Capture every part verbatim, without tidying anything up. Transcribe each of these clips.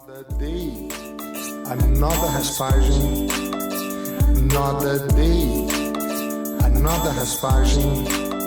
Another day, another Aspersion, another day, another Aspersion,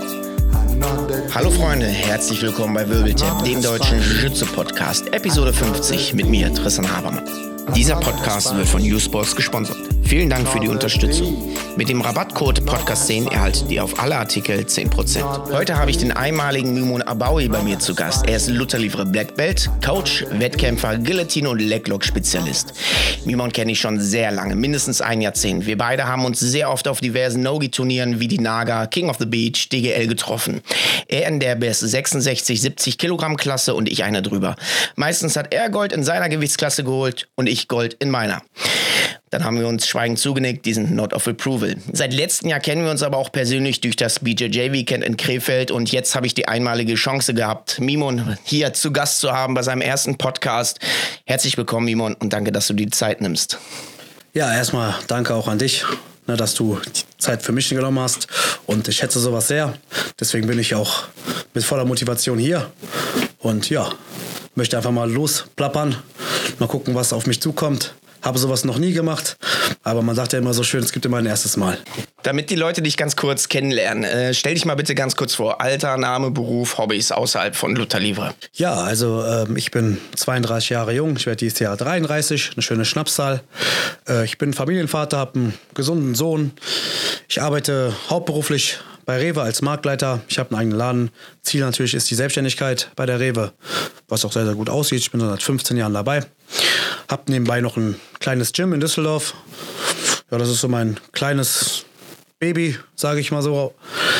another day. Hallo Freunde, herzlich willkommen bei Wirbeltap, dem deutschen Jiu-Jitsu-Podcast, Episode fünfzig mit mir, Tristan Habermann. Dieser Podcast wird von U-Sports gesponsert. Vielen Dank für die Unterstützung. Mit dem Rabattcode Podcast zehn erhaltet ihr auf alle Artikel zehn Prozent. Heute habe ich den einmaligen Mimon Abaoui bei mir zu Gast. Er ist Luther-Livre Black Belt, Coach, Wettkämpfer, Guillotine und Leglock-Spezialist. Mimon kenne ich schon sehr lange, mindestens ein Jahrzehnt. Wir beide haben uns sehr oft auf diversen No-Gi-Turnieren wie die Naga, King of the Beach, D G L getroffen. Er in der bis sechsundsechzig, siebzig Kilogramm Klasse und ich eine drüber. Meistens hat er Gold in seiner Gewichtsklasse geholt und ich Gold in meiner. Dann haben wir uns schweigend zugenickt, diesen Not of Approval. Seit letztem Jahr kennen wir uns aber auch persönlich durch das B J J Weekend in Krefeld und jetzt habe ich die einmalige Chance gehabt, Mimon hier zu Gast zu haben bei seinem ersten Podcast. Herzlich willkommen, Mimon, und danke, dass du dir die Zeit nimmst. Ja, erstmal danke auch an dich, ne, dass du die Zeit für mich genommen hast und ich schätze sowas sehr. Deswegen bin ich auch mit voller Motivation hier und ja, möchte einfach mal losplappern, mal gucken, was auf mich zukommt. Habe sowas noch nie gemacht, aber man sagt ja immer so schön, es gibt immer ein erstes Mal. Damit die Leute dich ganz kurz kennenlernen, äh, stell dich mal bitte ganz kurz vor. Alter, Name, Beruf, Hobbys außerhalb von Luther-Livre. Ja, also ähm, ich bin zweiunddreißig Jahre jung, ich werde dieses Jahr dreiunddreißig, eine schöne Schnapszahl. Äh, ich bin Familienvater, habe einen gesunden Sohn. Ich arbeite hauptberuflich bei Rewe als Marktleiter. Ich habe einen eigenen Laden. Ziel natürlich ist die Selbstständigkeit bei der Rewe, was auch sehr, sehr gut aussieht. Ich bin seit fünfzehn Jahren dabei. Hab nebenbei noch ein kleines Gym in Düsseldorf. Ja, das ist so mein kleines Baby, sage ich mal so.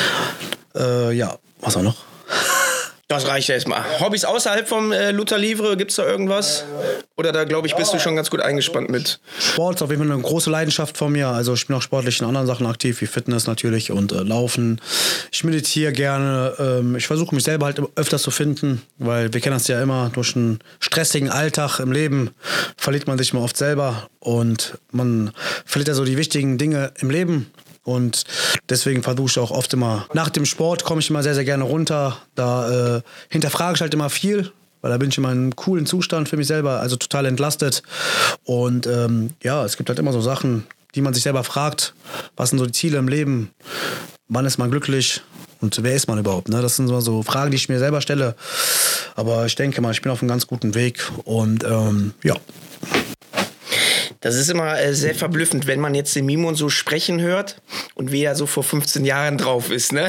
Äh, ja, was auch noch? Das reicht ja erstmal. Hobbys außerhalb vom äh, Luther-Livre, gibt's da irgendwas? Oder da, glaube ich, bist du schon ganz gut eingespannt mit? Sport ist auf jeden Fall eine große Leidenschaft von mir. Also ich bin auch sportlich in anderen Sachen aktiv, wie Fitness natürlich und äh, Laufen. Ich meditiere gerne. Ähm, ich versuche mich selber halt öfters zu finden, weil wir kennen das ja immer, durch einen stressigen Alltag im Leben verliert man sich mal oft selber. Und man verliert ja so die wichtigen Dinge im Leben. Und deswegen versuche ich auch oft immer, nach dem Sport komme ich immer sehr, sehr gerne runter. Da äh, hinterfrage ich halt immer viel, weil da bin ich immer in einem coolen Zustand für mich selber, also total entlastet. Und ähm, ja, es gibt halt immer so Sachen, die man sich selber fragt, was sind so die Ziele im Leben, wann ist man glücklich und wer ist man überhaupt? Ne? Das sind so Fragen, die ich mir selber stelle. Aber ich denke mal, ich bin auf einem ganz guten Weg und ähm, ja. Das ist immer äh, sehr verblüffend, wenn man jetzt den Mimon so sprechen hört und wie er so vor fünfzehn Jahren drauf ist, ne?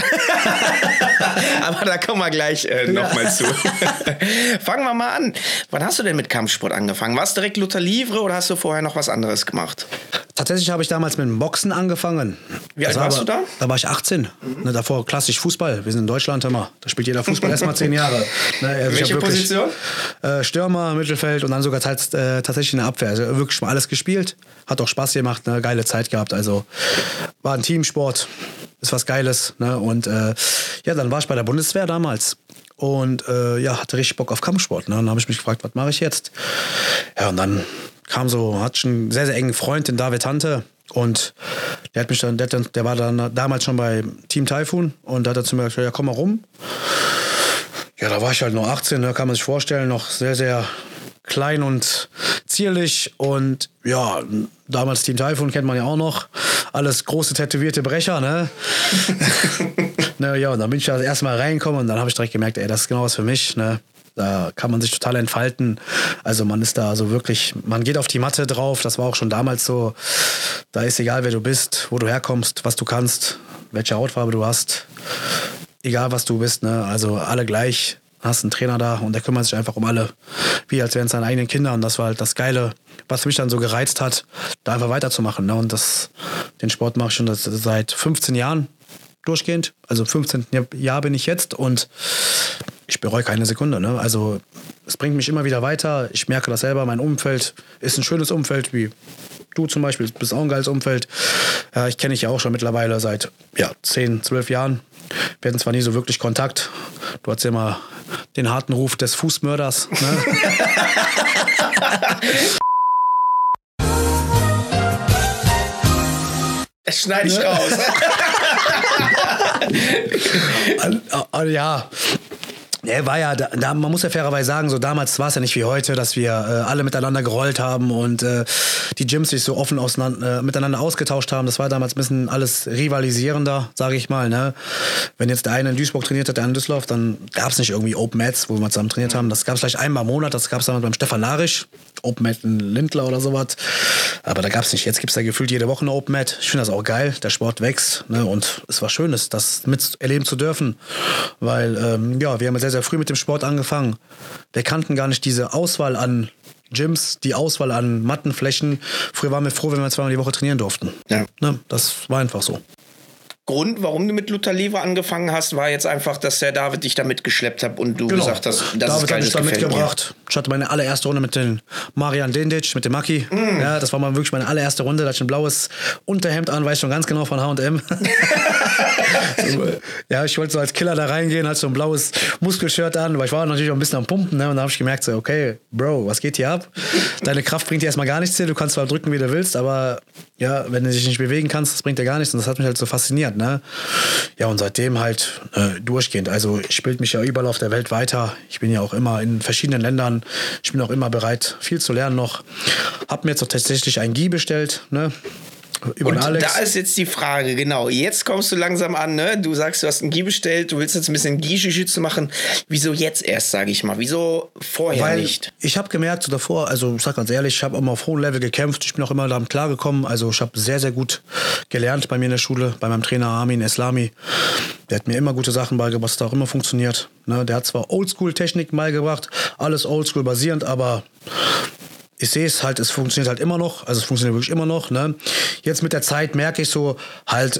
Aber da kommen wir gleich äh, nochmal ja. zu. Fangen wir mal an. Wann hast du denn mit Kampfsport angefangen? Warst du direkt Luther-Livre oder hast du vorher noch was anderes gemacht? Tatsächlich habe ich damals mit dem Boxen angefangen. Wie alt warst aber, du da? Da war ich achtzehn. Mhm. Ne, davor klassisch Fußball. Wir sind in Deutschland immer. Da spielt jeder Fußball erst mal zehn Jahre. Ne, also welche wirklich, Position? Äh, Stürmer, Mittelfeld und dann sogar teils, äh, tatsächlich in der Abwehr. Also wirklich mal alles gespielt. Hat auch Spaß gemacht, eine geile Zeit gehabt. Also war ein Teamsport. Ist was Geiles. Ne? Und äh, ja, dann war ich bei der Bundeswehr damals. Und äh, ja, hatte richtig Bock auf Kampfsport. Ne? Und dann habe ich mich gefragt, was mache ich jetzt? Ja, und dann kam so, hatte ich einen sehr, sehr engen Freund, den David Hante. Und der hat mich dann, der, der war dann damals schon bei Team Typhoon und da hat er zu mir gesagt, ja, komm mal rum. Ja, da war ich halt nur achtzehn, da kann man sich vorstellen, noch sehr, sehr klein und zierlich. Und ja, damals Team Typhoon kennt man ja auch noch. Alles große tätowierte Brecher, ne? Naja, und dann bin ich da erstmal reingekommen und dann habe ich direkt gemerkt, ey, das ist genau was für mich, ne? Da kann man sich total entfalten. Also man ist da so wirklich, man geht auf die Matte drauf. Das war auch schon damals so. Da ist egal, wer du bist, wo du herkommst, was du kannst, welche Hautfarbe du hast. Egal, was du bist, ne? Also alle gleich. Hast einen Trainer da und der kümmert sich einfach um alle. Wie als wären es seine eigenen Kinder. Und das war halt das Geile, was mich dann so gereizt hat, da einfach weiterzumachen. Ne? Und das, den Sport mache ich schon seit fünfzehn Jahren durchgehend. Also im fünfzehnten Jahr bin ich jetzt und ich bereue keine Sekunde. Ne? Also es bringt mich immer wieder weiter. Ich merke das selber. Mein Umfeld ist ein schönes Umfeld, wie du zum Beispiel. Du bist auch ein geiles Umfeld. Ja, ich kenne dich ja auch schon mittlerweile seit ja, zehn, zwölf Jahren. Wir hatten zwar nie so wirklich Kontakt. Du hattest ja immer den harten Ruf des Fußmörders. Ne? Das schneide ich raus. Ja. Ja, war ja, da, da, man muss ja fairerweise sagen, so damals war es ja nicht wie heute, dass wir äh, alle miteinander gerollt haben und äh, die Gyms sich so offen auseinander, äh, miteinander ausgetauscht haben. Das war damals ein bisschen alles rivalisierender, sage ich mal. Ne? Wenn jetzt der eine in Duisburg trainiert hat, der andere in Düsseldorf, dann gab es nicht irgendwie Open Mats, wo wir zusammen trainiert haben. Das gab es vielleicht einmal im Monat, das gab es damals beim Stefan Larisch, Open Mat in Lindler oder sowas. Aber da gab es nicht. Jetzt gibt es ja gefühlt jede Woche eine Open Mat. Ich finde das auch geil, der Sport wächst. Ne? Und es war schön, das miterleben zu dürfen. Weil, ähm, ja, wir haben sehr, sehr früh mit dem Sport angefangen. Wir kannten gar nicht diese Auswahl an Gyms, die Auswahl an Mattenflächen. Früher waren wir froh, wenn wir zweimal die Woche trainieren durften. Ja. Ne? Das war einfach so. Grund, warum du mit Luther Lever angefangen hast, war jetzt einfach, dass der David dich da mitgeschleppt hat und du genau. gesagt hast, das David ist geil, hat mich da mitgebracht. Mir. Ich hatte meine allererste Runde mit dem Marian Dendic, mit dem Maki. Mm. Ja, das war mal wirklich meine allererste Runde. Da hatte ich ein blaues Unterhemd an, weiß ich schon ganz genau, von H und M. Ja, ich wollte so als Killer da reingehen, hatte so ein blaues Muskelshirt an, weil ich war natürlich auch ein bisschen am Pumpen. Ne? Und da habe ich gemerkt, so, okay, Bro, was geht hier ab? Deine Kraft bringt dir erstmal gar nichts hier. Du kannst zwar drücken, wie du willst, aber ja, wenn du dich nicht bewegen kannst, das bringt dir gar nichts. Und das hat mich halt so fasziniert. Ne? Ja, und seitdem halt äh, durchgehend. Also ich bilde mich ja überall auf der Welt weiter. Ich bin ja auch immer in verschiedenen Ländern. Ich bin auch immer bereit, viel zu lernen noch. Hab mir jetzt auch tatsächlich ein Gi bestellt, ne? Über und Alex. Da ist jetzt die Frage, genau. Jetzt kommst du langsam an, ne? Du sagst, du hast ein Gi bestellt, du willst jetzt ein bisschen Gi-Jiu-Jitsu machen. Wieso jetzt erst, sage ich mal? Wieso vorher Weil nicht? Ich habe gemerkt, so davor, also ich sag ganz ehrlich, ich habe immer auf hohem Level gekämpft. Ich bin auch immer damit klargekommen. Also ich habe sehr, sehr gut gelernt bei mir in der Schule, bei meinem Trainer Amin Eslami. Der hat mir immer gute Sachen beigebracht, was da auch immer funktioniert. Ne? Der hat zwar Oldschool-Techniken beigebracht, alles Oldschool basierend, aber ich sehe es halt, es funktioniert halt immer noch. Also es funktioniert wirklich immer noch. Ne? Jetzt mit der Zeit merke ich so halt,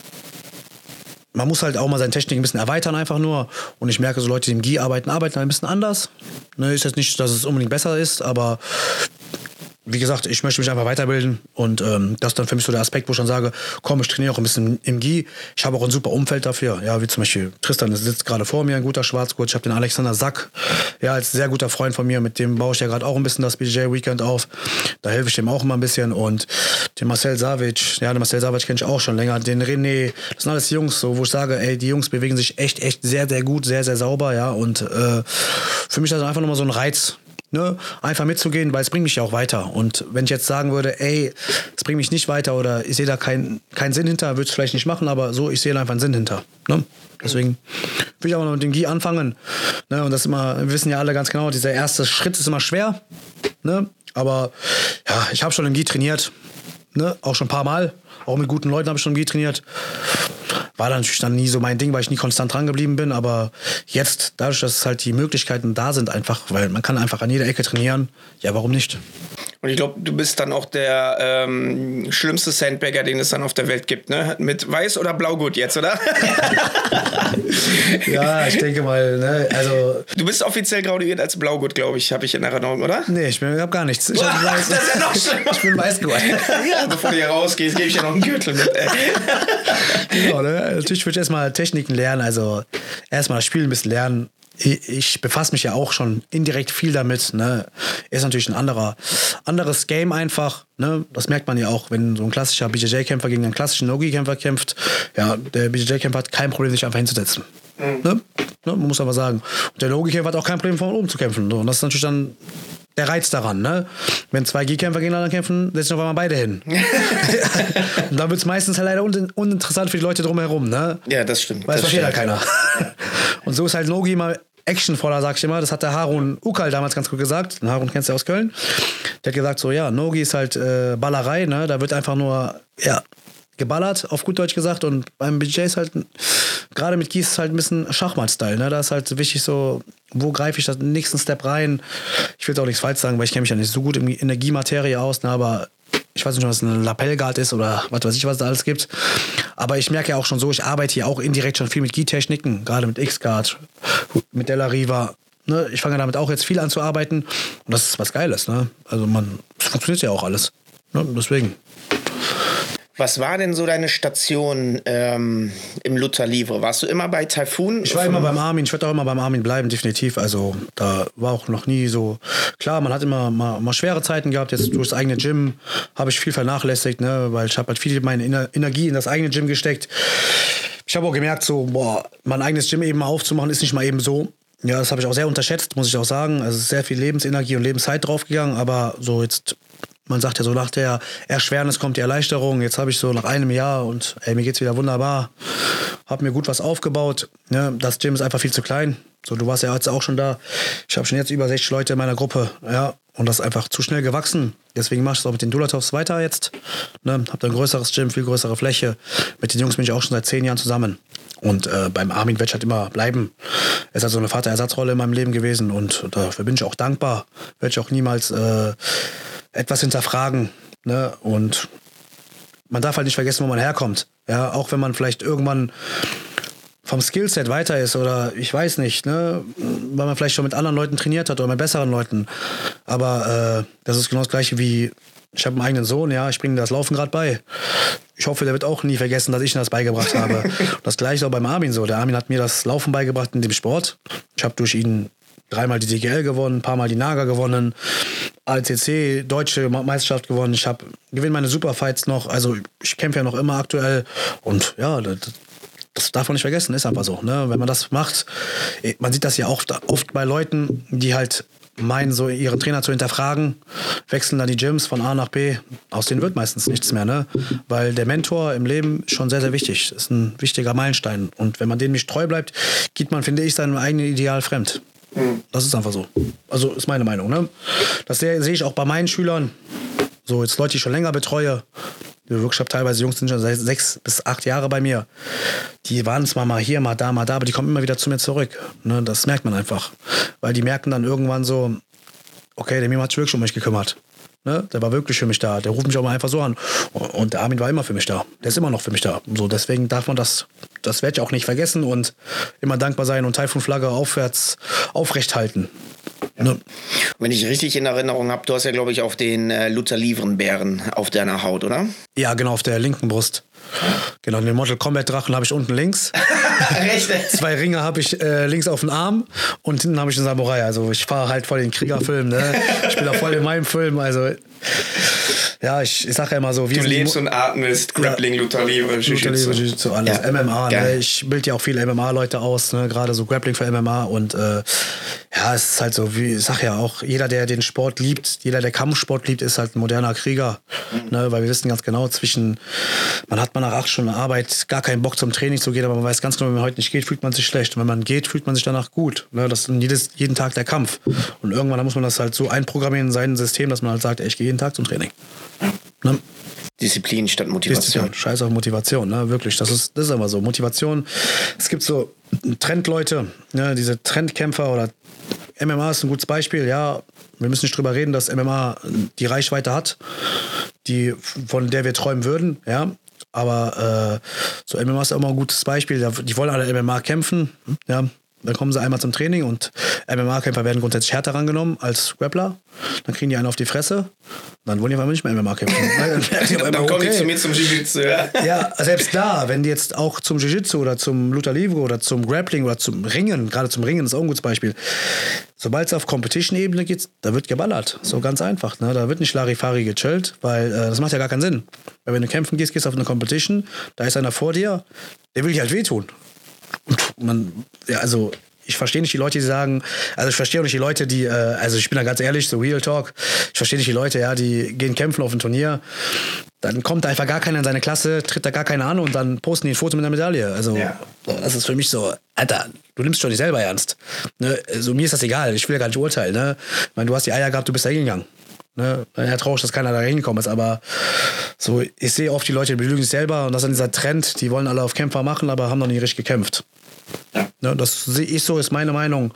man muss halt auch mal seine Technik ein bisschen erweitern einfach nur. Und ich merke so, Leute, die im Gi arbeiten, arbeiten ein bisschen anders. Ne? Ist jetzt nicht, dass es unbedingt besser ist, aber wie gesagt, ich möchte mich einfach weiterbilden und ähm, das ist dann für mich so der Aspekt, wo ich dann sage, komm, ich trainiere auch ein bisschen im Gi. Ich habe auch ein super Umfeld dafür, ja, wie zum Beispiel Tristan sitzt gerade vor mir, ein guter Schwarzgurt. Ich habe den Alexander Sack, ja, als sehr guter Freund von mir, mit dem baue ich ja gerade auch ein bisschen das B J J Weekend auf. Da helfe ich dem auch immer ein bisschen und den Marcel Savic, ja, den Marcel Savic kenne ich auch schon länger, den René, das sind alles Jungs, so, wo ich sage, ey, die Jungs bewegen sich echt, echt sehr, sehr gut, sehr, sehr sauber, ja, und äh, für mich ist das einfach nochmal so ein Reiz. Ne, einfach mitzugehen, weil es bringt mich ja auch weiter. Und wenn ich jetzt sagen würde, ey, es bringt mich nicht weiter oder ich sehe da keinen keinen Sinn hinter, würde es vielleicht nicht machen, aber so, ich sehe da einfach einen Sinn hinter. Ne? Deswegen will ich auch noch mit dem Gi anfangen. Ne? Und das ist immer, wir wissen ja alle ganz genau, dieser erste Schritt ist immer schwer. Ne? Aber ja, ich habe schon im Gi trainiert. Ne? Auch schon ein paar Mal. Auch mit guten Leuten habe ich schon im Gi trainiert. War dann natürlich dann nie so mein Ding, weil ich nie konstant dran geblieben bin. Aber jetzt, dadurch, dass halt die Möglichkeiten da sind, einfach, weil man kann einfach an jeder Ecke trainieren. Ja, warum nicht? Und ich glaube, du bist dann auch der ähm, schlimmste Sandbagger, den es dann auf der Welt gibt, ne? Mit Weiß- oder Blaugurt jetzt, oder? Ja, ich denke mal, ne, also... Du bist offiziell graduiert als Blaugurt, glaube ich, habe ich in Erinnerung, oder? Nee, ich bin, hab gar nichts. Ich, hab Weiß, das ist ja noch schlimmer. Ich bin Weißgurt. Ja, bevor du hier rausgehst, gebe ich dir noch einen Gürtel mit. Ey. Genau, ne? Natürlich würde ich erstmal Techniken lernen, also erstmal das Spiel ein bisschen lernen. Ich, ich befasse mich ja auch schon indirekt viel damit. Ne? Ist natürlich ein anderer, anderes Game einfach. Ne? Das merkt man ja auch, wenn so ein klassischer B J J-Kämpfer gegen einen klassischen No-Gi-Kämpfer kämpft. Ja, der B J J-Kämpfer hat kein Problem, sich einfach hinzusetzen. Mhm. Ne? Ne? Man muss aber sagen. Und der No-Gi-Kämpfer hat auch kein Problem, von oben zu kämpfen. Und das ist natürlich dann der Reiz daran, ne? Wenn zwei Gi-Kämpfer gegeneinander kämpfen, setzen auf einmal beide hin. Und dann wird es meistens halt leider un- uninteressant für die Leute drumherum, ne? Ja, das stimmt. Weil es das versteht stimmt. halt keiner. Und so ist halt No-Gi mal actionvoller, sag ich immer. Das hat der Harun Ukal damals ganz gut gesagt. Den Harun kennst du aus Köln. Der hat gesagt so, ja, No-Gi ist halt äh, Ballerei, ne? Da wird einfach nur, ja, geballert, auf gut Deutsch gesagt. Und beim B J J ist halt, gerade mit Gi ist es halt ein bisschen Schachmatt-Style, ne? Da ist halt wichtig so, wo greife ich den nächsten Step rein? Ich will auch nichts falsch sagen, weil ich kenne mich ja nicht so gut in der Energiematerie aus, ne? Aber ich weiß nicht, was eine Lapellguard ist oder was weiß ich, was es da alles gibt. Aber ich merke ja auch schon so, ich arbeite hier auch indirekt schon viel mit Gi-Techniken, gerade mit X-Guard, mit Della Riva. Ne? Ich fange damit auch jetzt viel an zu arbeiten. Und das ist was Geiles. Ne? Also man, es funktioniert ja auch alles. Ne? Deswegen. Was war denn so deine Station ähm, im Luther Livre? Warst du immer bei Typhoon? Ich war immer beim Armin. Ich werde auch immer beim Armin bleiben, definitiv. Also da war auch noch nie so... Klar, man hat immer mal, mal schwere Zeiten gehabt. Jetzt durch das eigene Gym habe ich viel vernachlässigt, ne? Weil ich habe halt viel meine Ener- Energie in das eigene Gym gesteckt. Ich habe auch gemerkt, so, boah, mein eigenes Gym eben mal aufzumachen, ist nicht mal eben so. Ja, das habe ich auch sehr unterschätzt, muss ich auch sagen. Also sehr viel Lebensenergie und Lebenszeit draufgegangen, aber so jetzt, man sagt ja so nach der Erschwernis kommt die Erleichterung. Jetzt habe ich so nach einem Jahr und ey, mir geht's wieder wunderbar. Habe mir gut was aufgebaut. Ne? Das Gym ist einfach viel zu klein. So, du warst ja jetzt auch schon da. Ich habe schon jetzt über sechzig Leute in meiner Gruppe, ja, und das ist einfach zu schnell gewachsen. Deswegen mache ich es auch mit den Dulatovs weiter jetzt. Ne? Hab da ein größeres Gym, viel größere Fläche. Mit den Jungs bin ich auch schon seit zehn Jahren zusammen. Und äh, beim Armin werde ich halt immer bleiben. Er ist halt so eine Vaterersatzrolle in meinem Leben gewesen und dafür bin ich auch dankbar. Werde ich auch niemals äh, etwas hinterfragen. Ne? Und man darf halt nicht vergessen, wo man herkommt. Ja, auch wenn man vielleicht irgendwann vom Skillset weiter ist oder ich weiß nicht, ne, weil man vielleicht schon mit anderen Leuten trainiert hat oder mit besseren Leuten. Aber äh, das ist genau das Gleiche wie, ich habe einen eigenen Sohn, ja, ich bringe das Laufen gerade bei. Ich hoffe, der wird auch nie vergessen, dass ich ihm das beigebracht habe. Das Gleiche auch beim Armin so. Der Armin hat mir das Laufen beigebracht in dem Sport. Ich habe durch ihn dreimal die D G L gewonnen, ein paar Mal die Naga gewonnen, A D C C, Deutsche Meisterschaft gewonnen. Ich habe gewinne meine Superfights noch. Also ich kämpfe ja noch immer aktuell. Und ja, das, das darf man nicht vergessen, ist einfach so. Ne? Wenn man das macht, man sieht das ja auch oft bei Leuten, die halt meinen, so ihren Trainer zu hinterfragen, wechseln dann die Gyms von A nach B. Aus denen wird meistens nichts mehr, ne? Weil der Mentor im Leben ist schon sehr, sehr wichtig. Das ist ein wichtiger Meilenstein. Und wenn man dem nicht treu bleibt, geht man, finde ich, seinem eigenen Ideal fremd. Das ist einfach so. Also ist meine Meinung, ne? Das sehe, sehe ich auch bei meinen Schülern. So, jetzt Leute, die ich schon länger betreue. Ich habe teilweise Jungs, die sind schon seit sechs bis acht Jahre bei mir. Die waren zwar mal hier, mal da, mal da, aber die kommen immer wieder zu mir zurück. Ne, das merkt man einfach. Weil die merken dann irgendwann so, okay, der Mimo hat sich wirklich um mich gekümmert. Ne, der war wirklich für mich da. Der ruft mich auch mal einfach so an. Und der Armin war immer für mich da. Der ist immer noch für mich da. So, deswegen darf man das, das werde ich auch nicht vergessen und immer dankbar sein und Taifun-Flagge aufwärts aufrecht halten. Ja. Ne? Wenn ich richtig in Erinnerung habe, du hast ja, glaube ich, auch den äh, Luther-Livren-Bären auf deiner Haut, oder? Ja, genau, auf der linken Brust. Genau, den Mortal Kombat Drachen habe ich unten links. Zwei Ringe habe ich äh, links auf dem Arm und hinten habe ich einen Samurai. Also ich fahre halt voll den Kriegerfilm, ne? Ich bin da voll in meinem Film, also ja, ich, ich sage ja immer so, wie du lebst und atmest Grappling, ja, Luther Livre, Jiu-Jitsu, Jiu-Jitsu, alles, ja. M M A, ne? Ich bilde ja auch viele M M A-Leute aus, ne? Gerade so Grappling für M M A und äh, ja, es ist halt so, wie ich sage ja auch, jeder, der den Sport liebt, jeder, der Kampfsport liebt, ist halt ein moderner Krieger, mhm. ne? Weil wir wissen ganz genau, zwischen, man hat man nach acht Stunden Arbeit gar keinen Bock zum Training zu gehen, aber man weiß ganz genau, wenn man heute nicht geht, fühlt man sich schlecht. Und wenn man geht, fühlt man sich danach gut. Ne? Das ist jedes, jeden Tag der Kampf. Und irgendwann muss man das halt so einprogrammieren in sein System, dass man halt sagt, ey, ich gehe jeden Tag zum Training. Ne? Disziplin statt Motivation. Disziplin, scheiß auf Motivation, ne? Wirklich. Das ist, das ist aber so. Motivation, es gibt so Trendleute, ne? Diese Trendkämpfer oder M M A ist ein gutes Beispiel, ja. Wir müssen nicht drüber reden, dass M M A die Reichweite hat, die, von der wir träumen würden, ja. Aber äh, so M M A ist immer ein gutes Beispiel. Die wollen alle M M A kämpfen, ja. Dann kommen sie einmal zum Training und M M A-Kämpfer werden grundsätzlich härter rangenommen als Grappler. Dann kriegen die einen auf die Fresse. Dann wollen die aber nicht mehr M M A kämpfen. Dann, dann kommen die zu mir zum Jiu-Jitsu, ja. Ja, selbst da, wenn die jetzt auch zum Jiu-Jitsu oder zum Luther Livre oder zum Grappling oder zum Ringen, gerade zum Ringen ist auch ein gutes Beispiel. Sobald es auf Competition-Ebene geht, da wird geballert. So ganz einfach. Ne? Da wird nicht Larifari gechillt, weil äh, das macht ja gar keinen Sinn. Weil wenn du kämpfen gehst, gehst du auf eine Competition, da ist einer vor dir, der will dir halt wehtun. Und man, ja, also ich verstehe nicht die Leute, die sagen, also ich verstehe auch nicht die Leute, die, äh, also ich bin da ganz ehrlich, so Real Talk, ich verstehe nicht die Leute, ja, die gehen kämpfen auf ein Turnier, dann kommt da einfach gar keiner in seine Klasse, tritt da gar keiner an und dann posten die ein Foto mit einer Medaille. Also ja. Das ist für mich so, Alter, du nimmst schon dich selber ernst. Ne? Also mir ist das egal, ich will ja gar nicht urteilen. Ne? Ich meine, du hast die Eier gehabt, du bist da hingegangen. Ne? Ja, traurig, dass keiner da hingekommen ist, aber so, ich sehe oft die Leute, die belügen sich selber und das ist dieser Trend, die wollen alle auf Kämpfer machen, aber haben noch nie richtig gekämpft. Ja. Ne, das sehe ich so, ist meine Meinung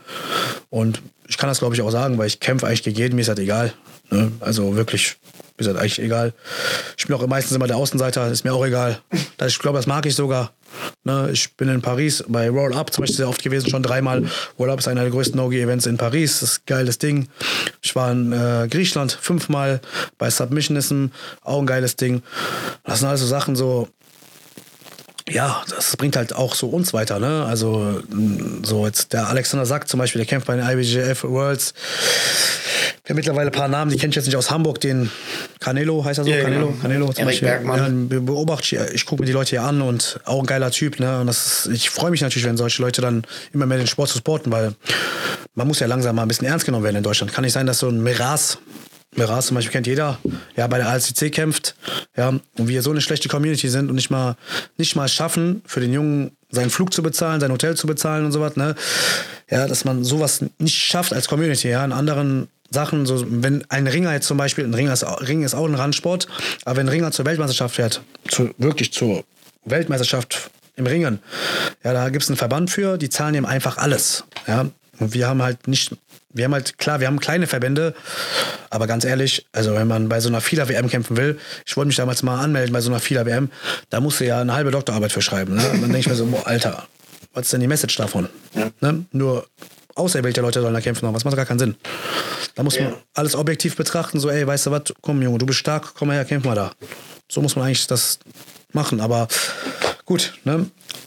und ich kann das glaube ich auch sagen, weil ich kämpfe eigentlich gegen jeden, mir ist das egal. Ne? Also wirklich, mir ist das eigentlich egal. Ich bin auch meistens immer der Außenseiter, ist mir auch egal. Ich glaube, das mag ich sogar. Ne? Ich bin in Paris bei Roll Up zum Beispiel sehr oft gewesen, schon dreimal. Roll Up ist einer der größten No-Gi-Events in Paris, das ist ein geiles Ding. Ich war in äh, Griechenland fünfmal bei Submissionism, auch ein geiles Ding. Das sind also Sachen so, ja, das bringt halt auch so uns weiter, ne? Also, so jetzt der Alexander Sack zum Beispiel, der kämpft bei den I B J F Worlds. Wir haben mittlerweile ein paar Namen, die kenne ich jetzt nicht aus Hamburg, den Canelo, heißt er so? Ja, Canelo, genau. Canelo zum Erik Beispiel. Bergmann. Ja, beobachte, ich gucke mir die Leute hier an und auch ein geiler Typ, ne? Und das ist, ich freue mich natürlich, wenn solche Leute dann immer mehr den Sport supporten, weil man muss ja langsam mal ein bisschen ernst genommen werden in Deutschland. Kann nicht sein, dass so ein Miraz Miraz zum Beispiel kennt jeder, ja, bei der A L C C kämpft, ja, und wir so eine schlechte Community sind und nicht mal, nicht mal schaffen, für den Jungen seinen Flug zu bezahlen, sein Hotel zu bezahlen und sowas, ne, ja, dass man sowas nicht schafft als Community, ja, in anderen Sachen, so, wenn ein Ringer jetzt zum Beispiel, ein Ringer ist, Ring ist auch ein Randsport, aber wenn ein Ringer zur Weltmeisterschaft fährt, zu, wirklich zur Weltmeisterschaft im Ringen, ja, da gibt es einen Verband für, die zahlen ihm einfach alles, ja, und wir haben halt nicht, wir haben halt, klar, wir haben kleine Verbände, aber ganz ehrlich, also wenn man bei so einer FILA W M kämpfen will, ich wollte mich damals mal anmelden bei so einer FILA W M, da musst du ja eine halbe Doktorarbeit für schreiben. Ne? Und dann denke ich mir so, boah, Alter, was ist denn die Message davon? Ja. Ne? Nur auserwählte Leute sollen da kämpfen, was macht gar keinen Sinn. Da muss man ja alles objektiv betrachten, so, ey, weißt du was, komm Junge, du bist stark, komm mal her, kämpf mal da. So muss man eigentlich das machen, aber gut, ne?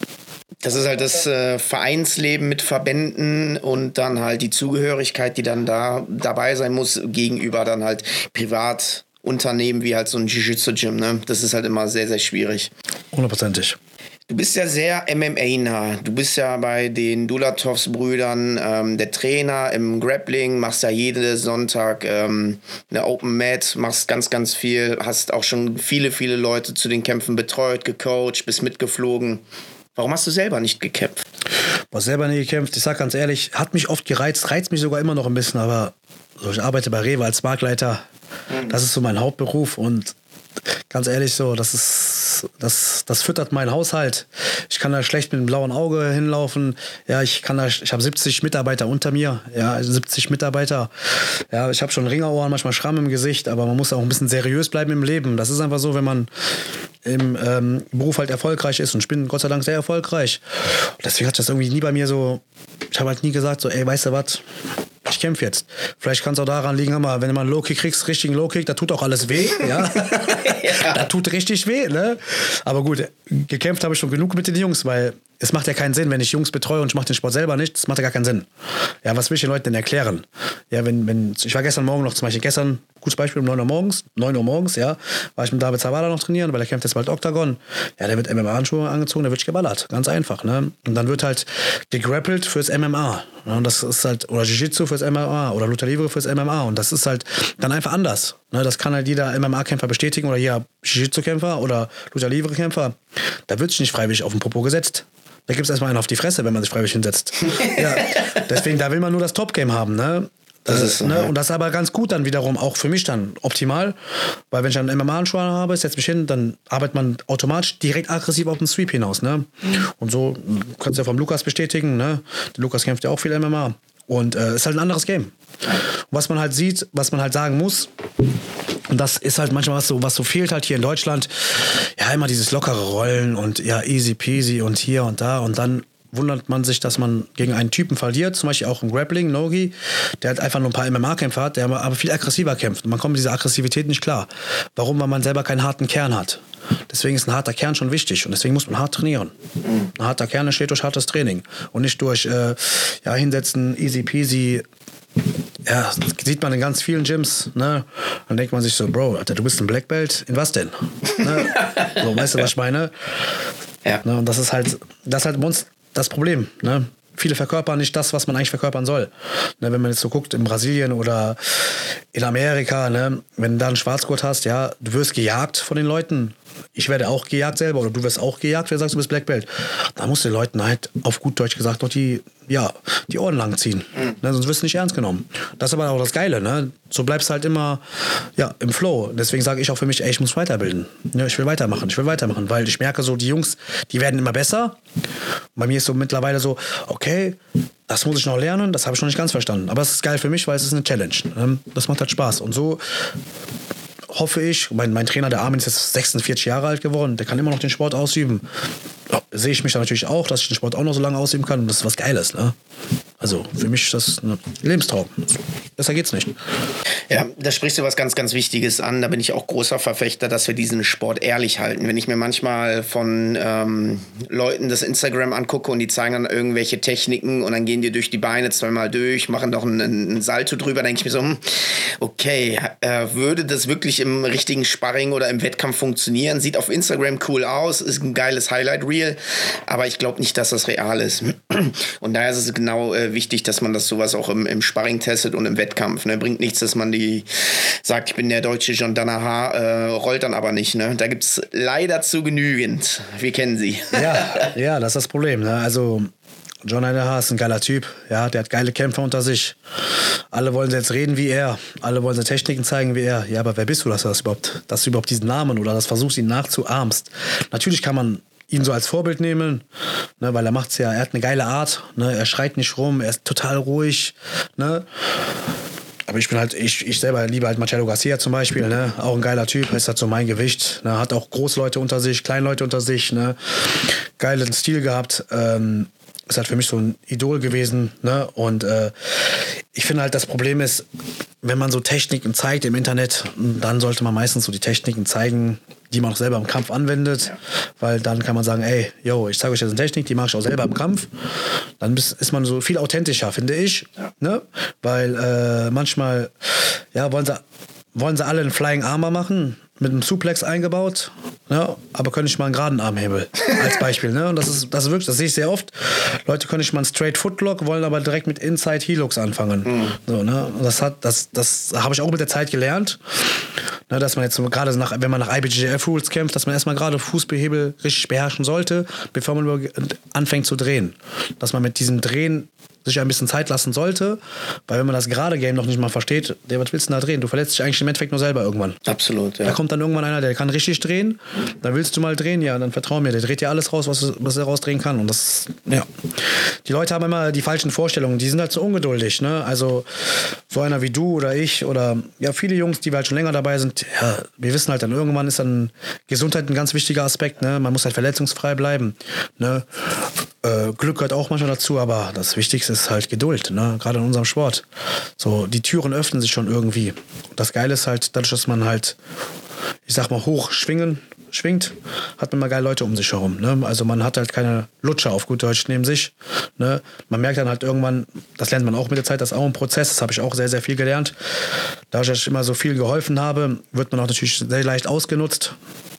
Das ist halt das äh, Vereinsleben mit Verbänden und dann halt die Zugehörigkeit, die dann da dabei sein muss, gegenüber dann halt Privatunternehmen wie halt so ein Jiu-Jitsu-Gym. Ne? Das ist halt immer sehr, sehr schwierig. Hundertprozentig. Du bist ja sehr M M A-nah. Du bist ja bei den Dulatovs-Brüdern ähm, der Trainer im Grappling, machst ja jeden Sonntag ähm, eine Open Mat, machst ganz, ganz viel, hast auch schon viele, viele Leute zu den Kämpfen betreut, gecoacht, bist mitgeflogen. Warum hast du selber nicht gekämpft? Boah, selber nicht gekämpft. Ich sag ganz ehrlich, hat mich oft gereizt, reizt mich sogar immer noch ein bisschen, aber so, ich arbeite bei Rewe als Marktleiter. Mhm. Das ist so mein Hauptberuf und ganz ehrlich so, das ist, das, das füttert meinen Haushalt. Ich kann da schlecht mit einem blauen Auge hinlaufen. Ja, ich kann da, ich habe siebzig Mitarbeiter unter mir. Ja, siebzig Mitarbeiter. Ja, ich habe schon Ringerohren, manchmal Schramm im Gesicht, aber man muss auch ein bisschen seriös bleiben im Leben. Das ist einfach so, wenn man im ähm, Beruf halt erfolgreich ist und ich bin Gott sei Dank sehr erfolgreich. Und deswegen hat das irgendwie nie bei mir so, ich habe halt nie gesagt so, ey, weißt du was, ich kämpfe jetzt. Vielleicht kann es auch daran liegen, mal, wenn du mal einen Low-Kick kriegst, richtigen Low-Kick, da tut auch alles weh, ja. Ja. Da tut richtig weh, ne? Aber gut, gekämpft habe ich schon genug mit den Jungs, weil es macht ja keinen Sinn, wenn ich Jungs betreue und ich mache den Sport selber nicht, das macht ja gar keinen Sinn. Ja, was will ich den Leuten denn erklären? Ja, wenn, wenn, ich war gestern Morgen noch, zum Beispiel gestern, gutes Beispiel, um neun Uhr morgens, neun Uhr morgens, ja, war ich mit David Zawada noch trainieren, weil er kämpft jetzt bald Octagon. Ja, der wird M M A-Handschuhe angezogen, der wird geballert, ganz einfach, ne? Und dann wird halt gegrappelt fürs M M A. Ja, und das ist halt, oder Jiu-Jitsu fürs M M A oder Luta Livre fürs M M A und das ist halt dann einfach anders. Ne? Das kann halt jeder M M A-Kämpfer bestätigen oder jeder Jiu-Jitsu-Kämpfer oder Luta Livre-Kämpfer. Da wird sich nicht freiwillig auf den Popo gesetzt. Da gibt es erstmal einen auf die Fresse, wenn man sich freiwillig hinsetzt. Ja, deswegen, da will man nur das Top-Game haben, ne? Das das ist, ne? Ja. Und das ist aber ganz gut dann wiederum, auch für mich dann optimal, weil wenn ich einen M M A-Handschuh habe, setze mich hin, dann arbeitet man automatisch direkt aggressiv auf den Sweep hinaus, ne? Mhm. Und so kannst du ja vom Lukas bestätigen, ne? Der Lukas kämpft ja auch viel M M A. Und es äh, ist halt ein anderes Game. Und was man halt sieht, was man halt sagen muss, und das ist halt manchmal was so, was so fehlt halt hier in Deutschland, ja, immer dieses lockere Rollen und ja, easy peasy und hier und da und dann wundert man sich, dass man gegen einen Typen verliert, zum Beispiel auch im Grappling, Nogi, der halt einfach nur ein paar M M A-Kämpfer hat, der aber viel aggressiver kämpft. Und man kommt mit dieser Aggressivität nicht klar. Warum? Weil man selber keinen harten Kern hat. Deswegen ist ein harter Kern schon wichtig und deswegen muss man hart trainieren. Ein harter Kern entsteht durch hartes Training und nicht durch äh, ja, hinsetzen, easy peasy. Ja, das sieht man in ganz vielen Gyms, ne? Dann denkt man sich so, Bro, Alter, du bist ein Black Belt, in was denn? Ne? So, weißt du, was ich meine? Ja. Ne? Und das ist halt, das ist halt uns das Problem, ne? Viele verkörpern nicht das, was man eigentlich verkörpern soll. Ne, wenn man jetzt so guckt, in Brasilien oder in Amerika, ne, wenn du da einen Schwarzgurt hast, ja, du wirst gejagt von den Leuten. Ich werde auch gejagt selber oder du wirst auch gejagt, wenn du sagst, du bist Black Belt. Da musst du den Leuten halt auf gut Deutsch gesagt noch die, ja, die Ohren lang ziehen. Mhm. Ne, sonst wirst du nicht ernst genommen. Das ist aber auch das Geile. Ne? So bleibst du halt immer ja, im Flow. Deswegen sage ich auch für mich, ey, ich muss weiterbilden. Ja, ich will weitermachen, ich will weitermachen. Weil ich merke so, die Jungs, die werden immer besser. Bei mir ist so mittlerweile so, okay, das muss ich noch lernen, das habe ich noch nicht ganz verstanden. Aber es ist geil für mich, weil es ist eine Challenge. Das macht halt Spaß. Und so hoffe ich, mein, mein Trainer, der Armin, ist jetzt sechsundvierzig Jahre alt geworden, der kann immer noch den Sport ausüben. Ja, sehe ich mich dann natürlich auch, dass ich den Sport auch noch so lange ausüben kann. Und das ist was Geiles, ne? Also für mich ist das ein Lebenstraum. Besser geht's nicht. Ja, da sprichst du was ganz, ganz Wichtiges an. Da bin ich auch großer Verfechter, dass wir diesen Sport ehrlich halten. Wenn ich mir manchmal von ähm, Leuten das Instagram angucke und die zeigen dann irgendwelche Techniken und dann gehen die durch die Beine zweimal durch, machen noch einen, einen Salto drüber, denke ich mir so, hm, okay, äh, würde das wirklich im richtigen Sparring oder im Wettkampf funktionieren? Sieht auf Instagram cool aus, ist ein geiles Highlight-Reel, aber ich glaube nicht, dass das real ist. Und daher ist es genau äh, wichtig, dass man das sowas auch im, im Sparring testet und im Wettkampf. Ne? Bringt nichts, dass man die sagt, ich bin der deutsche John Danaher, äh, rollt dann aber nicht. Ne? Da gibt es leider zu genügend. Wir kennen sie. Ja, ja, das ist das Problem. Ne? Also John Danaher ist ein geiler Typ. Ja, der hat geile Kämpfer unter sich. Alle wollen jetzt reden wie er. Alle wollen seine Techniken zeigen wie er. Ja, aber wer bist du, dass du das überhaupt, dass du überhaupt diesen Namen oder das versuchst, ihn nachzuahmst? Natürlich kann man ihn so als Vorbild nehmen, ne, weil er macht's ja, er hat eine geile Art, ne, er schreit nicht rum, er ist total ruhig, ne. Aber ich bin halt, ich, ich selber liebe halt Marcelo Garcia zum Beispiel, ne, auch ein geiler Typ, ist halt so mein Gewicht, ne, hat auch Großleute unter sich, Kleinleute unter sich, ne, geilen Stil gehabt, ähm, ist halt für mich so ein Idol gewesen, ne, und äh, ich finde halt, das Problem ist, wenn man so Techniken zeigt im Internet, dann sollte man meistens so die Techniken zeigen, die man auch selber im Kampf anwendet, ja. Weil dann kann man sagen, ey, yo, ich zeige euch jetzt eine Technik, die mache ich auch selber im Kampf. Dann ist man so viel authentischer, finde ich, ja. Ne? Weil äh, manchmal, ja, wollen sie, wollen sie alle einen Flying Armbar machen, mit einem Suplex eingebaut, ne? Aber können nicht mal einen geraden Armhebel, als Beispiel, ne? Und das ist, das ist wirklich, das sehe ich sehr oft. Leute können nicht mal einen Straight Footlock, wollen aber direkt mit Inside Helix anfangen. Mhm. So, ne? Und das hat, das, das habe ich auch mit der Zeit gelernt, ne? Dass man jetzt so, gerade nach, wenn man nach I B J J F Rules kämpft, dass man erstmal gerade Fußbehebel richtig beherrschen sollte, bevor man anfängt zu drehen. Dass man mit diesem Drehen sich ein bisschen Zeit lassen sollte, weil wenn man das gerade Game noch nicht mal versteht, der, was willst du denn da drehen? Du verletzt dich eigentlich im Endeffekt nur selber irgendwann. Absolut, ja. Da kommt dann irgendwann einer, der kann richtig drehen, dann willst du mal drehen, ja, dann vertrau mir, der dreht dir alles raus, was, was er rausdrehen kann. Und das, ja. Die Leute haben immer die falschen Vorstellungen, die sind halt so ungeduldig, ne? Also so einer wie du oder ich oder ja, viele Jungs, die halt schon länger dabei sind, ja, wir wissen halt dann, irgendwann ist dann Gesundheit ein ganz wichtiger Aspekt, ne? Man muss halt verletzungsfrei bleiben, ne? Äh, Glück gehört auch manchmal dazu, aber das Wichtigste ist halt Geduld, ne? Gerade in unserem Sport. So, die Türen öffnen sich schon irgendwie. Und das Geile ist halt, dadurch, dass man halt, ich sag mal, hoch schwingen, schwingt, hat man mal geile Leute um sich herum. Ne? Also man hat halt keine Lutscher auf gut Deutsch neben sich. Ne? Man merkt dann halt irgendwann, das lernt man auch mit der Zeit, das ist auch ein Prozess, das habe ich auch sehr, sehr viel gelernt. Da ich immer so viel geholfen habe, wird man auch natürlich sehr leicht ausgenutzt.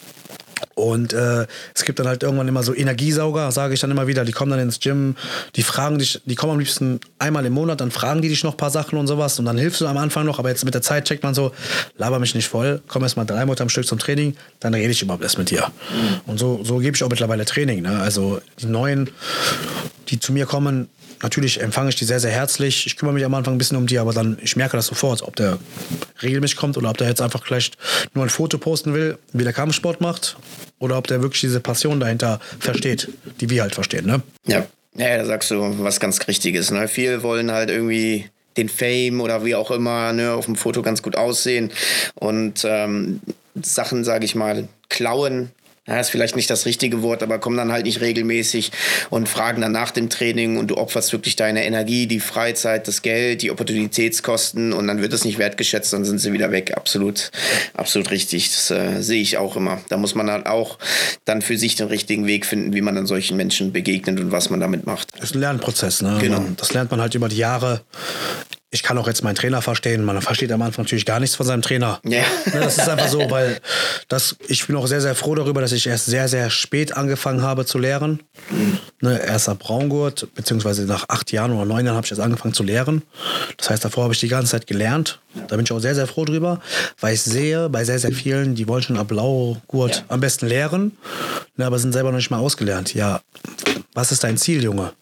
Und äh, es gibt dann halt irgendwann immer so Energiesauger, sage ich dann immer wieder, die kommen dann ins Gym, die fragen dich, die kommen am liebsten einmal im Monat, dann fragen die dich noch ein paar Sachen und sowas und dann hilfst du am Anfang noch, aber jetzt mit der Zeit checkt man so, laber mich nicht voll, komm erst mal drei Monate am Stück zum Training, dann rede ich überhaupt erst mit dir. Mhm. Und so, so gebe ich auch mittlerweile Training, ne? Also die Neuen, die zu mir kommen, natürlich empfange ich die sehr, sehr herzlich. Ich kümmere mich am Anfang ein bisschen um die, aber dann, ich merke das sofort, ob der regelmäßig kommt oder ob der jetzt einfach vielleicht nur ein Foto posten will, wie der Kampfsport macht, oder ob der wirklich diese Passion dahinter versteht, die wir halt verstehen, ne? Ja, ja, da sagst du was ganz Richtiges, ne? Viele wollen halt irgendwie den Fame oder wie auch immer, ne, auf dem Foto ganz gut aussehen und ähm, Sachen, sage ich mal, klauen. Ja, ist vielleicht nicht das richtige Wort, aber kommen dann halt nicht regelmäßig und fragen dann nach dem Training und du opferst wirklich deine Energie, die Freizeit, das Geld, die Opportunitätskosten und dann wird es nicht wertgeschätzt, dann sind sie wieder weg. Absolut, absolut richtig. Das äh, sehe ich auch immer. Da muss man halt auch dann für sich den richtigen Weg finden, wie man dann solchen Menschen begegnet und was man damit macht. Das ist ein Lernprozess, ne? Genau. Das lernt man halt über die Jahre. Ich kann auch jetzt meinen Trainer verstehen. Man versteht am Anfang natürlich gar nichts von seinem Trainer. Ja. Das ist einfach so, weil das, ich bin auch sehr, sehr froh darüber, dass ich erst sehr, sehr spät angefangen habe zu lehren. Mhm. Ne, erst ab Braungurt, beziehungsweise nach acht Jahren oder neun Jahren habe ich jetzt angefangen zu lehren. Das heißt, davor habe ich die ganze Zeit gelernt. Da bin ich auch sehr, sehr froh drüber, weil ich sehe, bei sehr, sehr vielen, die wollen schon ab Blaugurt ja. am besten lehren, ne, aber sind selber noch nicht mal ausgelernt. Ja, was ist dein Ziel, Junge?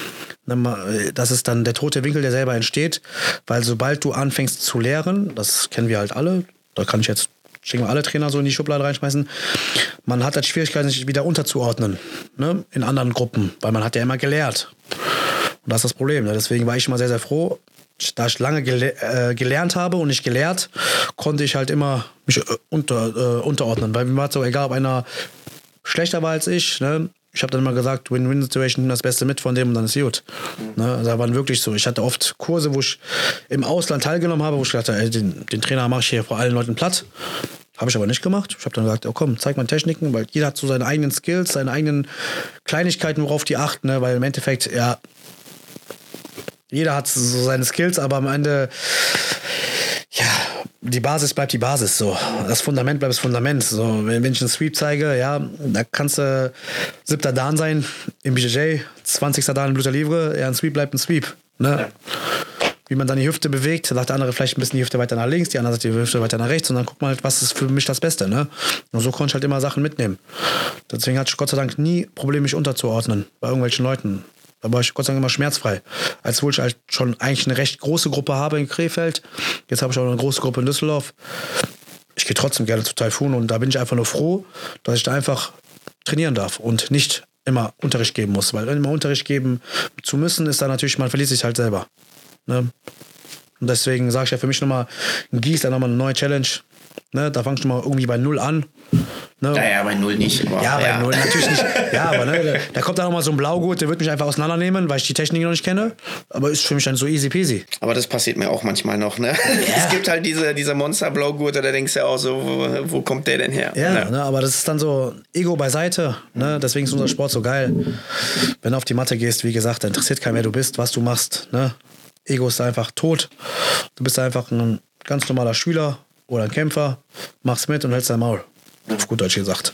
Das ist dann der tote Winkel, der selber entsteht, weil sobald du anfängst zu lehren, das kennen wir halt alle, da kann ich jetzt schicken wir alle Trainer so in die Schublade reinschmeißen, man hat halt Schwierigkeiten, sich wieder unterzuordnen, ne, in anderen Gruppen, weil man hat ja immer gelehrt. Und das ist das Problem, ne? Deswegen war ich immer sehr, sehr froh, da ich lange gele- äh, gelernt habe und nicht gelehrt, konnte ich halt immer mich äh, unter, äh, unterordnen, weil mir war es so egal, ob einer schlechter war als ich, ne? Ich habe dann immer gesagt, Win-Win-Situation, nimm das Beste mit von dem und dann ist gut. Mhm. Ne? Also da waren wirklich so. Ich hatte oft Kurse, wo ich im Ausland teilgenommen habe, wo ich dachte, ey, den, den Trainer mache ich hier vor allen Leuten platt. Habe ich aber nicht gemacht. Ich habe dann gesagt, oh komm, zeig mal Techniken, weil jeder hat so seine eigenen Skills, seine eigenen Kleinigkeiten, worauf die achten, ne? Weil im Endeffekt, ja, jeder hat so seine Skills, aber am Ende, ja, die Basis bleibt die Basis, so. Das Fundament bleibt das Fundament. So, wenn, wenn ich einen Sweep zeige, ja, da kannst du siebter Dan sein im B J J, zwanzigster Dan im Luther Livre, ja, ein Sweep bleibt ein Sweep, ne? Ja. Wie man dann die Hüfte bewegt, sagt der andere vielleicht ein bisschen die Hüfte weiter nach links, die andere sagt die Hüfte weiter nach rechts und dann guckt man halt, was ist für mich das Beste, ne? Und so konnte ich halt immer Sachen mitnehmen. Deswegen hatte ich Gott sei Dank nie Probleme, mich unterzuordnen bei irgendwelchen Leuten. Da war ich Gott sei Dank immer schmerzfrei. Als wo ich halt schon eigentlich eine recht große Gruppe habe in Krefeld. Jetzt habe ich auch eine große Gruppe in Düsseldorf. Ich gehe trotzdem gerne zu Taifun und da bin ich einfach nur froh, dass ich da einfach trainieren darf und nicht immer Unterricht geben muss. Weil immer Unterricht geben zu müssen, ist dann natürlich, man verliert sich halt selber. Ne? Und deswegen sage ich ja für mich nochmal, in Gieß dann nochmal eine neue Challenge. Ne? Da fangst du mal irgendwie bei Null an. Ne? Naja, bei Null nicht. Aber ja, bei ja. Null natürlich nicht. Ja, aber ne, da, da kommt dann nochmal so ein Blaugurt, der wird mich einfach auseinandernehmen, weil ich die Technik noch nicht kenne. Aber ist für mich dann so easy peasy. Aber das passiert mir auch manchmal noch. Ne? Ja. Es gibt halt diese, diese Monster-Blaugurte, da denkst du ja auch so, wo, wo kommt der denn her? Ja, ja. Ne, aber das ist dann so Ego beiseite. Ne? Deswegen ist unser Sport so geil. Wenn du auf die Matte gehst, wie gesagt, da interessiert keinen, wer du bist, was du machst. Ne? Ego ist einfach tot. Du bist einfach ein ganz normaler Schüler oder ein Kämpfer, machst mit und hältst dein Maul. Auf gut Deutsch gesagt.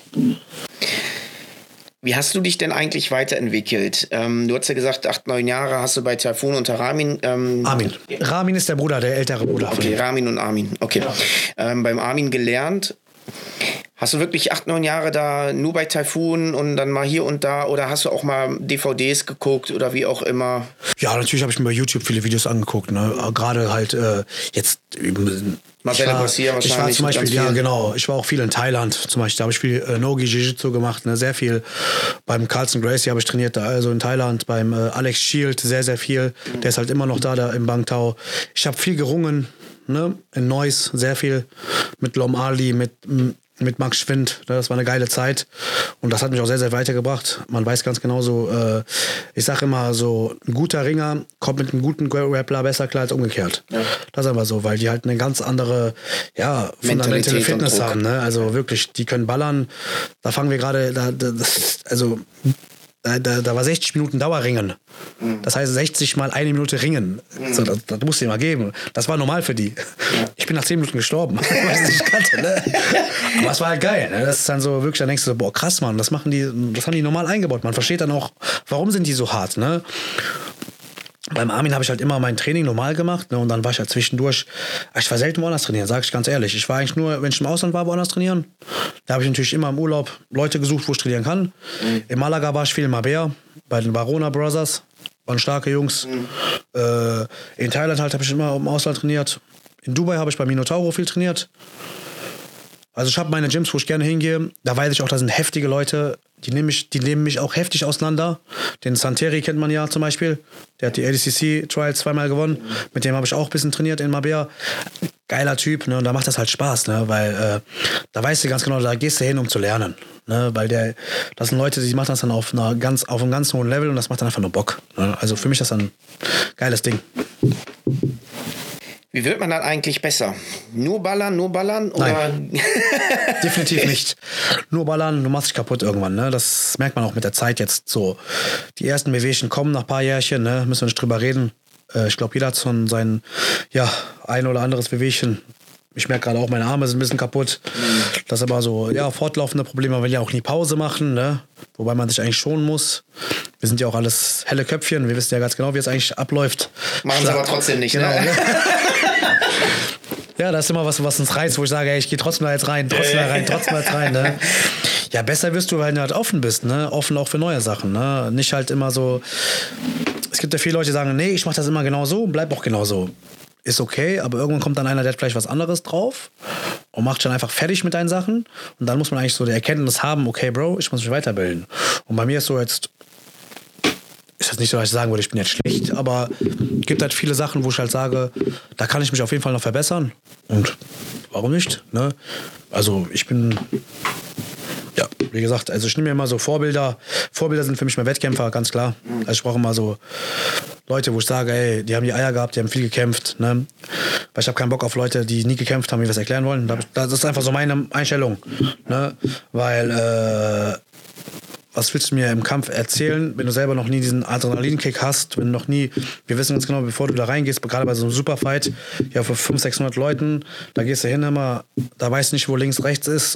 Wie hast du dich denn eigentlich weiterentwickelt? Ähm, du hast ja gesagt, acht, neun Jahre hast du bei Taifun unter Ramin. Ähm, Armin. Ramin ist der Bruder, der ältere Bruder. Okay, Ramin und Armin. Okay. Ja. Ähm, beim Armin gelernt. Hast du wirklich acht, neun Jahre da nur bei Taifun und dann mal hier und da oder hast du auch mal D V Ds geguckt oder wie auch immer? Ja, natürlich habe ich mir bei YouTube viele Videos angeguckt. Ne? Gerade halt äh, jetzt... Marcelo Garcia wahrscheinlich. Ich war zum Beispiel, ja genau, ich war auch viel in Thailand. Zum Beispiel, da habe ich viel äh, Nogi Jiu-Jitsu gemacht, ne? Sehr viel. Beim Carlson Gracie habe ich trainiert, da, also in Thailand. Beim äh, Alex Shield sehr, sehr viel. Mhm. Der ist halt immer noch da, da im Bang Tao. Ich habe viel gerungen, ne? In Neuss sehr viel. Mit Lom Ali, mit... mit Max Schwind, das war eine geile Zeit und das hat mich auch sehr, sehr weitergebracht. Man weiß ganz genau so, äh, ich sage immer so, ein guter Ringer kommt mit einem guten Grappler besser klar als umgekehrt. Ja. Das ist aber so, weil die halt eine ganz andere, ja, fundamentale Fitness haben. Ne? Also wirklich, die können ballern. Da fangen wir gerade, da, da, also Da, da, da war sechzig Minuten Dauerringen. Mhm. Das heißt sechzig mal eine Minute Ringen. Mhm. So, das, das musst du dir mal geben. Das war normal für die. Ja. Ich bin nach zehn Minuten gestorben, weil ich es nicht kannte. Ne? Aber es war halt geil. Ne? Das ist dann so wirklich, dann denkst du so, boah, krass, Mann, das machen die, das haben die normal eingebaut. Man versteht dann auch, warum sind die so hart, ne? Beim Armin habe ich halt immer mein Training normal gemacht, ne, und dann war ich halt zwischendurch, ich war selten woanders trainieren, sage ich ganz ehrlich. Ich war eigentlich nur, wenn ich im Ausland war, woanders trainieren. Da habe ich natürlich immer im Urlaub Leute gesucht, wo ich trainieren kann. Mhm. In Malaga war ich viel in Marbella, bei den Barona Brothers, waren starke Jungs. Mhm. Äh, in Thailand halt habe ich immer im Ausland trainiert. In Dubai habe ich bei Minotauro viel trainiert. Also ich habe meine Gyms, wo ich gerne hingehe. Da weiß ich auch, da sind heftige Leute, die nehmen mich, die nehmen mich auch heftig auseinander. Den Santeri kennt man ja zum Beispiel. Der hat die A D C C-Trials zweimal gewonnen. Mit dem habe ich auch ein bisschen trainiert in Marbella. Geiler Typ, ne? Und da macht das halt Spaß, ne? Weil äh, da weißt du ganz genau, da gehst du hin, um zu lernen. Ne? Weil der, das sind Leute, die machen das dann auf, einer ganz, auf einem ganz hohen Level und das macht dann einfach nur Bock. Ne? Also für mich ist das ein geiles Ding. Wie wird man dann eigentlich besser? Nur ballern, nur ballern? Oder? Nein, definitiv nicht. Nur ballern, du machst dich kaputt irgendwann. Ne? Das merkt man auch mit der Zeit jetzt so. Die ersten Bewegungen kommen nach ein paar Jährchen, ne? Müssen wir nicht drüber reden. Äh, ich glaube, jeder hat so sein ja, ein oder anderes Bewegchen. Ich merke gerade auch, meine Arme sind ein bisschen kaputt. Mhm. Das ist aber so, ja, fortlaufende Probleme. Man will ja auch nie Pause machen, ne? Wobei man sich eigentlich schonen muss. Wir sind ja auch alles helle Köpfchen. Wir wissen ja ganz genau, wie es eigentlich abläuft. Machen es aber trotzdem nicht, genau, ne? Ja, da ist immer was, was uns reizt, wo ich sage, ey, ich gehe trotzdem da jetzt rein, trotzdem da rein, trotzdem da jetzt rein. Ne? Ja, besser wirst du, wenn du halt offen bist, ne? Offen auch für neue Sachen. Ne? Nicht halt immer so. Es gibt ja viele Leute, die sagen, nee, ich mache das immer genau so und bleib auch genau so. Ist okay, aber irgendwann kommt dann einer, der hat vielleicht was anderes drauf und macht schon einfach fertig mit deinen Sachen. Und dann muss man eigentlich so die Erkenntnis haben, okay, Bro, ich muss mich weiterbilden. Und bei mir ist so jetzt, ist das nicht so, dass ich sagen würde, ich bin jetzt schlecht, aber es gibt halt viele Sachen, wo ich halt sage, da kann ich mich auf jeden Fall noch verbessern. Und warum nicht? Ne? Also ich bin, ja, wie gesagt, also ich nehme mir immer so Vorbilder. Vorbilder sind für mich mal Wettkämpfer, ganz klar. Also ich brauche immer so Leute, wo ich sage, ey, die haben die Eier gehabt, die haben viel gekämpft. Ne? Weil ich habe keinen Bock auf Leute, die nie gekämpft haben, mir was erklären wollen. Das ist einfach so meine Einstellung. Ne? Weil, äh, was willst du mir im Kampf erzählen, wenn du selber noch nie diesen Adrenalinkick hast, wenn du noch nie, wir wissen ganz genau, bevor du da reingehst, gerade bei so einem Superfight, ja, für fünfhundert, sechshundert Leuten, da gehst du hin immer, da weißt du nicht, wo links, rechts ist,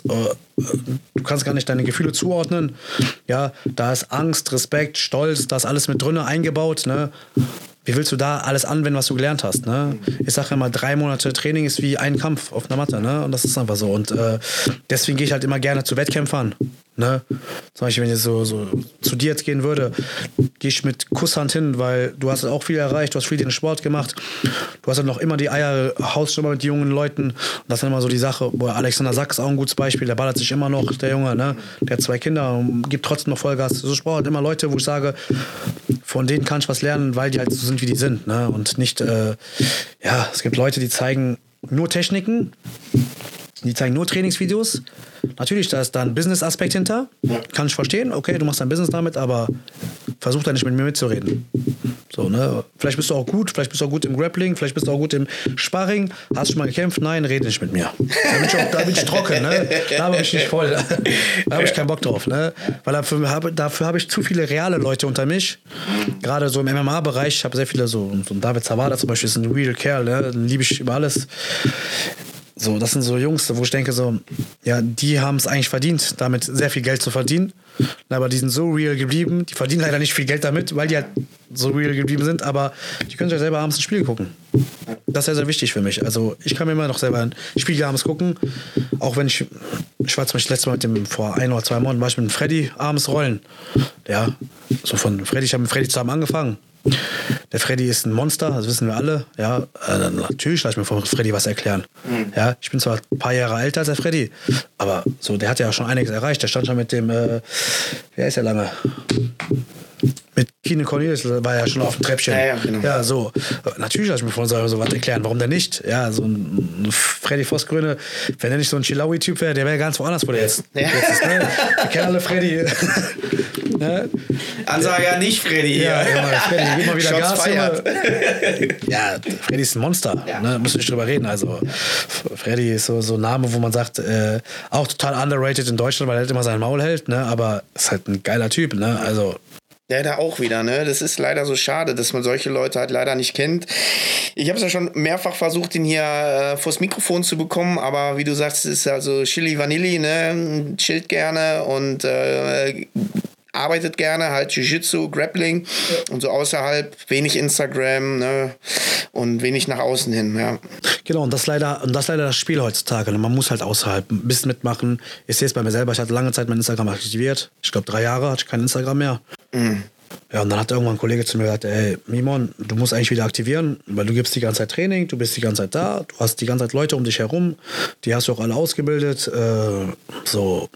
du kannst gar nicht deine Gefühle zuordnen, ja, da ist Angst, Respekt, Stolz, da ist alles mit drin eingebaut, ne? Wie willst du da alles anwenden, was du gelernt hast? Ne? Ich sage immer, drei Monate Training ist wie ein Kampf auf einer Matte. Ne? Und das ist einfach so. Und äh, deswegen gehe ich halt immer gerne zu Wettkämpfern. Ne? Zum Beispiel, wenn ich so, so zu dir jetzt gehen würde, gehe ich mit Kusshand hin, weil du hast auch viel erreicht, du hast viel den Sport gemacht. Du hast halt noch immer die Eier, haust schon mal mit jungen Leuten. Und das ist dann immer so die Sache. Boah, Alexander Sack ist auch ein gutes Beispiel. Der ballert sich immer noch, der Junge. Ne? Der hat zwei Kinder und gibt trotzdem noch Vollgas. So, ich brauche halt immer Leute, wo ich sage, von denen kann ich was lernen, weil die halt so sind, wie die sind. Ne? Und nicht, äh, ja, es gibt Leute, die zeigen nur Techniken, die zeigen nur Trainingsvideos. Natürlich, da ist da ein Business-Aspekt hinter. Kann ich verstehen. Okay, du machst dein Business damit, aber versuch da nicht mit mir mitzureden. So, ne? Vielleicht bist du auch gut, vielleicht bist du auch gut im Grappling, vielleicht bist du auch gut im Sparring. Hast du schon mal gekämpft? Nein, rede nicht mit mir. Da bin ich, auch, da bin ich trocken, ne? Da bin ich nicht voll. Da habe ich keinen Bock drauf, ne? Weil dafür habe dafür hab ich zu viele reale Leute unter mich. Gerade so im M M A-Bereich. Ich habe sehr viele, so, so ein David Zawada zum Beispiel, ist ein real Kerl, ne? Den liebe ich über alles. So, das sind so Jungs, wo ich denke so, ja, die haben es eigentlich verdient, damit sehr viel Geld zu verdienen. Aber die sind so real geblieben. Die verdienen leider nicht viel Geld damit, weil die halt so real geblieben sind. Aber die können sich ja selber abends ein Spiel gucken. Das ist sehr, sehr wichtig für mich. Also ich kann mir immer noch selber ein Spiel abends gucken. Auch wenn ich, ich war zum Beispiel letztes Mal mit dem, vor ein oder zwei Monaten, war ich mit dem Freddy abends rollen. Ja, so von Freddy, ich habe mit Freddy zusammen angefangen. Der Freddy ist ein Monster, das wissen wir alle. Ja, äh, natürlich lasse ich mir von Freddy was erklären. Mhm. Ja, ich bin zwar ein paar Jahre älter als der Freddy, aber so, der hat ja schon einiges erreicht. Der stand schon mit dem, äh, wer ist der lange? Mit Kine Cornelius war ja schon auf dem Treppchen. Ja, ja, genau. Ja, so. Natürlich lasse ich mir von so was erklären. Warum denn nicht? Ja, so ein Freddy Vosgröne, wenn er nicht so ein Chilawi-Typ wäre, der wäre ganz woanders, wo der jetzt, ja. jetzt ist. Ne? Wir kennen alle Freddy. Ne? Ansage nicht Freddy. Ja, immer, Freddy, gib mal wieder Gas. Ja, Freddy ist ein Monster. Ja. Ne? Müssen wir nicht drüber reden. Also, Freddy ist so, so ein Name, wo man sagt, äh, auch total underrated in Deutschland, weil er halt immer sein Maul hält. Ne? Aber ist halt ein geiler Typ. Ne? Also, ja, da auch wieder, ne? Das ist leider so schade, dass man solche Leute halt leider nicht kennt. Ich habe es ja schon mehrfach versucht, ihn hier äh, vors Mikrofon zu bekommen, aber wie du sagst, ist also Chili Vanilli, ne? Chillt gerne und äh, arbeitet gerne, halt Jiu-Jitsu, Grappling ja. Und so außerhalb wenig Instagram, ne? Und wenig nach außen hin, ja. Genau, und das ist leider, und das ist leider das Spiel heutzutage. Man muss halt außerhalb ein bisschen mitmachen. Ich sehe es bei mir selber, ich hatte lange Zeit mein Instagram aktiviert. Ich glaube, drei Jahre hatte ich kein Instagram mehr. Mhm. Ja, und dann hat irgendwann ein Kollege zu mir gesagt, ey, Mimon, du musst eigentlich wieder aktivieren, weil du gibst die ganze Zeit Training, du bist die ganze Zeit da, du hast die ganze Zeit Leute um dich herum, die hast du auch alle ausgebildet, äh, so,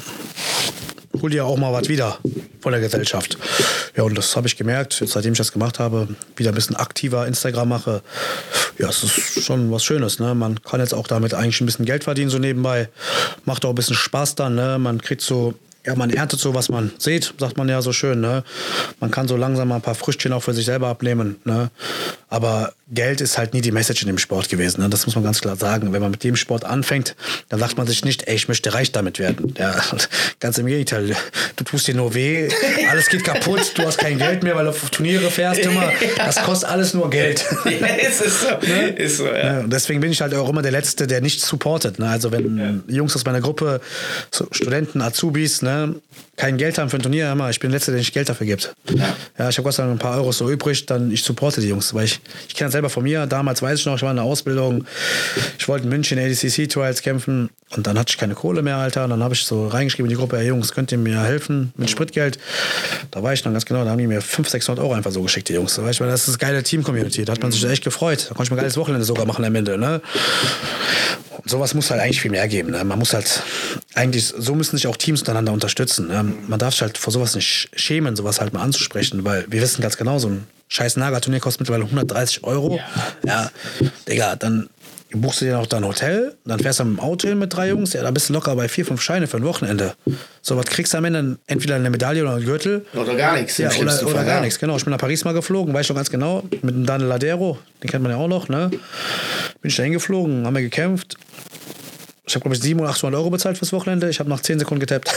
hol dir auch mal was wieder von der Gesellschaft. Ja, und das habe ich gemerkt, seitdem ich das gemacht habe, wieder ein bisschen aktiver Instagram mache. Ja, es ist schon was Schönes, ne? Man kann jetzt auch damit eigentlich ein bisschen Geld verdienen, so nebenbei. Macht auch ein bisschen Spaß dann, ne? Man kriegt so, ja, man erntet so, was man sieht, sagt man ja so schön, ne? Man kann so langsam mal ein paar Früchtchen auch für sich selber abnehmen, ne? Aber Geld ist halt nie die Message in dem Sport gewesen, ne? Das muss man ganz klar sagen. Wenn man mit dem Sport anfängt, dann sagt man sich nicht, ey, ich möchte reich damit werden. Ja, ganz im Gegenteil. Du tust dir nur weh, alles geht kaputt, du hast kein Geld mehr, weil du auf Turniere fährst immer. Das kostet alles nur Geld. Ja, es ist so. Ne? Ist so, ja. Und deswegen bin ich halt auch immer der Letzte, der nicht supportet, ne? Also wenn ja. Jungs aus meiner Gruppe, so Studenten, Azubis, ne, kein Geld haben für ein Turnier, immer, ich bin der Letzte, der nicht Geld dafür gibt. Ja, ja, ich habe Gott sei Dank ein paar Euros so übrig, dann ich supporte die Jungs, weil ich, ich kenne das selber von mir, damals weiß ich noch, ich war in der Ausbildung, ich wollte in München A D C C-Trials kämpfen und dann hatte ich keine Kohle mehr, Alter, und dann habe ich so reingeschrieben in die Gruppe, hey Jungs, könnt ihr mir helfen mit Spritgeld? Da war ich dann ganz genau, da haben die mir fünfhundert, sechshundert Euro einfach so geschickt, die Jungs, da war ich, weil das ist eine geile Team-Community, da hat man sich echt gefreut, da konnte ich mir ein geiles Wochenende sogar machen am Ende, ne? Und sowas muss halt eigentlich viel mehr geben, ne? Man muss halt eigentlich, so müssen sich auch Teams untereinander unterstützen, ne? Man darf sich halt vor sowas nicht schämen, sowas halt mal anzusprechen, weil wir wissen ganz genau, so ein scheiß Naga-Turnier kostet mittlerweile hundertdreißig Euro. Ja, ja, Digga, dann buchst du dir noch dann ein Hotel, dann fährst du mit dem Auto hin mit drei Jungs, ja, da bist du locker bei vier, fünf Scheine für ein Wochenende. So, was kriegst du am Ende? Entweder eine Medaille oder einen Gürtel. Oder gar nichts. Ja, oder, oder gar nichts, genau. Ich bin nach Paris mal geflogen, weiß ich noch ganz genau, mit dem Daniel Ladero, den kennt man ja auch noch, ne? Bin ich da hingeflogen, haben wir gekämpft. Ich habe, glaube ich, siebenhundert oder achthundert Euro bezahlt fürs Wochenende. Ich habe nach zehn Sekunden getappt.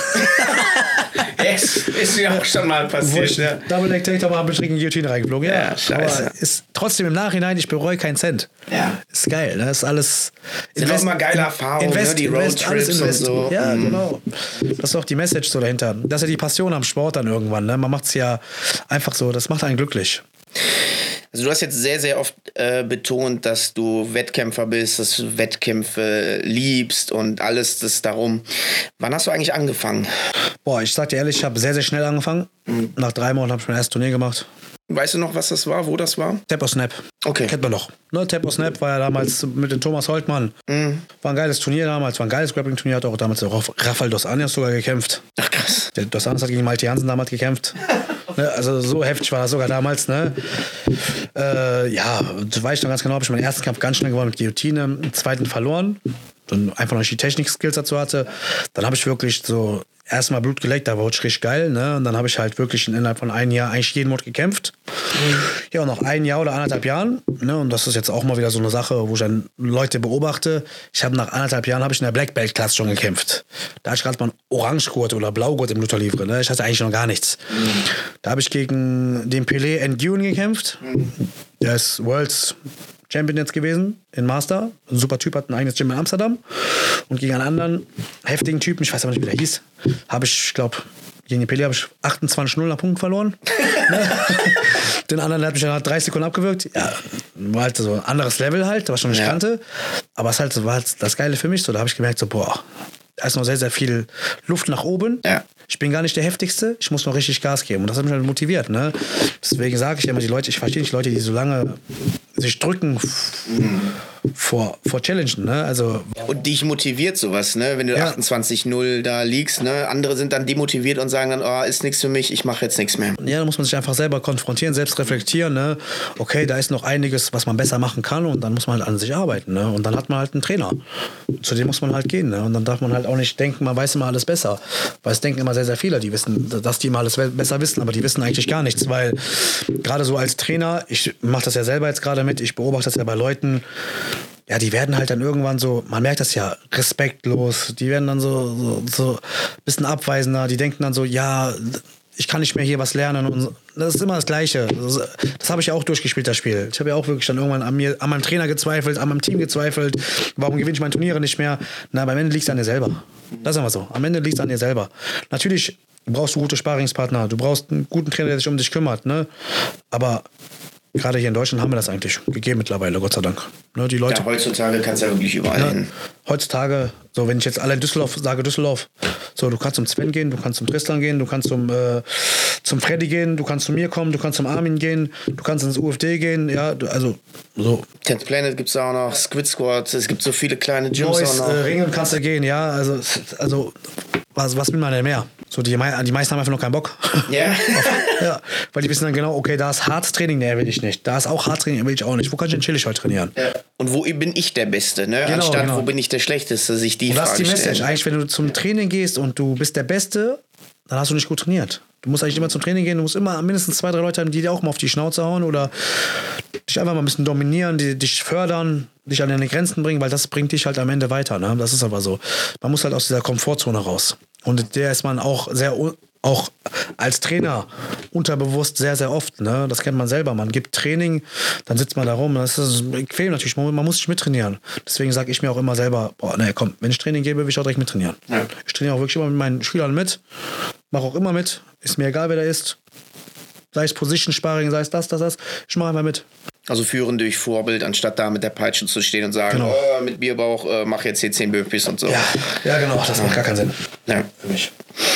Yes, ist mir auch schon mal passiert. Ja. Double Leg Takedown habe ich in Guillotine reingeflogen. Ja, ja, scheiße. Aber ist trotzdem im Nachhinein, ich bereue keinen Cent. Ja. Ist geil, ne? Ist alles. Sind Invest, auch mal geile Erfahrungen, Invest, ne? Die Invest, Roadtrips und so. Ja, mhm. genau. Das ist auch die Message so dahinter. Das ist ja die Passion am Sport dann irgendwann. Ne? Man macht es ja einfach so, das macht einen glücklich. Also du hast jetzt sehr, sehr oft äh, betont, dass du Wettkämpfer bist, dass du Wettkämpfe liebst und alles das darum. Wann hast du eigentlich angefangen? Boah, ich sag dir ehrlich, ich habe sehr, sehr schnell angefangen. Mhm. Nach drei Monaten habe ich mein erstes Turnier gemacht. Weißt du noch, was das war, wo das war? Tap or Snap. Okay. Kennt man noch. Ne, Tap or Snap war ja damals mit dem Thomas Holtmann. Mhm. War ein geiles Turnier damals, war ein geiles Grappling-Turnier. Hat auch damals auch Rafael Dos Anjos sogar gekämpft. Ach krass. Der Dos Anjos hat gegen Malte Jansen damals gekämpft. Ne, also so heftig war das sogar damals. Ne? Äh, ja, das weiß ich noch ganz genau. Habe ich meinen ersten Kampf ganz schnell gewonnen mit Guillotine, im zweiten verloren. Dann einfach noch die Technik-Skills dazu hatte. Dann habe ich wirklich so erstmal Blut geleckt, da war es richtig geil. Ne? Und dann habe ich halt wirklich innerhalb von einem Jahr eigentlich jeden Monat gekämpft. Mhm. Ja, und noch ein Jahr oder anderthalb Jahren. Ne? Und das ist jetzt auch mal wieder so eine Sache, wo ich dann Leute beobachte. Ich habe nach anderthalb Jahren habe ich in der Black Belt Klasse schon gekämpft. Da hatte ich gerade mal einen Orangegurt oder Blaugurt im Luther Livre. Ne? Ich hatte eigentlich noch gar nichts. Mhm. Da habe ich gegen den Pelé Nguyen gekämpft. Mhm. Der ist Worlds Champion jetzt gewesen in Master. Ein super Typ, hat ein eigenes Gym in Amsterdam. Und gegen einen anderen heftigen Typen, ich weiß aber nicht, wie der hieß, habe ich, ich glaube, gegen den Pelé habe ich achtundzwanzig null nach Punkten verloren. Den anderen hat mich dann dreißig Sekunden abgewürgt. Ja, war halt so ein anderes Level halt, was ich noch nicht ja. kannte. Aber es halt, war halt das Geile für mich. So, da habe ich gemerkt, so, boah, da ist noch sehr, sehr viel Luft nach oben. Ja. Ich bin gar nicht der Heftigste, ich muss noch richtig Gas geben. Und das hat mich halt motiviert. Ne? Deswegen sage ich immer, die Leute, ich verstehe nicht Leute, die so lange sich drücken mhm. vor, vor Challengen. Ne? Also, und dich motiviert sowas, ne? Wenn du ja. achtundzwanzig null da liegst. Ne? Andere sind dann demotiviert und sagen dann, oh, ist nichts für mich, ich mache jetzt nichts mehr. Ja, da muss man sich einfach selber konfrontieren, selbst reflektieren. Ne? Okay, da ist noch einiges, was man besser machen kann und dann muss man halt an sich arbeiten. Ne? Und dann hat man halt einen Trainer. Zu dem muss man halt gehen. Ne? Und dann darf man halt auch nicht denken, man weiß immer alles besser. Weil es denken immer sehr, sehr viele, die wissen, dass die immer alles besser wissen, aber die wissen eigentlich gar nichts, weil gerade so als Trainer, ich mache das ja selber jetzt gerade mit, ich beobachte das ja bei Leuten, ja, die werden halt dann irgendwann so, man merkt das ja, respektlos, die werden dann so, so, so ein bisschen abweisender, die denken dann so, ja, ich kann nicht mehr hier was lernen und das ist immer das Gleiche. Das, das habe ich ja auch durchgespielt, das Spiel. Ich habe ja auch wirklich dann irgendwann an mir, an meinem Trainer gezweifelt, an meinem Team gezweifelt, warum gewinne ich meine Turniere nicht mehr? Na, beim Ende liegt es an dir selber. Das ist einfach so. Am Ende liegt es an dir selber. Natürlich brauchst du gute Sparringspartner, du brauchst einen guten Trainer, der sich um dich kümmert, ne? Aber gerade hier in Deutschland haben wir das eigentlich gegeben mittlerweile, Gott sei Dank. Ne, die Leute, ja, heutzutage kannst du ja wirklich überall ja, hin. Heutzutage, so wenn ich jetzt allein Düsseldorf sage, Düsseldorf, so du kannst zum Sven gehen, du kannst zum Tristan gehen, du kannst zum, äh, zum Freddy gehen, du kannst zu mir kommen, du kannst zum Armin gehen, du kannst ins U F D gehen, ja, du, also so. Tenth Planet gibt es auch noch, Squid Squad, es gibt so viele kleine Gyms Boys, auch noch. Äh, Ringen kannst du gehen, ja, also, also was, was will man denn mehr? So, die, die meisten haben einfach noch keinen Bock. Yeah. Ja. Weil die wissen dann genau, okay, da ist Hardtraining, nee, will ich nicht. Da ist auch Hardtraining, will ich auch nicht. Wo kann ich denn chillig heute trainieren? Ja. Und wo bin ich der Beste, ne? Genau, Anstatt genau. wo bin ich der Schlechteste, sich die und Frage das ist die Message. stellen. Eigentlich, wenn du zum Training gehst und du bist der Beste, dann hast du nicht gut trainiert. Du musst eigentlich immer zum Training gehen, du musst immer mindestens zwei, drei Leute haben, die dir auch mal auf die Schnauze hauen oder dich einfach mal ein bisschen dominieren, die dich fördern, dich an deine Grenzen bringen, weil das bringt dich halt am Ende weiter. Ne? Das ist aber so. Man muss halt aus dieser Komfortzone raus. Und der ist man auch sehr, auch als Trainer unterbewusst sehr, sehr oft. Ne? Das kennt man selber. Man gibt Training, dann sitzt man da rum. Das ist bequem natürlich. Man, man muss sich mittrainieren. Deswegen sage ich mir auch immer selber, boah, nee, komm, wenn ich Training gebe, will ich auch direkt mittrainieren. Ja. Ich trainiere auch wirklich immer mit meinen Schülern mit. Mache auch immer mit. Ist mir egal, wer da ist. Sei es Position Sparring, sei es das, das, das. Ich mache einfach mit. Also führen durch Vorbild, anstatt da mit der Peitsche zu stehen und sagen, genau. oh, mit Bierbauch, äh, mach jetzt hier zehn Burpees und so. Ja, ja genau, das macht gar keinen Sinn. Ja, für mich.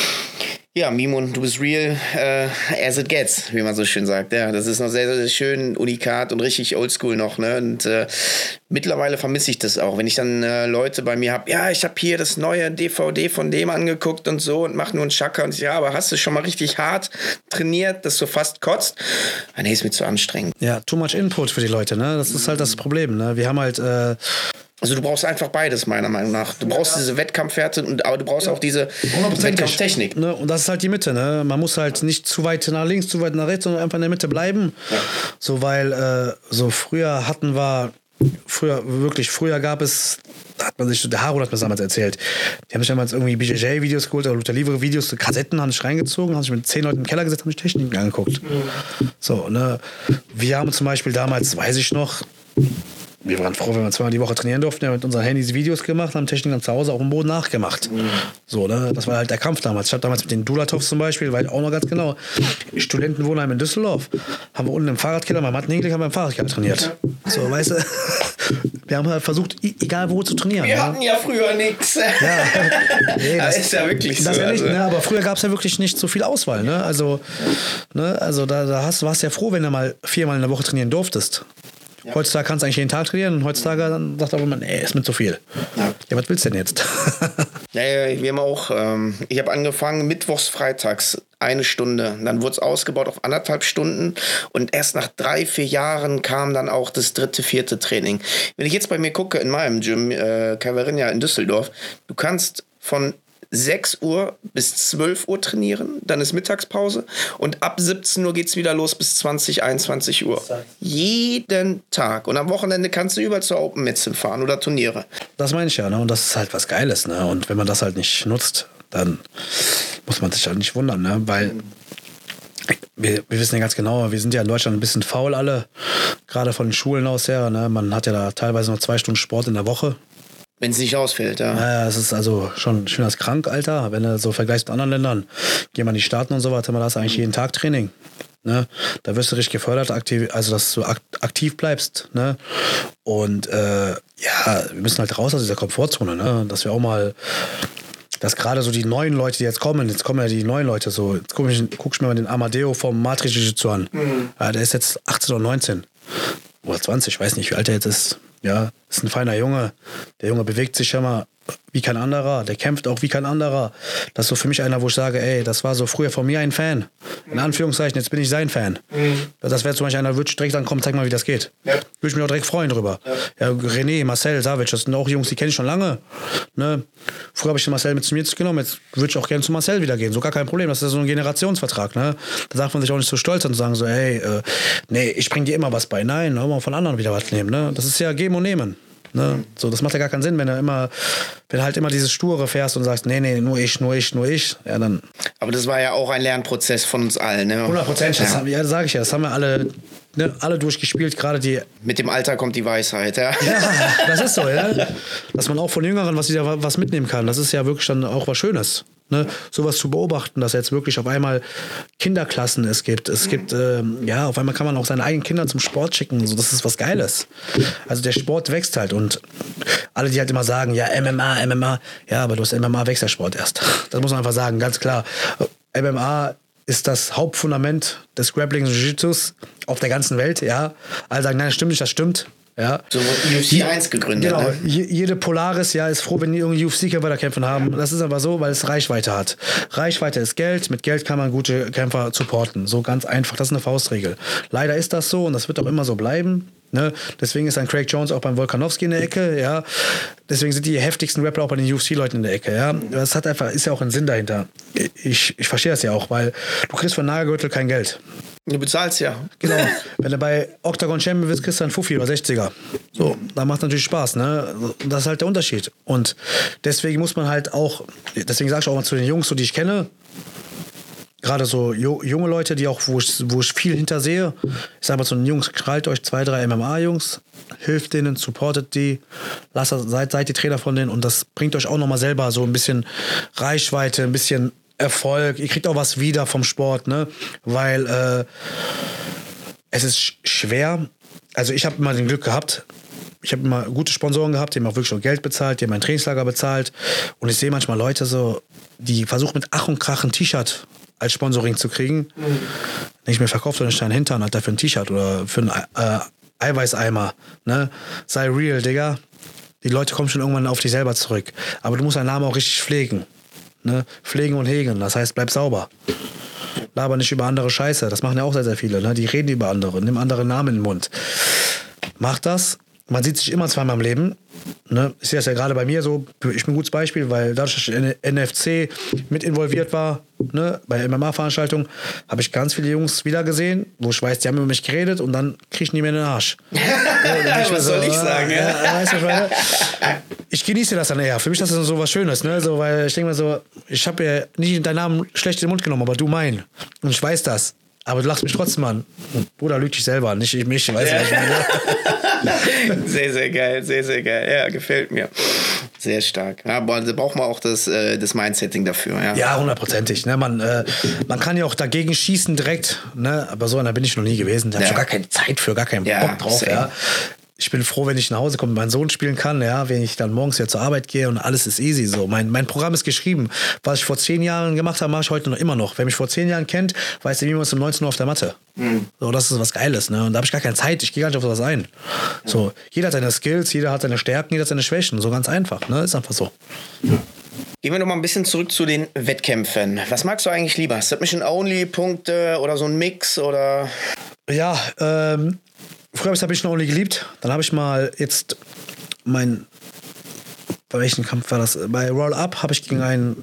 Ja, Mimon, du bist real äh, as it gets, wie man so schön sagt. Ja, das ist noch sehr, sehr schön, unikat und richtig oldschool noch. Ne? Und äh, mittlerweile vermisse ich das auch. Wenn ich dann äh, Leute bei mir habe, ja, ich habe hier das neue D V D von dem angeguckt und so und mache nur einen Chakra. Und ich, ja, aber hast du schon mal richtig hart trainiert, dass du fast kotzt? Ah, nee, ist mir zu anstrengend. Ja, too much input für die Leute, ne? Das ist halt das Problem, ne? Wir haben halt... Äh Also du brauchst einfach beides, meiner Meinung nach. Du brauchst ja. diese Wettkampfwerte, und, aber du brauchst ja. auch diese Wettkampftechnik. Ne? Und das ist halt die Mitte. Ne? Man muss halt nicht zu weit nach links, zu weit nach rechts, sondern einfach in der Mitte bleiben. Ja. So, weil äh, so früher hatten wir, früher, wirklich, früher gab es, hat man sich, der Haro hat mir das damals erzählt, die haben sich damals irgendwie B J J-Videos geholt oder Luther Livre-Videos, Kassetten, haben sich reingezogen, haben sich mit zehn Leuten im Keller gesetzt, haben sich Techniken angeguckt. Mhm. So, ne? Wir haben zum Beispiel damals, weiß ich noch, wir waren froh, wenn wir zweimal die Woche trainieren durften. Wir haben mit unseren Handys Videos gemacht, haben Technik dann zu Hause auf dem Boden nachgemacht. Mhm. So, ne? Das war halt der Kampf damals. Ich habe damals mit den Dulatovs zum Beispiel, weil auch noch ganz genau, Studentenwohnheim in Düsseldorf, haben wir unten im Fahrradkeller, bei Martin Hinglich haben wir im Fahrradkeller trainiert. So, weißt du, wir haben halt versucht, egal wo zu trainieren. Wir ja? hatten ja früher nichts. Ja, nee, das ist ja wirklich das so. Ja nicht, also. ne? Aber früher gab es ja wirklich nicht so viel Auswahl. Ne? Also, ne? also da, da hast, warst du ja froh, wenn du mal viermal in der Woche trainieren durftest. Ja. Heutzutage kannst du eigentlich jeden Tag trainieren und heutzutage dann sagt aber man, ey, ist mir zu viel. Ja, ja was willst du denn jetzt? ja, ja, wir haben auch, ähm, ich habe angefangen mittwochs, freitags eine Stunde. Dann wurde es ausgebaut auf anderthalb Stunden und erst nach drei, vier Jahren kam dann auch das dritte, vierte Training. Wenn ich jetzt bei mir gucke in meinem Gym, äh, Caverinia in Düsseldorf, du kannst von sechs Uhr bis zwölf Uhr trainieren, dann ist Mittagspause und ab siebzehn Uhr geht es wieder los bis zwanzig, einundzwanzig Uhr. Jeden Tag. Und am Wochenende kannst du überall zur Open Medicine fahren oder Turniere. Das meine ich ja, ne? Und das ist halt was Geiles, ne? Und wenn man das halt nicht nutzt, dann muss man sich halt nicht wundern, ne? Weil wir, wir wissen ja ganz genau, wir sind ja in Deutschland ein bisschen faul alle, gerade von den Schulen aus her, ne? Man hat ja da teilweise noch zwei Stunden Sport in der Woche. Wenn es nicht ausfällt, ja. Ja, es ist also schon schön als krank, Alter. Wenn du so vergleichst mit anderen Ländern, gehen wir in die Staaten und so weiter, da hast du eigentlich jeden Tag Training. Ne? Da wirst du richtig gefördert, aktiv, also dass du aktiv bleibst. Ne? Und äh, ja, wir müssen halt raus aus dieser Komfortzone, ne? Dass wir auch mal, dass gerade so die neuen Leute, die jetzt kommen, jetzt kommen ja die neuen Leute so, jetzt guck ich, guck ich mir mal den Amadeo vom Matrix Jiu-Jitsu an. Mhm. Ja, der ist jetzt achtzehn oder neunzehn. Oder zwanzig, ich weiß nicht, wie alt er jetzt ist. Ja, ist ein feiner Junge. Der Junge bewegt sich ja mal wie kein anderer. Der kämpft auch wie kein anderer. Das ist so für mich einer, wo ich sage, ey, das war so früher von mir ein Fan. In Anführungszeichen, jetzt bin ich sein Fan. Mhm. Das wäre zum Beispiel einer, der würde direkt ankommen, zeig mal, wie das geht. Ja. Würde ich mich auch direkt freuen drüber. Ja. Ja, René, Marcel, Savic, das sind auch Jungs, die kenne ich schon lange. Ne? Früher habe ich den Marcel mit zu mir genommen, jetzt würde ich auch gerne zu Marcel wieder gehen. So gar kein Problem, das ist so ein Generationsvertrag. Ne? Da darf man sich auch nicht so stolz an und sagen so, ey, äh, nee, ich bringe dir immer was bei. Nein, auch mal von anderen wieder was nehmen. Ne? Das ist ja geben und nehmen. Ne? So, das macht ja gar keinen Sinn, wenn du immer, wenn du halt immer dieses Sture fährst und sagst, nee, nee, nur ich, nur ich, nur ich, ja dann. Aber das war ja auch ein Lernprozess von uns allen, ne? hundert Prozent, ja, ja das sage ich ja, das haben wir alle, ne, alle durchgespielt, gerade die. Mit dem Alter kommt die Weisheit, ja. Ja, das ist so, ja. Dass man auch von Jüngeren was, wieder was mitnehmen kann, das ist ja wirklich dann auch was Schönes. Ne, sowas zu beobachten, dass jetzt wirklich auf einmal Kinderklassen es gibt. Es gibt, ähm, ja, auf einmal kann man auch seine eigenen Kinder zum Sport schicken. So, das ist was Geiles. Also der Sport wächst halt und alle, die halt immer sagen, ja, M M A, M M A, ja, aber du hast M M A wächst der Sport erst. Das muss man einfach sagen, ganz klar. M M A ist das Hauptfundament des Grapplings und Jiu-Jitsus auf der ganzen Welt, ja. Alle sagen, nein, das stimmt nicht, das stimmt. Ja. So wurde U F C eins gegründet. Genau. Ne? Jede Polaris ja, ist froh, wenn die irgendwie U F C-Kämpfer da kämpfen haben. Das ist aber so, weil es Reichweite hat. Reichweite ist Geld. Mit Geld kann man gute Kämpfer supporten. So ganz einfach. Das ist eine Faustregel. Leider ist das so und das wird auch immer so bleiben. Ne? Deswegen ist dann Craig Jones auch beim Volkanovski in der Ecke. Ja? Deswegen sind die heftigsten Rapper auch bei den U F C-Leuten in der Ecke. Ja? Das hat einfach, ist ja auch ein Sinn dahinter. Ich, ich verstehe das ja auch, weil du kriegst von Nagelgürtel kein Geld. Du bezahlst ja. Genau. Wenn du bei Octagon Champion bist, kriegst du einen Fuffi oder sechziger. So, da macht natürlich Spaß, ne? Das ist halt der Unterschied. Und deswegen muss man halt auch, deswegen sage ich auch mal zu den Jungs, so die ich kenne, gerade so jo- junge Leute, die auch, wo ich, wo ich viel hintersehe, ich sage mal zu den Jungs, krallt euch zwei, drei M M A-Jungs, hilft denen, supportet die, lasst, seid, seid die Trainer von denen und das bringt euch auch nochmal selber so ein bisschen Reichweite, ein bisschen Erfolg, ihr kriegt auch was wieder vom Sport, ne? Weil äh, es ist sch- schwer. Also ich habe immer den Glück gehabt, ich habe immer gute Sponsoren gehabt, die haben auch wirklich schon Geld bezahlt, die haben mein Trainingslager bezahlt und ich sehe manchmal Leute so, die versuchen mit Ach und Krach ein T-Shirt als Sponsoring zu kriegen. Mhm. Ich mir verkauft doch nicht deinen Hintern, Alter, für ein T-Shirt oder für einen äh, Eiweißeimer, ne? Sei real, Digga. Die Leute kommen schon irgendwann auf dich selber zurück. Aber du musst deinen Namen auch richtig pflegen. Ne? Pflegen und hegen, das heißt, bleib sauber. Laber nicht über andere Scheiße, das machen ja auch sehr, sehr viele. Ne? Die reden über andere, nimm andere Namen in den Mund. Mach das, man sieht sich immer zweimal im Leben. Ne? Ich sehe das ja gerade bei mir so, ich bin ein gutes Beispiel, weil dadurch, dass ich in N F C mit involviert war, ne, bei M M A-Veranstaltungen, habe ich ganz viele Jungs wieder gesehen, wo ich weiß, die haben über mich geredet und dann kriege ich nie mehr in den Arsch. Ja, was soll so, ich sagen? Ja, ja, weißt du, ich, meine, ich genieße das dann eher. Für mich ist das so was Schönes, ne? So, weil ich denke mir so, ich habe ja nicht deinen Namen schlecht in den Mund genommen, aber du meinen. Und ich weiß das. Aber du lachst mich trotzdem an. Bruder, lüg dich selber, nicht ich mich. Weißt du, was ich meine? Sehr, sehr geil, sehr, sehr geil. Ja, gefällt mir. Sehr stark. Ja, aber da braucht man auch das, äh, das Mindsetting dafür. Ja, ja, hundertprozentig. Ne? Man, äh, man kann ja auch dagegen schießen direkt. Ne? Aber so einer bin ich noch nie gewesen. Da habe ich ja gar keine Zeit für, gar keinen ja, Bock drauf. Ja. Ich bin froh, wenn ich nach Hause komme und meinen Sohn spielen kann, ja, wenn ich dann morgens wieder zur Arbeit gehe und alles ist easy. So. Mein, mein Programm ist geschrieben. Was ich vor zehn Jahren gemacht habe, mache ich heute noch immer noch. Wer mich vor zehn Jahren kennt, weiß ja, wie man es um neunzehn Uhr auf der Matte. Mhm. So, das ist was Geiles. Ne? Und da habe ich gar keine Zeit. Ich gehe gar nicht auf sowas ein. So, jeder hat seine Skills, jeder hat seine Stärken, jeder hat seine Schwächen. So ganz einfach. Ne? Ist einfach so. Ja. Gehen wir noch mal ein bisschen zurück zu den Wettkämpfen. Was magst du eigentlich lieber? Submission-Only-Punkte oder so ein Mix? Oder? Ja, ähm... Früher habe ich Submission Only geliebt. Dann habe ich mal jetzt mein. Bei welchem Kampf war das? Bei Roll Up habe ich gegen einen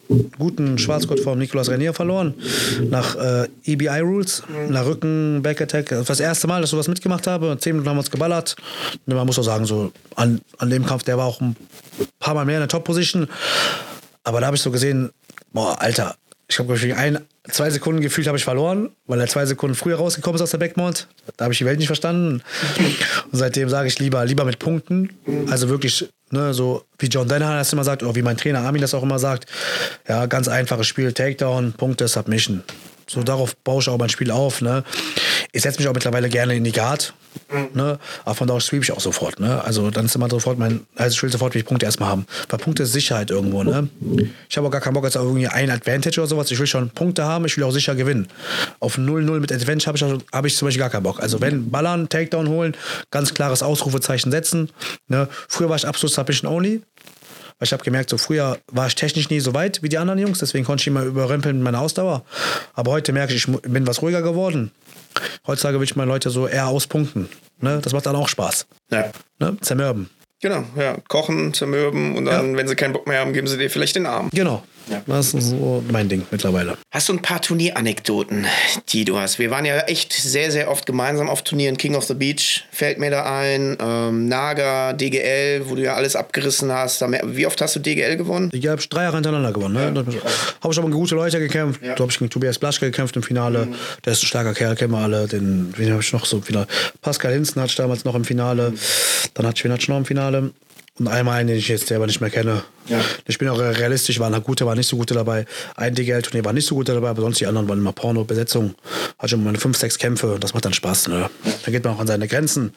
guten Schwarzgurt von Nicolas Renier verloren. Nach äh, E B I-Rules. Nach Rücken, Back Attack. Das war das erste Mal, dass ich sowas mitgemacht habe. Zehn Minuten haben wir uns geballert. Und man muss auch sagen, so an, an dem Kampf, der war auch ein paar Mal mehr in der Top-Position. Aber da habe ich so gesehen, boah, Alter. Ich habe ein, zwei Sekunden gefühlt habe ich verloren, weil er zwei Sekunden früher rausgekommen ist aus der Backmount. Da habe ich die Welt nicht verstanden. Und seitdem sage ich lieber, lieber mit Punkten. Also wirklich, ne, so wie John Danaher das immer sagt, oder wie mein Trainer Armin das auch immer sagt. Ja, ganz einfaches Spiel, Takedown, Punkte, Submission. So, darauf baue ich auch mein Spiel auf. Ne? Ich setze mich auch mittlerweile gerne in die Guard. Ne? Aber von da aus sweep ich auch sofort. Ne? Also dann ist immer sofort mein, also ich will sofort, wie ich Punkte erstmal haben. Weil Punkte ist Sicherheit irgendwo. Ne? Ich habe auch gar keinen Bock jetzt auf irgendwie ein Advantage oder sowas. Ich will schon Punkte haben, ich will auch sicher gewinnen. Auf null null mit Advantage habe ich, hab ich zum Beispiel gar keinen Bock. Also wenn ballern, Takedown holen, ganz klares Ausrufezeichen setzen. Ne? Früher war ich absolut Submission Only. Weil ich habe gemerkt, so früher war ich technisch nie so weit wie die anderen Jungs, deswegen konnte ich immer überrempeln mit meiner Ausdauer. Aber heute merke ich, ich bin was ruhiger geworden. Heutzutage will ich meine Leute so eher auspunkten. Ne? Das macht dann auch Spaß. Ja. Ne? Zermürben. Genau, ja. Kochen, zermürben und dann, ja. wenn sie keinen Bock mehr haben, geben sie dir vielleicht den Arm. Genau. Ja. Das ist so mein Ding mittlerweile. Hast du ein paar Turnieranekdoten, die du hast? Wir waren ja echt sehr, sehr oft gemeinsam auf Turnieren. King of the Beach fällt mir da ein. Ähm, Naga, D G L, wo du ja alles abgerissen hast. Wie oft hast du D G L gewonnen? Ich habe drei Jahre hintereinander gewonnen. Ne? Ja. Da habe ich aber gute Leute gekämpft. Ja. Da habe ich gegen Tobias Blaschke gekämpft im Finale. Mhm. Der ist ein starker Kerl, kennen wir alle. Den, wen habe ich noch so? Wieder? Pascal Hinzen hatte ich damals noch im Finale. Mhm. Dann hatte ich, wen hatte ich noch im Finale? Und einmal einen, den ich jetzt selber nicht mehr kenne. Ja. Ich bin auch realistisch, waren halt gute, waren nicht so gute dabei. Ein D G L-Turnier war nicht so gute dabei, aber sonst die anderen waren immer Porno-Besetzung. Hatte schon mal fünf, sechs Kämpfe, das macht dann Spaß. Ne? Da geht man auch an seine Grenzen.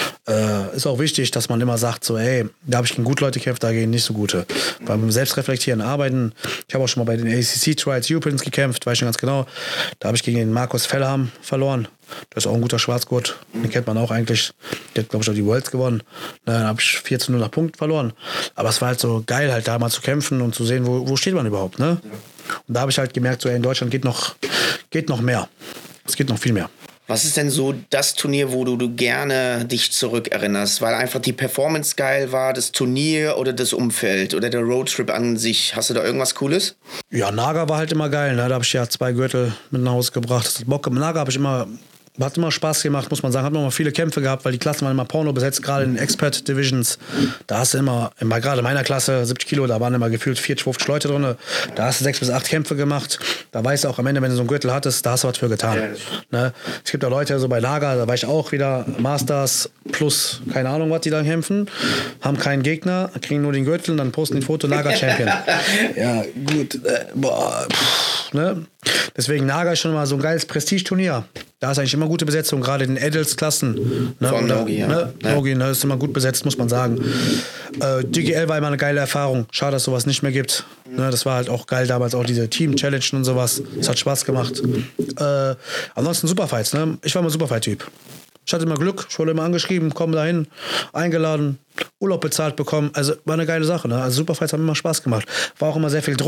Äh, ist auch wichtig, dass man immer sagt, so, ey, da habe ich gegen gute Leute gekämpft, da gehen nicht so gute. Beim Selbstreflektieren, Arbeiten. Ich habe auch schon mal bei den A C C-Trials Europeans gekämpft, weiß ich schon ganz genau. Da habe ich gegen den Markus Fellham verloren. Das ist auch ein guter Schwarzgurt. Den kennt man auch eigentlich. Der hat, glaube ich, auch die Worlds gewonnen. Dann habe ich vier zu null nach Punkt verloren. Aber es war halt so geil, halt da mal zu kämpfen und zu sehen, wo, wo steht man überhaupt. Ne? Und da habe ich halt gemerkt, so, ey, in Deutschland geht noch, geht noch mehr. Es geht noch viel mehr. Was ist denn so das Turnier, wo du, du gerne dich zurückerinnerst? Weil einfach die Performance geil war, das Turnier oder das Umfeld oder der Roadtrip an sich. Hast du da irgendwas Cooles? Ja, Naga war halt immer geil. Ne? Da habe ich ja zwei Gürtel mit nach Hause gebracht. Das hat Bock. Naga habe ich immer... Hat immer Spaß gemacht, muss man sagen. Hat noch mal viele Kämpfe gehabt, weil die Klassen waren immer Porno besetzt, gerade in den Expert-Divisions. Da hast du immer, immer gerade in meiner Klasse, siebzig Kilo, da waren immer gefühlt vierzig, fünfzig Leute drin. Da hast du sechs bis acht Kämpfe gemacht. Da weißt du auch am Ende, wenn du so einen Gürtel hattest, da hast du was für getan. Ja, ne? Es gibt auch Leute, so bei Lager, da war ich auch wieder Masters plus, keine Ahnung, was die dann kämpfen. Haben keinen Gegner, kriegen nur den Gürtel und dann posten die Foto Lager-Champion. Ja, gut. Äh, boah, pff, ne? Deswegen Naga ist schon mal so ein geiles Prestigeturnier. Da ist eigentlich immer gute Besetzung, gerade in den Adults-Klassen. Ne? Von Nogi, ja. Ne? Ja. Nogi, ne? Ist immer gut besetzt, muss man sagen. Äh, D G L war immer eine geile Erfahrung. Schade, dass sowas nicht mehr gibt. Ne? Das war halt auch geil damals, auch diese Team-Challenge und sowas. Das hat Spaß gemacht. Äh, ansonsten Superfights. Ne? Ich war immer ein Superfight-Typ. Ich hatte immer Glück, ich wurde immer angeschrieben, komm dahin, eingeladen, Urlaub bezahlt bekommen. Also war eine geile Sache. Ne? Also Superfights haben immer Spaß gemacht. War auch immer sehr viel Druck.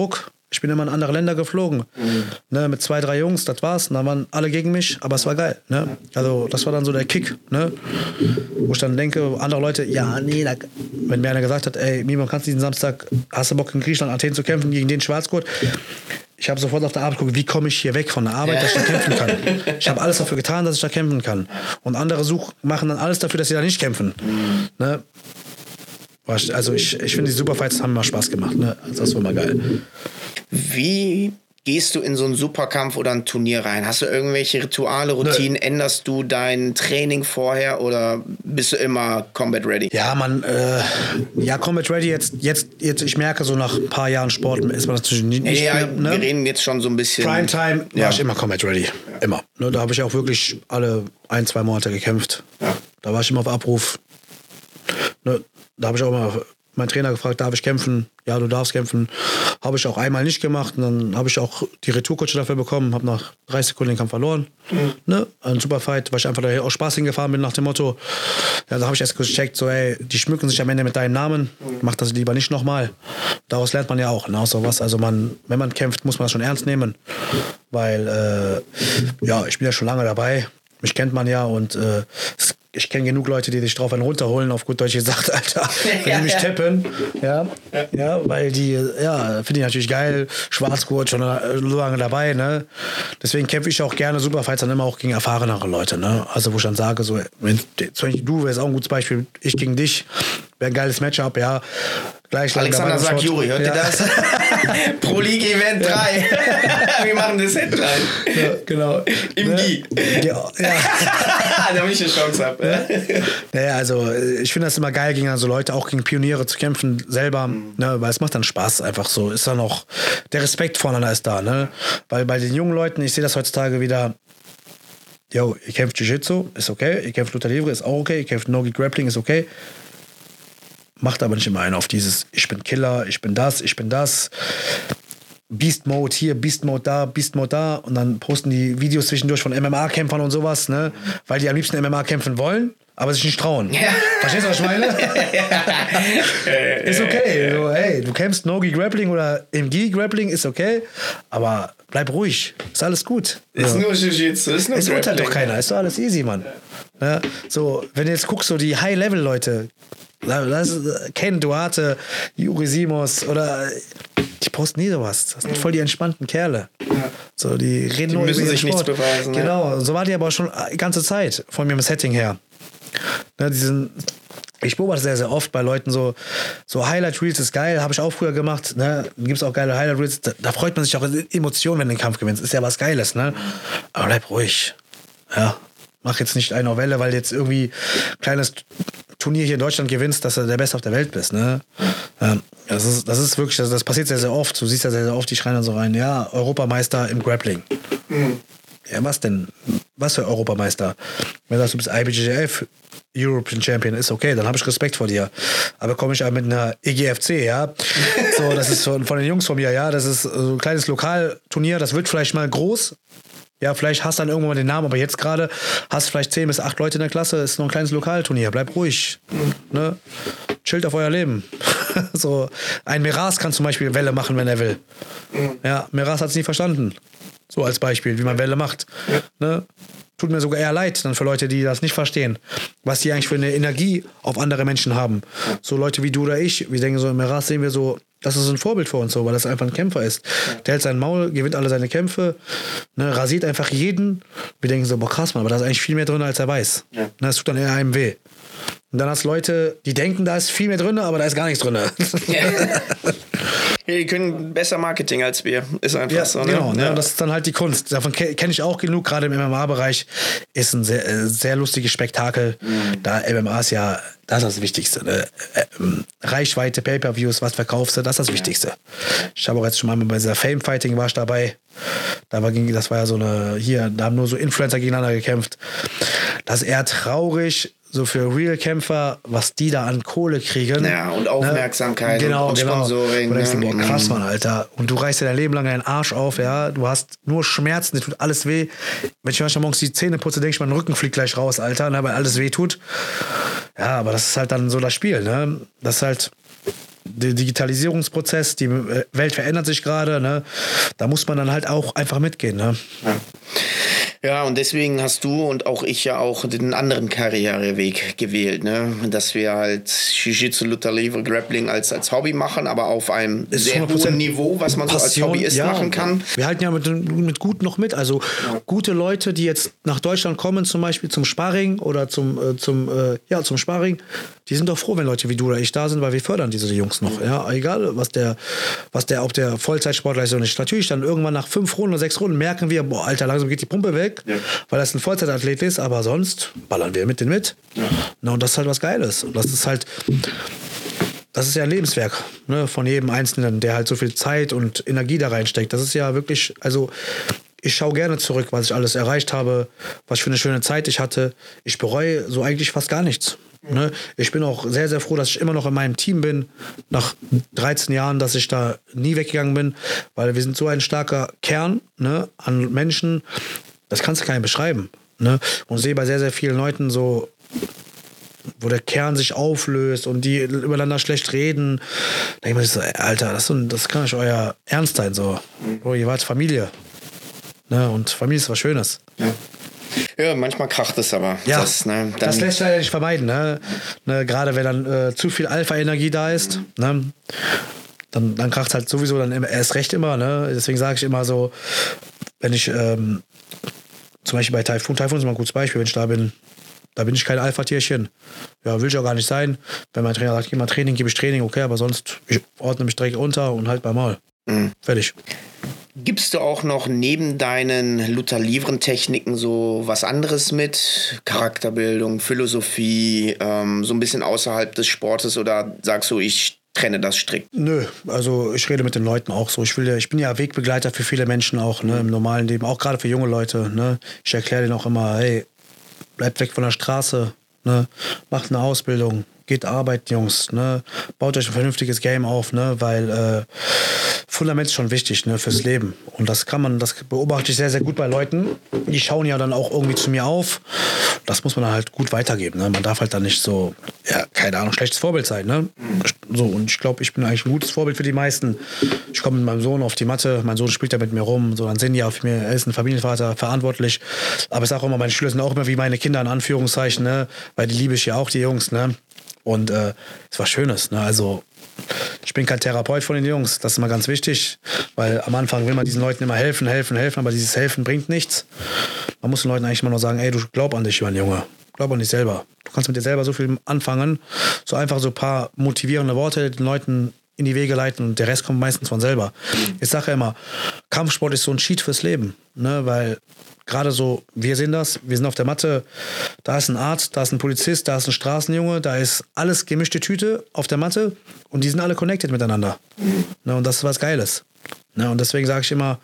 Ich bin immer in andere Länder geflogen. Mhm. Ne, mit zwei, drei Jungs, das war's. Und dann waren alle gegen mich, aber es war geil. Ne? Also das war dann so der Kick. Ne? Wo ich dann denke, andere Leute, ja, nee, da, wenn mir einer gesagt hat, ey, Mimo, kannst du diesen Samstag, hast du Bock in Griechenland, Athen zu kämpfen gegen den Schwarzgurt? Ich habe sofort auf der Arbeit geguckt, wie komme ich hier weg von der Arbeit, ja. dass ich da kämpfen kann. Ich habe alles dafür getan, dass ich da kämpfen kann. Und andere such, machen dann alles dafür, dass sie da nicht kämpfen. Mhm. Ne? Also ich, ich finde, die Superfights haben immer Spaß gemacht. Ne? Also das war immer geil. Wie gehst du in so einen Superkampf oder ein Turnier rein? Hast du irgendwelche Rituale, Routinen? Ne. Änderst du dein Training vorher oder bist du immer Combat Ready? Ja, man, äh, ja, Combat Ready jetzt, jetzt, jetzt, ich merke so nach ein paar Jahren Sport ist man natürlich nicht, nicht ja, mehr. Ne? Wir reden jetzt schon so ein bisschen. Primetime ja. war ich immer Combat Ready. Ja. Immer. Ne, da habe ich auch wirklich alle ein, zwei Monate gekämpft. Ja. Da war ich immer auf Abruf. Ne, da habe ich auch immer meinen Trainer gefragt, darf ich kämpfen? Ja, du darfst kämpfen. Habe ich auch einmal nicht gemacht und dann habe ich auch die Retourkutsche dafür bekommen, habe nach dreißig Sekunden den Kampf verloren. Mhm. Ne? Ein Superfight, weil ich einfach da auch Spaß hingefahren bin nach dem Motto. Ja, da habe ich erst gecheckt, so ey, die schmücken sich am Ende mit deinem Namen, mhm. mach das lieber nicht nochmal. Daraus lernt man ja auch, ne? Sowas. Also man, wenn man kämpft, muss man das schon ernst nehmen, weil äh, ja, ich bin ja schon lange dabei. Mich kennt man ja und äh, ich kenne genug Leute, die dich drauf einen runterholen, auf gut Deutsch gesagt, Alter. Wenn die mich tappen, ja, ja, weil die, ja, finde ich natürlich geil, Schwarzgurt, schon so lange dabei, ne. Deswegen kämpfe ich auch gerne Superfights dann immer auch gegen erfahrenere Leute, ne. Also wo ich dann sage, so, wenn, zum Beispiel du wärst auch ein gutes Beispiel, ich gegen dich, wäre ein geiles Matchup, ja. Gleich Alexander sagt, Juri, hört ja. ihr das? Pro League Event drei. Wir machen das Headline. Ja, genau. Im ne? G. Ja. ja. Damit ich eine Chance habe. Naja, also ich finde das immer geil, gegen so Leute, auch gegen Pioniere zu kämpfen, selber, mhm. ne, weil es macht dann Spaß einfach so. Ist dann auch, der Respekt voneinander ist da, ne? Weil bei den jungen Leuten, ich sehe das heutzutage wieder, yo, ihr kämpft Jiu-Jitsu, ist okay, ihr kämpft Luta Livre, ist auch okay, ihr kämpft No-Gi Grappling, ist okay. Macht aber nicht immer einen auf dieses, ich bin Killer, ich bin das, ich bin das. Beast Mode hier, Beast Mode da, Beast Mode da. Und dann posten die Videos zwischendurch von M M A-Kämpfern und sowas, ne? Weil die am liebsten M M A kämpfen wollen, aber sich nicht trauen. Ja. Verstehst du, was ich meine? Ist okay. So, hey, du kämpfst No-Gi Grappling oder im Gi Grappling, ist okay. Aber bleib ruhig. Ist alles gut. Ist ja. nur Jiu-Jitsu, ist nur Es urteilt doch keiner. Ist doch alles easy, Mann. Ja, so, wenn du jetzt guckst, so die High-Level-Leute, das ist Ken Duarte, Juri Simos oder die posten nie sowas. Das sind voll die entspannten Kerle. Ja. So, die reden die nur müssen über sich Sport. nichts beweisen. Genau, ne? so war die aber schon die ganze Zeit von mir im Setting her. Ne, diesen, ich beobachte sehr, sehr oft bei Leuten so, so Highlight Reels ist geil, habe ich auch früher gemacht. Ne? Gibt es auch geile Highlight Reels, da, da freut man sich auch in Emotionen, wenn du den Kampf gewinnst. Ist ja was Geiles, ne? Aber bleib ruhig. Ja. Mach jetzt nicht eine Welle, weil jetzt irgendwie ein kleines Turnier hier in Deutschland gewinnst, dass du der Beste auf der Welt bist. Ne? Ähm, das, ist, das ist wirklich, das, das passiert sehr, sehr oft. Du siehst ja sehr, sehr oft, die schreien dann so rein, ja, Europameister im Grappling. Mhm. Ja, was denn? Was für Europameister? Wenn du sagst, du bist I B J J F European Champion, ist okay, dann habe ich Respekt vor dir. Aber komme ich ja mit einer E G F C, ja? So, das ist von, von den Jungs von mir, ja, das ist so ein kleines Lokalturnier, das wird vielleicht mal groß. Ja, vielleicht hast du dann irgendwann mal den Namen, aber jetzt gerade hast du vielleicht zehn bis acht Leute in der Klasse, ist noch ein kleines Lokalturnier, bleib ruhig. Mhm. Ne? Chillt auf euer Leben. So, ein Meras kann zum Beispiel Welle machen, wenn er will. Mhm. Ja, Meras hat es nie verstanden. So als Beispiel, wie man Welle macht. Ja. Ne? Tut mir sogar eher leid dann für Leute, die das nicht verstehen, was die eigentlich für eine Energie auf andere Menschen haben. So Leute wie du oder ich, wir denken so, im Meras sehen wir so, das ist so ein Vorbild für uns, so, weil das einfach ein Kämpfer ist. Ja. Der hält sein Maul, gewinnt alle seine Kämpfe, ne, rasiert einfach jeden. Wir denken so, boah krass, Mann, aber da ist eigentlich viel mehr drin, als er weiß. Ja. Ne, das tut dann eher einem weh. Und dann hast du Leute, die denken, da ist viel mehr drin, aber da ist gar nichts drin. Ja. Die können besser Marketing als wir. Ist einfach ja, so. Ne? Genau, ja. ne? Das ist dann halt die Kunst. Davon kenne ich auch genug, gerade im M M A-Bereich. Ist ein sehr, äh, sehr lustiges Spektakel. Mhm. Da M M A ist ja, das ist das Wichtigste. Ne? Ähm, Reichweite, Pay-Per-Views, was verkaufst du, das ist das ja. Wichtigste. Ich habe auch jetzt schon mal bei dieser Fame-Fighting war ich dabei. Da war, das war ja so eine, hier, da haben nur so Influencer gegeneinander gekämpft. Das ist eher traurig, so für Real-Kämpfer, was die da an Kohle kriegen. Ja, und Aufmerksamkeit, ne? Genau, und genau. Sponsoring. Und denkst du, ne? boah, krass, Mann, Alter. Und du reißt dir dein Leben lang deinen Arsch auf, ja. Du hast nur Schmerzen, dir tut alles weh. Wenn ich manchmal morgens die Zähne putze, denke ich, mein Rücken fliegt gleich raus, Alter, ne? Weil alles weh tut. Ja, aber das ist halt dann so das Spiel, ne? Das ist halt der Digitalisierungsprozess, die Welt verändert sich gerade, ne? Da muss man dann halt auch einfach mitgehen. Ne? Ja. Ja, und deswegen hast du und auch ich ja auch den anderen Karriereweg gewählt, ne? Dass wir halt Jiu-Jitsu, Luta Livre, Grappling als, als Hobby machen, aber auf einem Ist sehr hohen Niveau, was man Passion, so als Hobbyist ja. machen kann. Wir halten ja mit, mit gut noch mit. Also ja. gute Leute, die jetzt nach Deutschland kommen, zum Beispiel zum Sparring oder zum, äh, zum, äh, ja, zum Sparring, die sind doch froh, wenn Leute wie du oder ich da sind, weil wir fördern diese Jungs noch. Ja, egal, was der, was der, ob der Vollzeitsportler ist oder nicht. Natürlich dann irgendwann nach fünf Runden oder sechs Runden merken wir, boah, Alter, langsam geht die Pumpe weg. Ja. Weil das ein Vollzeitathlet ist, aber sonst ballern wir mit denen mit. Ja. Na, und das ist halt was Geiles. Und das ist halt, das ist ja ein Lebenswerk, ne, von jedem Einzelnen, der halt so viel Zeit und Energie da reinsteckt. Das ist ja wirklich, also ich schaue gerne zurück, was ich alles erreicht habe, was für eine schöne Zeit ich hatte. Ich bereue so eigentlich fast gar nichts. Ne? Ich bin auch sehr, sehr froh, dass ich immer noch in meinem Team bin, nach dreizehn Jahren, dass ich da nie weggegangen bin, weil wir sind so ein starker Kern, ne, an Menschen, das kannst du gar nicht beschreiben. Ne? Und sehe bei sehr, sehr vielen Leuten so, wo der Kern sich auflöst und die übereinander schlecht reden. Da denke ich mir so, ey, Alter, das, das kann nicht euer Ernst sein. So. Oh, ihr wart Familie. Ne? Und Familie ist was Schönes. Ja. Ja, manchmal kracht es aber. Ja, das, ne, dann das lässt sich leider nicht vermeiden. Ne? Ne, gerade wenn dann äh, zu viel Alpha-Energie da ist, ne? dann, dann kracht es halt sowieso dann immer, erst recht immer. Ne? Deswegen sage ich immer so, wenn ich ähm, zum Beispiel bei Taifun, Taifun ist immer ein gutes Beispiel, wenn ich da bin, da bin ich kein Alpha-Tierchen. Ja, will ich auch gar nicht sein. Wenn mein Trainer sagt, geh mal Training, gebe ich Training, okay, aber sonst, ich ordne mich direkt unter und halt mal Maul. Mhm. Fertig. Gibst du auch noch neben deinen Luta-Livren-Techniken so was anderes mit? Charakterbildung, Philosophie, ähm, so ein bisschen außerhalb des Sportes, oder sagst du, ich trenne das strikt? Nö, also ich rede mit den Leuten auch so. Ich, will, ich bin ja Wegbegleiter für viele Menschen auch, ne, im normalen Leben, auch gerade für junge Leute. Ne. Ich erkläre denen auch immer, hey, bleibt weg von der Straße, ne, macht eine Ausbildung, geht arbeiten, Jungs, ne, baut euch ein vernünftiges Game auf, ne, weil äh, Fundament ist schon wichtig, ne, fürs Leben. Und das kann man, das beobachte ich sehr, sehr gut bei Leuten. Die schauen ja dann auch irgendwie zu mir auf. Das muss man dann halt gut weitergeben. Ne? Man darf halt dann nicht so, ja, keine Ahnung, schlechtes Vorbild sein. Ne? So, und ich glaube, ich bin eigentlich ein gutes Vorbild für die meisten. Ich komme mit meinem Sohn auf die Matte, mein Sohn spielt da mit mir rum. So, dann sehen die auf mir, er ist ein Familienvater, verantwortlich. Aber ich sage auch immer, meine Schüler sind auch immer wie meine Kinder, in Anführungszeichen, ne? Weil die liebe ich ja auch, die Jungs. Ne? Und äh, es war Schönes. Ne? Also, ich bin kein Therapeut von den Jungs, das ist immer ganz wichtig, weil am Anfang will man diesen Leuten immer helfen, helfen, helfen, aber dieses Helfen bringt nichts. Man muss den Leuten eigentlich immer nur sagen, ey, du glaub an dich, mein Junge, glaub an dich selber. Du kannst mit dir selber so viel anfangen, so einfach so ein paar motivierende Worte den Leuten in die Wege leiten und der Rest kommt meistens von selber. Ich sage ja immer, Kampfsport ist so ein Cheat fürs Leben, ne, weil gerade so, wir sehen das, wir sind auf der Matte, da ist ein Arzt, da ist ein Polizist, da ist ein Straßenjunge, da ist alles gemischte Tüte auf der Matte und die sind alle connected miteinander. Mhm. Ne, und das ist was Geiles. Ne, und deswegen sage ich immer,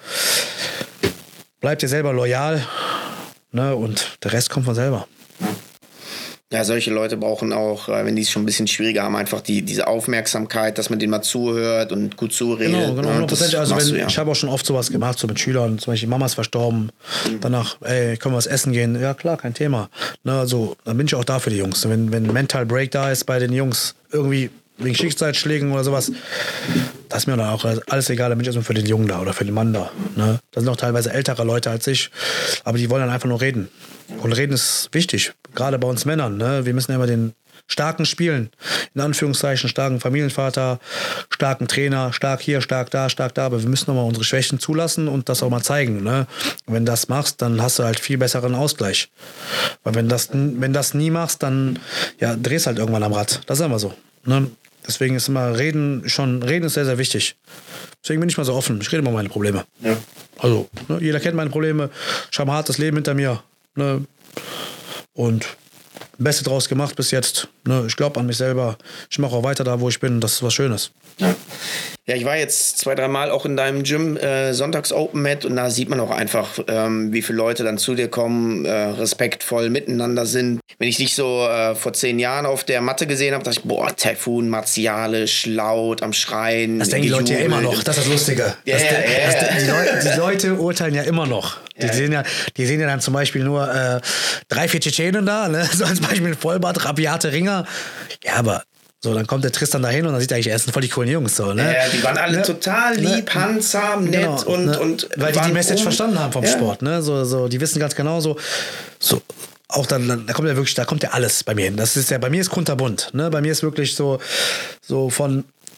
bleibt dir selber loyal, ne, und der Rest kommt von selber. Ja, solche Leute brauchen auch, wenn die es schon ein bisschen schwieriger haben, einfach die, diese Aufmerksamkeit, dass man denen mal zuhört und gut zuredet. Genau, genau. Ne? Das also wenn, du, ja. Ich habe auch schon oft sowas gemacht, so mit Schülern, zum Beispiel Mama ist verstorben, mhm. danach, ey, können wir was essen gehen? Ja klar, kein Thema. Ne, also, dann bin ich auch da für die Jungs. Wenn, wenn ein Mental Break da ist bei den Jungs, irgendwie wegen Schicksalsschlägen oder sowas, das ist mir dann auch alles egal, da bin ich erstmal für den Jungen da oder für den Mann da. Ne? Das sind auch teilweise ältere Leute als ich, aber die wollen dann einfach nur reden. Und reden ist wichtig, gerade bei uns Männern. Ne? Wir müssen ja immer den starken spielen, in Anführungszeichen, starken Familienvater, starken Trainer, stark hier, stark da, stark da, aber wir müssen nochmal unsere Schwächen zulassen und das auch mal zeigen. Ne? Und wenn du das machst, dann hast du halt viel besseren Ausgleich. Weil wenn das, wenn das nie machst, dann ja, drehst halt irgendwann am Rad. Das ist immer so. Ne? Deswegen ist immer Reden schon, Reden ist sehr, sehr wichtig. Deswegen bin ich mal so offen. Ich rede immer meine Probleme. Ja. Also, ne, jeder kennt meine Probleme. Ich habe ein hartes Leben hinter mir. Ne? Und Beste draus gemacht bis jetzt. Ne? Ich glaube an mich selber. Ich mache auch weiter da, wo ich bin. Das ist was Schönes. Ja. Ja, ich war jetzt zwei, drei Mal auch in deinem Gym, äh, Sonntags Open Mat, und da sieht man auch einfach, ähm, wie viele Leute dann zu dir kommen, äh, respektvoll miteinander sind. Wenn ich dich so äh, vor zehn Jahren auf der Matte gesehen habe, dachte ich, boah, Taifun, martialisch, laut, am Schreien. Das denken die Leute ja immer noch, das ist das Lustige. Yeah, das, yeah, das, yeah. Die, Leute, die Leute urteilen ja immer noch. Die, yeah. sehen ja, die sehen ja dann zum Beispiel nur äh, drei, vier Tschetschenen da, ne? So als Beispiel Vollbart, rabiate Ringer. Ja, aber So, dann kommt der Tristan dahin und dann sieht er eigentlich erst voll die coolen Jungs. So, ne? Ja, die waren alle ne? total lieb, ne? handsam, nett genau, und, ne? und weil die die Message um. verstanden haben vom ja. Sport. Ne? So, so, die wissen ganz genau so, so auch dann, dann, da kommt ja wirklich, da kommt ja alles bei mir hin. Das ist ja, bei mir ist kunterbunt. Ne? Bei mir ist wirklich so, so von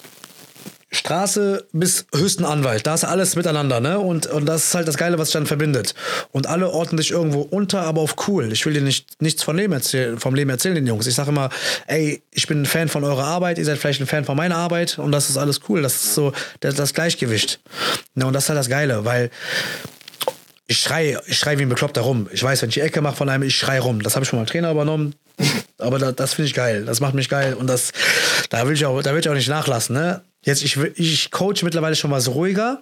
Straße bis höchsten Anwalt, da ist alles miteinander, ne? Und, und das ist halt das Geile, was sich dann verbindet. Und alle ordnen sich irgendwo unter, aber auf cool. Ich will dir nicht, nichts von Leben erzählen, vom Leben erzählen, den Jungs. Ich sage immer, ey, ich bin ein Fan von eurer Arbeit, ihr seid vielleicht ein Fan von meiner Arbeit und das ist alles cool. Das ist so das, das Gleichgewicht. Ne? Und das ist halt das Geile, weil ich schreie, ich schreie wie ein Bekloppter rum. Ich weiß, wenn ich die Ecke mache von einem, ich schreie rum. Das habe ich schon mal Trainer übernommen. Aber da, das finde ich geil. Das macht mich geil. Und das, da will ich auch, da will ich auch nicht nachlassen, ne? Jetzt, ich, ich coache mittlerweile schon was ruhiger,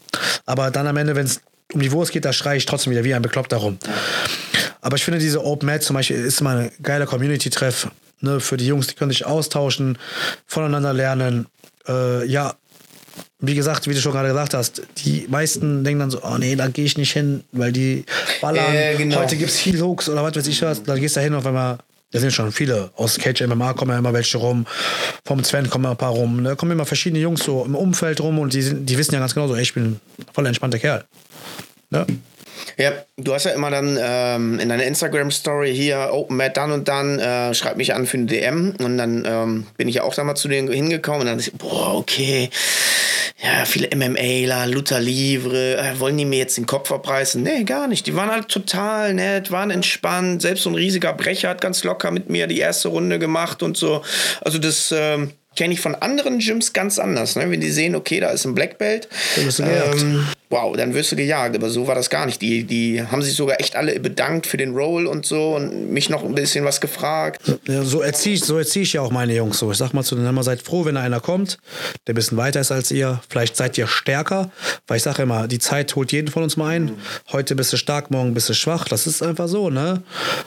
aber dann am Ende, wenn es um die Wurst geht, da schreie ich trotzdem wieder wie ein Bekloppter rum. Aber ich finde, diese Open Mat zum Beispiel ist mal ein geiler Community-Treff, ne, für die Jungs, die können sich austauschen, voneinander lernen. Äh, ja, wie gesagt, wie du schon gerade gesagt hast, die meisten denken dann so, oh nee, da gehe ich nicht hin, weil die ballern. Äh, genau. Heute gibt es Heel Hooks oder was weiß ich was, dann gehst du da hin und auf einmal. Da sind schon viele. Aus Cage M M A kommen ja immer welche rum. Vom Sven kommen ja ein paar rum. Da kommen immer verschiedene Jungs so im Umfeld rum und die, sind, die wissen ja ganz genau so, ey, ich bin ein voll entspannter Kerl. Ja. Ja, du hast ja immer dann ähm, in deiner Instagram-Story hier Open Mat dann und dann, äh, schreib mich an für eine D M und dann ähm, bin ich ja auch da mal zu denen hingekommen und dann dachte ich, boah, okay, ja, viele MMAler, Luther Livre, äh, wollen die mir jetzt den Kopf abreißen? Nee, gar nicht. Die waren halt total nett, waren entspannt. Selbst so ein riesiger Brecher hat ganz locker mit mir die erste Runde gemacht und so. Also das ähm, kenne ich von anderen Gyms ganz anders. Ne? Wenn die sehen, okay, da ist ein Black Belt, ähm, wow, dann wirst du gejagt. Aber so war das gar nicht. Die, die haben sich sogar echt alle bedankt für den Roll und so und mich noch ein bisschen was gefragt. Ja, so erziehe ich, so erzieh ich ja auch meine Jungs so. Ich sag mal zu denen immer, seid froh, wenn einer kommt, der ein bisschen weiter ist als ihr. Vielleicht seid ihr stärker, weil ich sage immer, die Zeit holt jeden von uns mal ein. Heute bist du stark, morgen bist du schwach. Das ist einfach so, ne?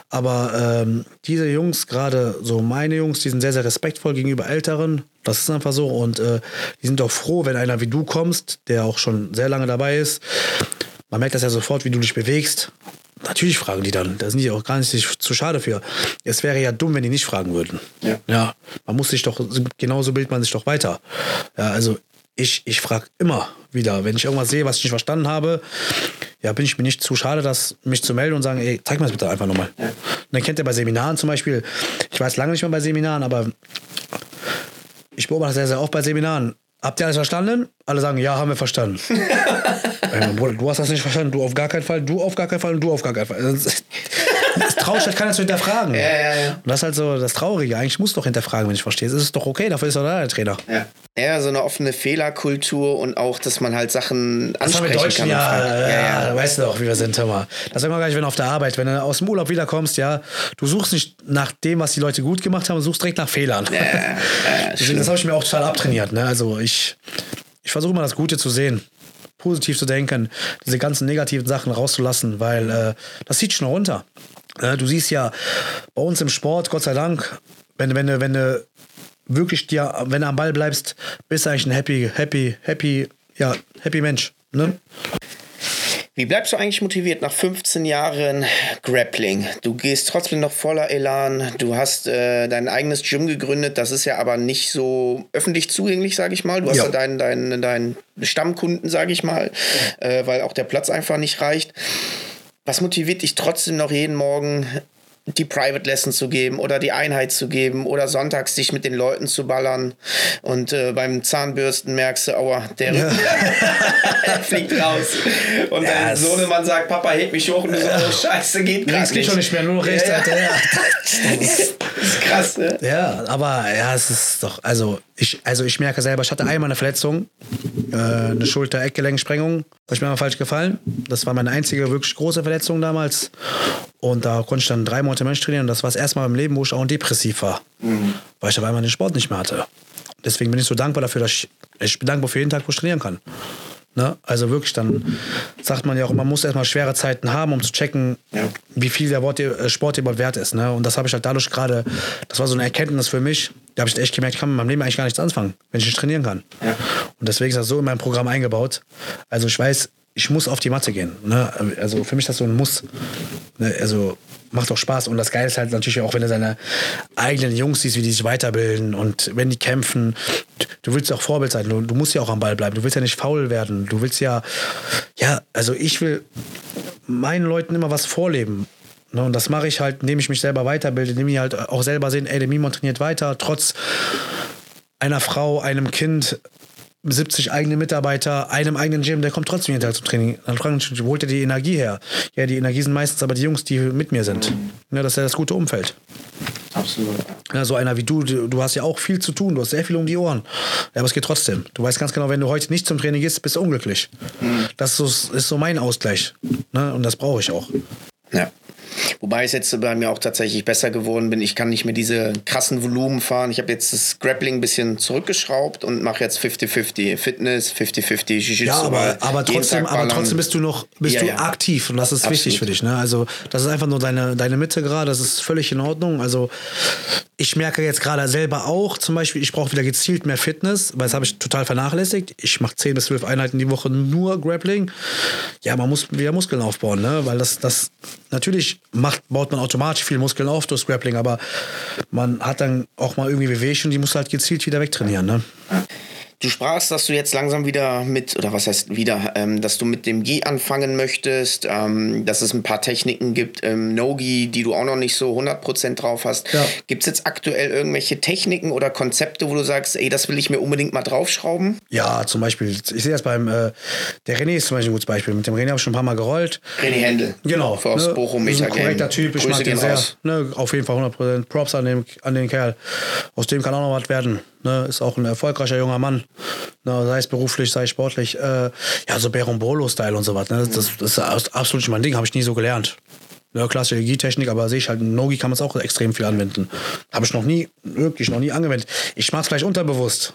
Aber ähm, diese Jungs, gerade so meine Jungs, die sind sehr, sehr respektvoll gegenüber Älteren. Das ist einfach so und äh, die sind auch froh, wenn einer wie du kommst, der auch schon sehr lange dabei ist. Man merkt das ja sofort, wie du dich bewegst. Natürlich fragen die dann, da sind die auch gar nicht zu schade für. Es wäre ja dumm, wenn die nicht fragen würden. Ja. Ja, man muss sich doch, genauso bildet man sich doch weiter. Ja, also ich, ich frage immer wieder, wenn ich irgendwas sehe, was ich nicht verstanden habe, ja, bin ich mir nicht zu schade, das, mich zu melden und sagen, ey, zeig mir das bitte einfach nochmal. Ja. Und dann kennt ihr bei Seminaren zum Beispiel, ich weiß lange nicht mehr bei Seminaren, aber ich beobachte sehr, sehr oft bei Seminaren. Habt ihr alles verstanden? Alle sagen, ja, haben wir verstanden. Du hast das nicht verstanden, du auf gar keinen Fall, du auf gar keinen Fall und du auf gar keinen Fall. Das, das traust halt keiner zu hinterfragen. Ja, ja, ja. Und das ist halt so das Traurige. Eigentlich musst du doch hinterfragen, wenn ich verstehe. Es ist doch okay, dafür ist doch da der Trainer. Ja. Ja, so eine offene Fehlerkultur und auch, dass man halt Sachen ansprechen das haben wir Deutschen, kann. Ja, ja, ja, ja, weißt du doch, wie wir sind, hör mal. Das sagen wir gleich, wenn du auf der Arbeit, wenn du aus dem Urlaub wiederkommst, ja, du suchst nicht nach dem, was die Leute gut gemacht haben, du suchst direkt nach Fehlern. Ja, ja, Deswegen, das habe ich mir auch total abtrainiert. Ne? Also ich, ich versuche immer das Gute zu sehen, positiv zu denken, diese ganzen negativen Sachen rauszulassen, weil äh, das zieht schon runter. Äh, du siehst ja bei uns im Sport, Gott sei Dank, wenn, wenn, wenn du wirklich dir, wenn du am Ball bleibst, bist du eigentlich ein happy, happy, happy, ja, happy Mensch. Ne? Wie bleibst du eigentlich motiviert nach fünfzehn Jahren Grappling? Du gehst trotzdem noch voller Elan. Du hast äh, dein eigenes Gym gegründet. Das ist ja aber nicht so öffentlich zugänglich, sage ich mal. Du hast ja, ja deinen, deinen, deinen Stammkunden, sage ich mal, äh, weil auch der Platz einfach nicht reicht. Was motiviert dich trotzdem noch jeden Morgen, die Private Lesson zu geben oder die Einheit zu geben oder sonntags dich mit den Leuten zu ballern und äh, beim Zahnbürsten merkst du, aua, der Rücken ja. fliegt raus und ja, dein Sohnemann sagt, Papa, heb mich hoch und du so, oh Scheiße, geht gerade nicht. geht schon nicht mehr, nur noch rechts. Ja, ja. Ja. Das ist krass, ne? Ja, aber ja, es ist doch, also ich, also ich merke selber, ich hatte einmal eine Verletzung, äh, eine Schulter-Eckgelenksprengung, da ist mir mal falsch gefallen. Das war meine einzige wirklich große Verletzung damals. Und da konnte ich dann drei Monate Mensch trainieren. Und das war das erste Mal im Leben, wo ich auch depressiv war. Mhm. Weil ich auf einmal den Sport nicht mehr hatte. Deswegen bin ich so dankbar dafür, dass ich, ich bin dankbar für jeden Tag, wo ich trainieren kann. Ne? Also wirklich, dann sagt man ja auch, man muss erstmal schwere Zeiten haben, um zu checken, ja. wie viel der Sport überhaupt wert ist. Ne? Und das habe ich halt dadurch gerade, das war so eine Erkenntnis für mich. Da habe ich echt gemerkt, ich kann mit meinem Leben eigentlich gar nichts anfangen, wenn ich nicht trainieren kann. Ja. Und deswegen ist das so in meinem Programm eingebaut. Also ich weiß, ich muss auf die Matte gehen. Ne? Also für mich ist das so ein Muss. Ne? Also macht auch Spaß. Und das Geile ist halt natürlich auch, wenn du deine eigenen Jungs siehst, wie die sich weiterbilden und wenn die kämpfen. Du willst ja auch Vorbild sein. Du, du musst ja auch am Ball bleiben. Du willst ja nicht faul werden. Du willst ja, ja, also ich will meinen Leuten immer was vorleben. Ne, und das mache ich halt, indem ich mich selber weiterbilde, indem ich halt auch selber sehen, ey, der Mimon trainiert weiter, trotz einer Frau, einem Kind, siebzig eigene Mitarbeiter, einem eigenen Gym, der kommt trotzdem jeden Tag zum Training. Dann fragen sie, wo holt er die Energie her? Ja, die Energie sind meistens aber die Jungs, die mit mir sind. Mhm. Ja, das ist ja das gute Umfeld. Absolut. Ja, so einer wie du, du, du hast ja auch viel zu tun, du hast sehr viel um die Ohren. Ja, aber es geht trotzdem. Du weißt ganz genau, wenn du heute nicht zum Training gehst, bist du unglücklich. Mhm. Das ist so, ist so mein Ausgleich. Ne? Und das brauche ich auch. Ja. Wobei es jetzt bei mir auch tatsächlich besser geworden bin. Ich kann nicht mehr diese krassen Volumen fahren. Ich habe jetzt das Grappling ein bisschen zurückgeschraubt und mache jetzt fünfzig fünfzig Fitness, fünfzig fünfzig Jiu-Jitsu. Ja, aber, aber, trotzdem, aber trotzdem bist du noch bist ja, du ja. aktiv und das ist Absolut. wichtig für dich. Ne? Also das ist einfach nur deine, deine Mitte gerade, das ist völlig in Ordnung. Also ich merke jetzt gerade selber auch, zum Beispiel, ich brauche wieder gezielt mehr Fitness, weil das habe ich total vernachlässigt. Ich mache zehn bis zwölf Einheiten die Woche nur Grappling. Ja, man muss wieder Muskeln aufbauen, ne? Weil das, das natürlich macht, baut man automatisch viel Muskeln auf durchs Grappling, aber man hat dann auch mal irgendwie Bewegung, die muss halt gezielt wieder wegtrainieren, ne? Du sprachst, dass du jetzt langsam wieder mit, oder was heißt wieder, ähm, dass du mit dem Gi anfangen möchtest, ähm, dass es ein paar Techniken gibt, ähm, No-Gi, die du auch noch nicht so hundert Prozent drauf hast. Ja. Gibt es jetzt aktuell irgendwelche Techniken oder Konzepte, wo du sagst, ey, das will ich mir unbedingt mal draufschrauben? Ja, zum Beispiel, ich sehe das beim, äh, der René ist zum Beispiel ein gutes Beispiel. Mit dem René habe ich schon ein paar Mal gerollt. René Händel. Genau. Aus ne, Bochum, ist ein korrekter Typ, ich Grüße mag den sehr. Ne, auf jeden Fall hundert Prozent Props an den, an den Kerl. Aus dem kann auch noch was werden. Ne, ist auch ein erfolgreicher junger Mann. Ne, sei es beruflich, sei es sportlich. Äh, ja, so Berombolo-Style und so was. Ne, das, das ist absolut nicht mein Ding, habe ich nie so gelernt. Ja, klassische Gi-Technik, aber sehe ich halt, in No-Gi kann man es auch extrem viel anwenden. Habe ich noch nie, wirklich noch nie angewendet. Ich mache es vielleicht unterbewusst.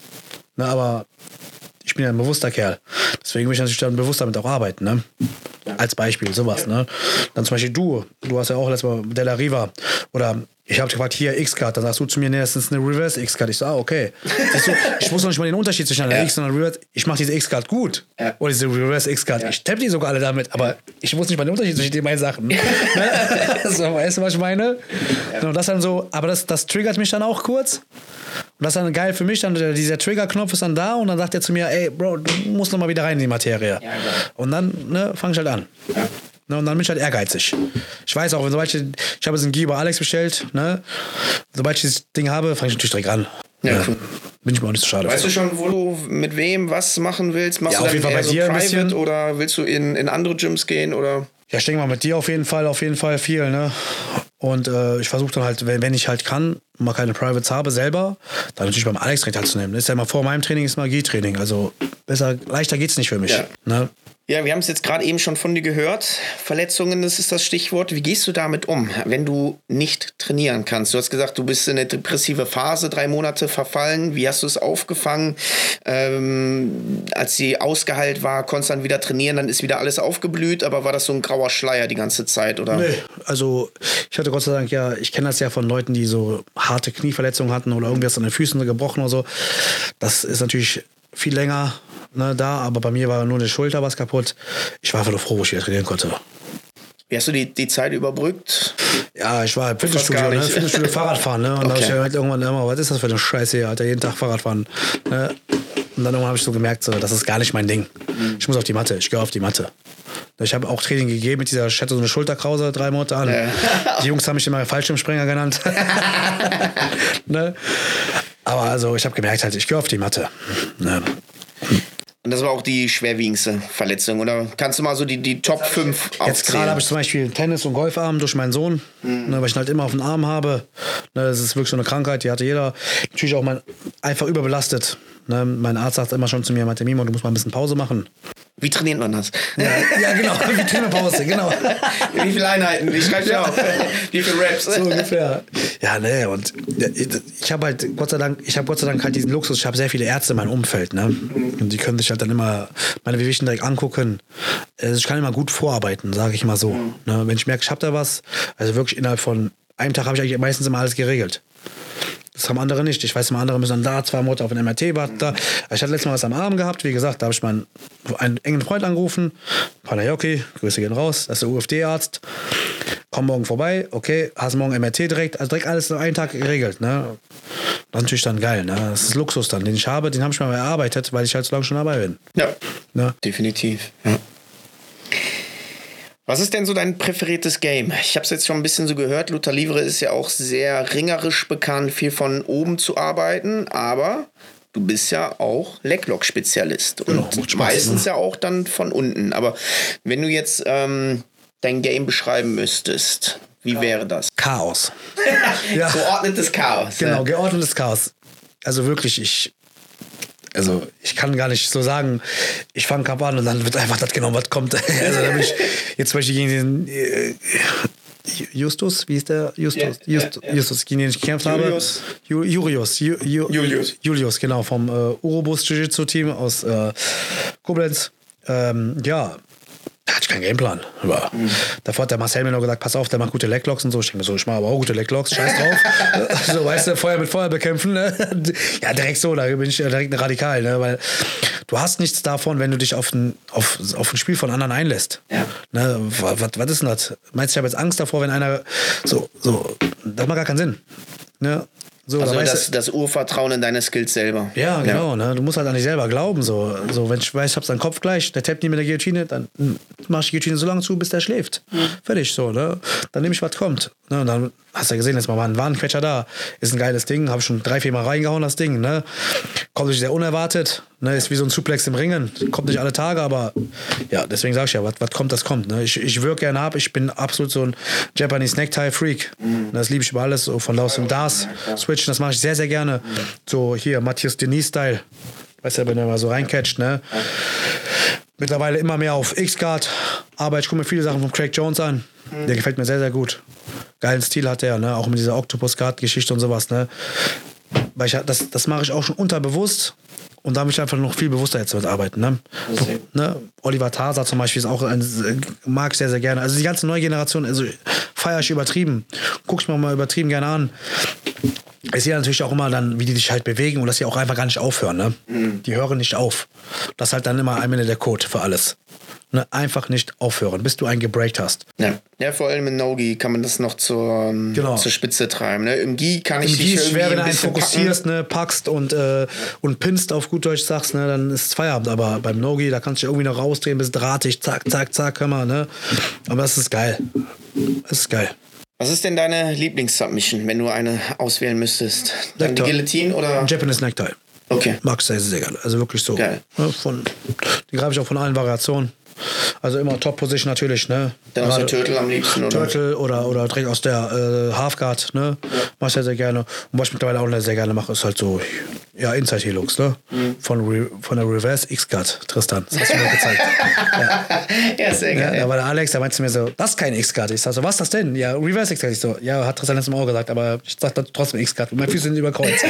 Ne, aber ich bin ja ein bewusster Kerl. Deswegen will ich natürlich dann bewusst damit auch arbeiten. Ne? Als Beispiel, sowas. Ne? Dann zum Beispiel du. Du hast ja auch letztes Mal Della Riva. Oder ich habe gefragt, hier X-Card. Dann sagst du zu mir, nee, das ist eine Reverse X-Card. Ich so, ah, okay. Du, ich wusste noch nicht mal den Unterschied zwischen einer ja. X und einer Reverse. Ich mache diese X-Card gut. Ja. Oder diese Reverse X-Card. Ja. Ich tappe die sogar alle damit. Aber ich wusste nicht mal den Unterschied zwischen den beiden Sachen. So, weißt du, was ich meine? Ja. Und das dann so, aber das, das triggert mich dann auch kurz. Und das ist dann geil für mich, dann dieser Triggerknopf ist dann da und dann sagt er zu mir, ey, Bro, du musst noch mal wieder rein in die Materie. Ja, und dann ne, fange ich halt an. Ja. Ne, und dann bin ich halt ehrgeizig. Ich weiß auch, sobald ich, ich habe jetzt einen Gi bei Alex bestellt, ne, sobald ich dieses Ding habe, fange ich natürlich direkt an. Ja, ja, cool. Bin ich mir auch nicht so schade. Weißt du schon, wo du mit wem was machen willst? Machst ja, du auf jeden Fall bei so dir private ein bisschen. Oder willst du in, in andere Gyms gehen? Oder? Ja, ich denke mal mit dir auf jeden Fall, auf jeden Fall viel, ne? Und äh, ich versuche dann halt, wenn, wenn ich halt kann, mal keine Privates habe selber, dann natürlich beim Alex direkt halt zu nehmen. Das ist ja immer vor meinem Training, ist mal Gi-Training. Also besser, leichter geht's nicht für mich. Ja. Ne? Ja, wir haben es jetzt gerade eben schon von dir gehört. Verletzungen, das ist das Stichwort. Wie gehst du damit um, wenn du nicht trainieren kannst? Du hast gesagt, du bist in eine depressive Phase, drei Monate verfallen. Wie hast du es aufgefangen? Ähm, als sie ausgeheilt war, konntest du dann wieder trainieren, dann ist wieder alles aufgeblüht. Aber war das so ein grauer Schleier die ganze Zeit, oder? Nee, also ich hatte Gott sei Dank ja, ich kenne das ja von Leuten, die so harte Knieverletzungen hatten oder irgendwas an den Füßen gebrochen oder so. Das ist natürlich viel länger ne, da, aber bei mir war nur eine Schulter was kaputt. Ich war einfach nur froh, wo ich wieder trainieren konnte. Wie hast du die, die Zeit überbrückt? Ja, ich war im Fitnessstudio, ne? Fitnessstudio Fahrradfahren, ne? Und okay. da habe ich halt irgendwann immer, was ist das für eine Scheiße hier, Alter, jeden Tag Fahrradfahren. Ne? Und dann irgendwann habe ich so gemerkt, so, das ist gar nicht mein Ding. Mhm. Ich muss auf die Matte, ich gehe auf die Matte. Ich habe auch Training gegeben mit dieser, ich hatte so eine Schulterkrause drei Monate an. Ja. Die Jungs haben mich immer Fallschirmspringer genannt. Ne? Aber also ich habe gemerkt, halt, ich gehe auf die Matte. Ne? Und das war auch die schwerwiegendste Verletzung, oder? Kannst du mal so die, die Top fünf aufzählen? Jetzt gerade habe ich zum Beispiel Tennis- und Golfarm durch meinen Sohn, mhm. ne, weil ich ihn halt immer auf den Arm habe. Ne, das ist wirklich so eine Krankheit, die hatte jeder. Natürlich auch mein, einfach überbelastet. Ne, mein Arzt sagt immer schon zu mir, meinte, Mimo, du musst mal ein bisschen Pause machen. Wie trainiert man das? Ja, ja genau, wie trainiert man Pause, genau. Wie viele Einheiten? Ich schreibe ja auf. Wie viele Reps? So ungefähr. Ja, ne, und ich habe halt, Gott sei Dank, ich habe Gott sei Dank halt diesen Luxus, ich habe sehr viele Ärzte in meinem Umfeld, ne? Und die können sich halt dann immer meine Gewichte direkt angucken. Also ich kann immer gut vorarbeiten, sage ich mal so. Ne? Wenn ich merke, ich habe da was, also wirklich innerhalb von einem Tag habe ich eigentlich meistens immer alles geregelt. Das haben andere nicht. Ich weiß, andere müssen dann da zwei Monate auf ein M R T warten. Da. Ich hatte letztes Mal was am Arm gehabt. Wie gesagt, da habe ich meinen einen engen Freund angerufen. Panayoki, Grüße gehen raus. Das ist der U F D-Arzt. Komm morgen vorbei. Okay, hast morgen M R T direkt. Also direkt alles in einem Tag geregelt. Ne? Das ist natürlich dann geil. Ne? Das ist Luxus dann, den ich habe. Den habe ich mal erarbeitet, weil ich halt so lange schon dabei bin. Ja, ne? Definitiv. Ja. Was ist denn so dein präferiertes Game? Ich habe es jetzt schon ein bisschen so gehört. Luta Livre ist ja auch sehr ringerisch bekannt, viel von oben zu arbeiten. Aber du bist ja auch Leglock-Spezialist. Und genau, meistens ja auch dann von unten. Aber wenn du jetzt ähm, dein Game beschreiben müsstest, wie ja. wäre das? Chaos. ja. Geordnetes Chaos. Genau, ja. geordnetes Chaos. Also wirklich, ich... Also ich kann gar nicht so sagen, ich fange Kampf an und dann wird einfach das genommen, was kommt. Also da bin ich jetzt zum Beispiel gegen den äh, Justus, wie ist der? Justus, yeah, Justus, yeah, yeah. Justus, gegen den ich gekämpft Julius. habe. Julius. Ju, Ju, Julius. Julius, genau, vom äh, Urobus Jiu-Jitsu-Team aus äh, Koblenz. Ähm, ja, da hatte ich keinen Gameplan. Aber mhm. Davor hat der Marcel mir noch gesagt, pass auf, der macht gute Leglocks und so. Ich denke mir so, ich mache aber auch gute Leglocks, scheiß drauf. So, weißt du, Feuer mit Feuer bekämpfen. Ne? Ja, direkt so, da bin ich direkt radikal. Ne? Weil du hast nichts davon, wenn du dich auf ein, auf, auf ein Spiel von anderen einlässt. Ja. Ne? Was, was ist denn das? Meinst du, ich habe jetzt Angst davor, wenn einer so, so, das macht gar keinen Sinn. Ne? So, also da das, das Urvertrauen in deine Skills selber. Ja, genau. Ja. Ne? Du musst halt an dich selber glauben. So. So, wenn ich weiß, ich hab's deinen Kopf gleich, der tappt nie mit der Guillotine, dann mach ich die Guillotine so lange zu, bis der schläft. Mhm. Fertig. So, ne? Dann nehme ich, was kommt. Ne? Und dann hast du ja gesehen, jetzt mal war ein Warenquetscher da. Ist ein geiles Ding. Habe ich schon drei, vier Mal reingehauen, das Ding. Ne? Kommt nicht sehr unerwartet. Ne? Ist wie so ein Suplex im Ringen. Kommt nicht alle Tage, aber ja, deswegen sage ich ja, was kommt, das kommt. Ne? Ich, ich wirke gerne ab. Ich bin absolut so ein Japanese Necktie-Freak. Mhm. Das liebe ich über alles. So von Laus und Das switchen, das mache ich sehr, sehr gerne. Mhm. So hier, Matthias Denis-Style. Weißt du, wenn er mal so reincatcht, ne? Ja. Mittlerweile immer mehr auf X-Guard. Aber ich gucke mir viele Sachen von Craig Jones an. Mhm. Der gefällt mir sehr, sehr gut. Geilen Stil hat der, ne? Auch mit dieser Octopus-Guard-Geschichte und sowas, ne? Weil ich, das, das mache ich auch schon unterbewusst. Und da will ich einfach noch viel bewusster jetzt mit arbeiten. Ne? Ne? Oliver Tasa zum Beispiel ist auch ein, mag ich sehr, sehr gerne. Also die ganze neue Generation, also feiere ich übertrieben. Guck ich mir mal übertrieben gerne an. Ich sehe natürlich auch immer dann, wie die sich halt bewegen und dass sie auch einfach gar nicht aufhören. Ne? Mhm. Die hören nicht auf. Das ist halt dann immer am Ende der Code für alles. Ne? Einfach nicht aufhören, bis du einen gebreakt hast. Ja. Ja, vor allem im No-Gi kann man das noch zur, genau. zur Spitze treiben. Ne? Im Gi kann Im ich Gi dich ist schwer, wenn du einen bisschen fokussierst, ne, packst und, äh, und pinst, auf gut Deutsch sagst, ne, dann ist es Feierabend. Aber beim No-Gi, da kannst du dich irgendwie noch rausdrehen, bist drahtig, zack, zack, zack, hör mal. Ne? Aber das ist geil. Das ist geil. Was ist denn deine Lieblings-Submission, wenn du eine auswählen müsstest? Dann die Guillotine oder? Japanese Necktie. Okay. Mag ich sehr, sehr gerne. Also wirklich so. Geil. Ne, von, die greife ich auch von allen Variationen. Also immer Top-Position natürlich, ne? Dann aus der Turtle am liebsten, oder? Turtle oder, oder direkt aus der äh, Half-Guard, ne? Ja. Mach ich sehr, sehr gerne. Und was ich mittlerweile auch sehr gerne mache, ist halt so, ja, Inside-Helux, ne? Mhm. Von, Re, von der Reverse X-Guard, Tristan. Das hast du mir gezeigt. Ja. Ja, sehr geil. Ja, da war der Alex, da meinte mir so, das ist kein X-Guard. Ich sag so, was ist das denn? Ja, Reverse X-Guard. Ich so, ja, hat Tristan letztes Mal auch gesagt, aber ich sag trotzdem X-Guard. Meine Füße sind überkreuzt.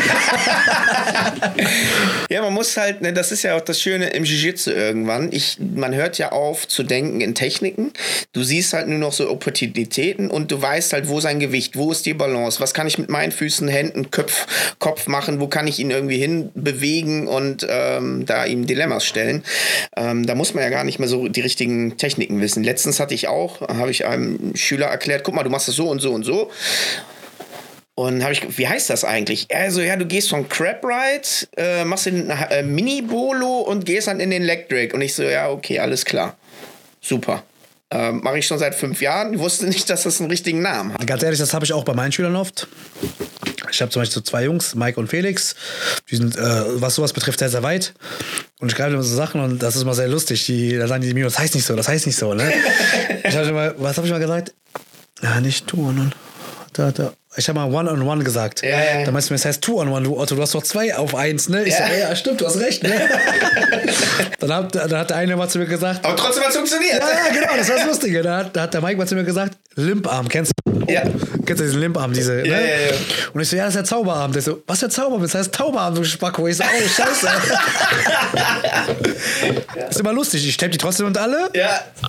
Ja, man muss halt, ne, das ist ja auch das Schöne im Jiu-Jitsu irgendwann. Ich, man hört ja auf zu denken in Techniken. Du siehst halt nur noch so Opportunitäten und du weißt halt, wo sein Gewicht, wo ist die Balance, was kann ich mit meinen Füßen, Händen, Köpf, Kopf machen, wo kann ich ihn irgendwie hin bewegen und ähm, da ihm Dilemmas stellen. Ähm, da muss man ja gar nicht mehr so die richtigen Techniken wissen. Letztens hatte ich auch, habe ich einem Schüler erklärt, guck mal, du machst das so und so und so. Und habe ich, wie heißt das eigentlich? Also, ja, du gehst vom Crab Ride, äh, machst den äh, Mini-Bolo und gehst dann in den Leg Drag. Und ich so, ja, okay, alles klar. Super. Ähm, mache ich schon seit fünf Jahren. Ich wusste nicht, dass das einen richtigen Namen hat. Ganz ehrlich, das habe ich auch bei meinen Schülern oft. Ich habe zum Beispiel so zwei Jungs, Mike und Felix. Die sind, äh, was sowas betrifft, sehr, sehr weit. Und ich schreibe immer so Sachen und das ist immer sehr lustig. Die, da sagen die mir, das heißt nicht so, das heißt nicht so. Ne? Ich hab mal, was habe ich mal gesagt? Ja, nicht tun. Da, da. Ich habe mal One-on-One gesagt. Ja, ja. Da meinst du mir, das heißt Two-on-One, du Otto, du hast doch zwei auf eins, ne? Ich ja. so, ja, stimmt, du hast recht, ne? dann, hat, dann hat der eine mal zu mir gesagt... Aber trotzdem hat es funktioniert. Ja, ja, genau, das war das Lustige. Da hat, da hat der Mike mal zu mir gesagt, Limparm, kennst du? Ja. Kennst du diesen Limparm, diese, ja, ne? Ja, ja. Und ich so, ja, das ist der Zauberarm. Der so, was ist der Zauberarm? Das heißt Tauberarm, du Spacko. Ich so, oh, scheiße. Das ist immer lustig, ich steppe die trotzdem unter alle. Ja.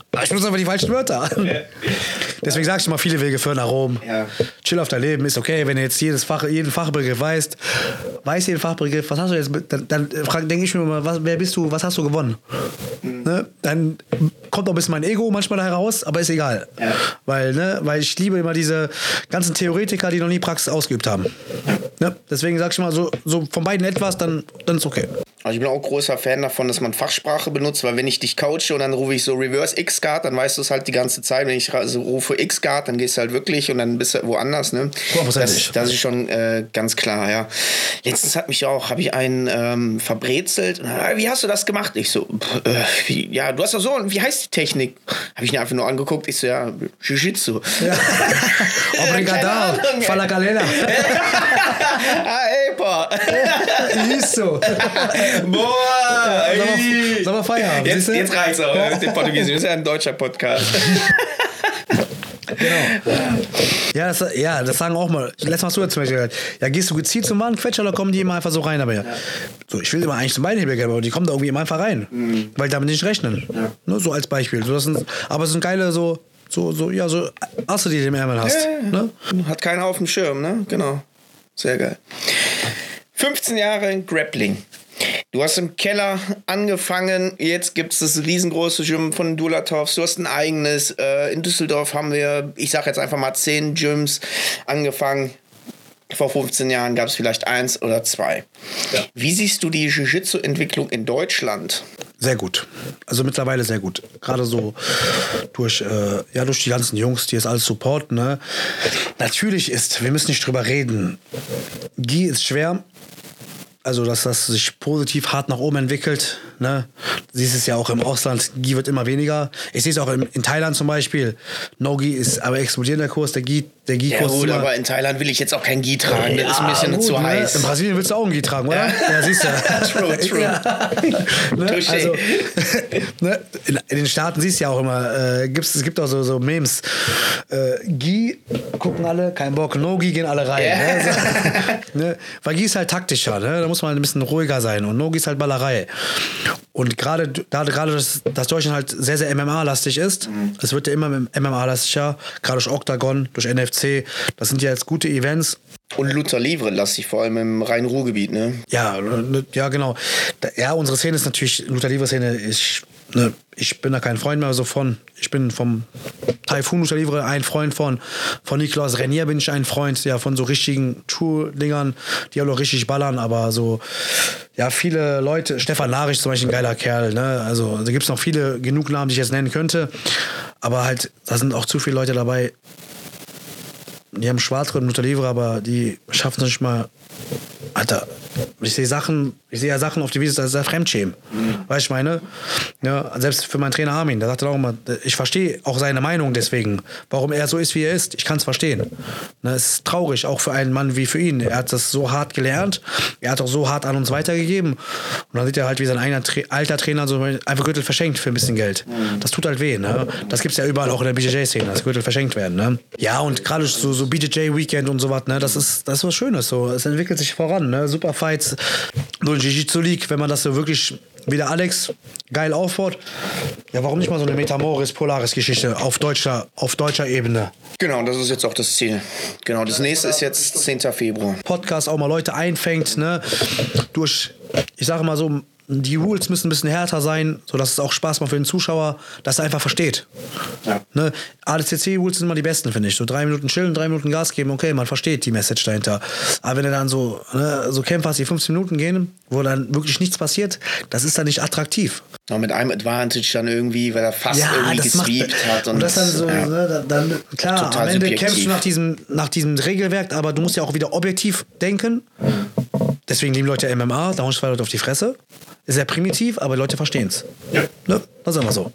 Aber ich benutze einfach die falschen Wörter. Ja. Deswegen sage ich immer, viele Wege führen nach Rom. Ja. Chill auf dein Leben, ist okay, wenn du jetzt jedes Fach, jeden Fachbegriff weißt, weißt jeden Fachbegriff, was hast du jetzt, dann, dann denke ich mir immer, was, wer bist du, was hast du gewonnen? Mhm. Ne? Dann kommt auch ein bisschen mein Ego manchmal da heraus, aber ist egal. Ja. Weil, ne, weil ich liebe immer diese ganzen Theoretiker, die noch nie Praxis ausgeübt haben. Ne? Deswegen sage ich mal, so, so von beiden etwas, dann, dann ist okay. Also ich bin auch großer Fan davon, dass man Fachsprache benutzt, weil wenn ich dich coache und dann rufe ich so Reverse X-Guard, dann weißt du es halt die ganze Zeit. Wenn ich so rufe X-Guard, dann gehst du halt wirklich und dann bist du woanders. Ne? Das, das ist schon äh, ganz klar, ja. Letztens hat mich auch, habe ich einen ähm, verbrezelt. Und dann, wie hast du das gemacht? Ich so, äh, wie, ja, du hast doch so, wie heißt die Technik? Habe ich ihn einfach nur angeguckt. Ich so, ja, Jiu-Jitsu. Ja. Obrigado, fala galera. Ah, epa. Isso. Boah! Ey. Sag mal Feierabend. Jetzt, jetzt reicht's auch mit dem Portugiesischen. Das ist ja ein deutscher Podcast. Genau. Ja das, ja, das sagen auch mal. Letztes Mal hast du jetzt zum Beispiel gehört. Ja, gehst du gezielt zum Warenquetscher oder kommen die immer einfach so rein? Aber ja. So, ich will immer eigentlich zum Beinhebel gehen, aber die kommen da irgendwie immer einfach rein. Mhm. Weil damit nicht rechnen. Ja. Ne, so als Beispiel. So, das sind, aber es sind geile so, so, so, ja, so Asse, die du im Ärmel hast. Ja, ne? Hat keiner auf dem Schirm, ne? Genau. Sehr geil. fünfzehn Jahre Grappling. Du hast im Keller angefangen, jetzt gibt es das riesengroße Gym von Dulatovs, du hast ein eigenes. Äh, in Düsseldorf haben wir, ich sag jetzt einfach mal zehn Gyms angefangen. Vor fünfzehn Jahren gab es vielleicht eins oder zwei. Ja. Wie siehst du die Jiu-Jitsu-Entwicklung in Deutschland? Sehr gut. Also mittlerweile sehr gut. Gerade so durch, äh, ja, durch die ganzen Jungs, die es alles supporten. Ne? Natürlich ist, wir müssen nicht drüber reden, Gi ist schwer. Also, dass das sich positiv hart nach oben entwickelt. Ne? Du siehst es ja auch im Ausland, Gi wird immer weniger. Ich sehe es auch in, in Thailand zum Beispiel. No-Gi ist aber explodierender Kurs, der Gi der Gi-Kurs. Ja gut, aber in Thailand will ich jetzt auch kein Gi tragen, das ja, ist ein bisschen gut, zu ne? heiß. In Brasilien willst du auch ein Gi tragen, oder? Ja, ja siehst du. True, true. Ja. Ne? Also, ne? in, in den Staaten siehst du ja auch immer, äh, gibt's, es gibt auch so, so Memes. Äh, Gi gucken alle, kein Bock, No-Gi gehen alle rein. Yeah. Ne? So, ne? Weil Gi ist halt taktischer, ne? Da muss man ein bisschen ruhiger sein und No-Gi ist halt Ballerei. Und gerade da gerade dass, dass Deutschland halt sehr, sehr M M A-lastig ist, mhm. es wird ja immer M M A-lastiger, gerade durch Octagon, durch N F C, das sind ja jetzt gute Events. Und Lucha Livre lastig, vor allem im Rhein-Ruhr-Gebiet, ne? Ja, ja, genau. Ja, unsere Szene ist natürlich, Lucha Livre-Szene ist, ne, ich bin da kein Freund mehr so von. Ich bin vom Taifun Lucha Livre ein Freund von. Von Nicolas Renier bin ich ein Freund, ja, von so richtigen True-Dingern, die auch noch richtig ballern, aber so, ja, viele Leute, Stefan Narich zum Beispiel ein geiler Kerl, ne? Also, da gibt es noch viele, genug Namen, die ich jetzt nennen könnte, aber halt, da sind auch zu viele Leute dabei, die haben Schwarzgurt und Lucha Livre, aber die schaffen es nicht mal. Alter, ich sehe Sachen, ich sehe ja Sachen auf die Wiese, das ist ja Fremdschämen. Mhm. Weißt du, ich meine? Ja, selbst für meinen Trainer Armin, der sagt dann auch immer, ich verstehe auch seine Meinung deswegen, warum er so ist, wie er ist. Ich kann es verstehen. Ne, es ist traurig, auch für einen Mann wie für ihn. Er hat das so hart gelernt, er hat auch so hart an uns weitergegeben. Und dann sieht er halt, wie sein eigener Tra- alter Trainer so einfach Gürtel verschenkt für ein bisschen Geld. Mhm. Das tut halt weh. Ne? Das gibt es ja überall auch in der B J J-Szene, dass Gürtel verschenkt werden. Ne? Ja, und gerade so, so B J J-Weekend und sowas, ne? das, ist, das ist was Schönes. So. Es entwickelt sich voran. Ne? Super Fights, so ein Jiu-Jitsu League, wenn man das so wirklich wie der Alex geil aufbaut. Ja, warum nicht mal so eine Metamoris-Polaris-Geschichte auf deutscher, auf deutscher Ebene? Genau, das ist jetzt auch das Ziel. Genau, das nächste ist jetzt zehnten Februar. Podcast auch mal Leute einfängt, ne? Durch, ich sage mal so, die Rules müssen ein bisschen härter sein, sodass es auch Spaß macht für den Zuschauer, dass er einfach versteht. Ja. Ne? A D C C-Rules sind immer die besten, finde ich. So drei Minuten chillen, drei Minuten Gas geben, okay, man versteht die Message dahinter. Aber wenn er dann so, ne, so Kämpfe hast, die fünfzehn Minuten gehen, wo dann wirklich nichts passiert, das ist dann nicht attraktiv. Ja, mit einem Advantage dann irgendwie, weil er fast ja, irgendwie gesweept hat. Und, und das dann so, ja, ne, dann, klar, am Ende subjektiv. Kämpfst du nach diesem, nach diesem Regelwerk, aber du musst ja auch wieder objektiv denken. Deswegen lieben Leute M M A, da hauen zwei Leute auf die Fresse. Ist sehr primitiv, aber Leute verstehen es. Ja. Ne? Das ist immer so.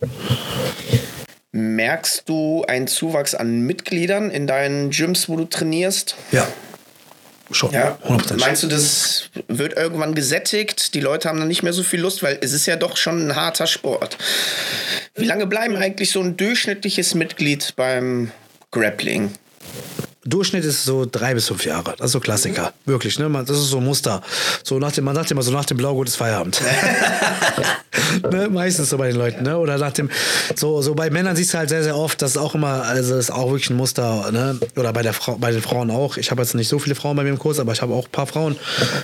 Merkst du einen Zuwachs an Mitgliedern in deinen Gyms, wo du trainierst? Ja. Schon. Ja. hundert Prozent. Meinst du, das wird irgendwann gesättigt? Die Leute haben dann nicht mehr so viel Lust, weil es ist ja doch schon ein harter Sport. Wie lange bleiben eigentlich so ein durchschnittliches Mitglied beim Grappling? Durchschnitt ist so drei bis fünf Jahre. Das ist so Klassiker. Wirklich, ne? Das ist so ein Muster. So nach dem, man sagt immer so, nach dem Blaugurt ist Feierabend. Ne? Meistens so bei den Leuten, ne? Oder nach dem, so, so bei Männern siehst du halt sehr, sehr oft, das ist auch immer, also das ist auch wirklich ein Muster, ne? Oder bei der Frau, bei den Frauen auch. Ich habe jetzt nicht so viele Frauen bei mir im Kurs, aber ich habe auch ein paar Frauen.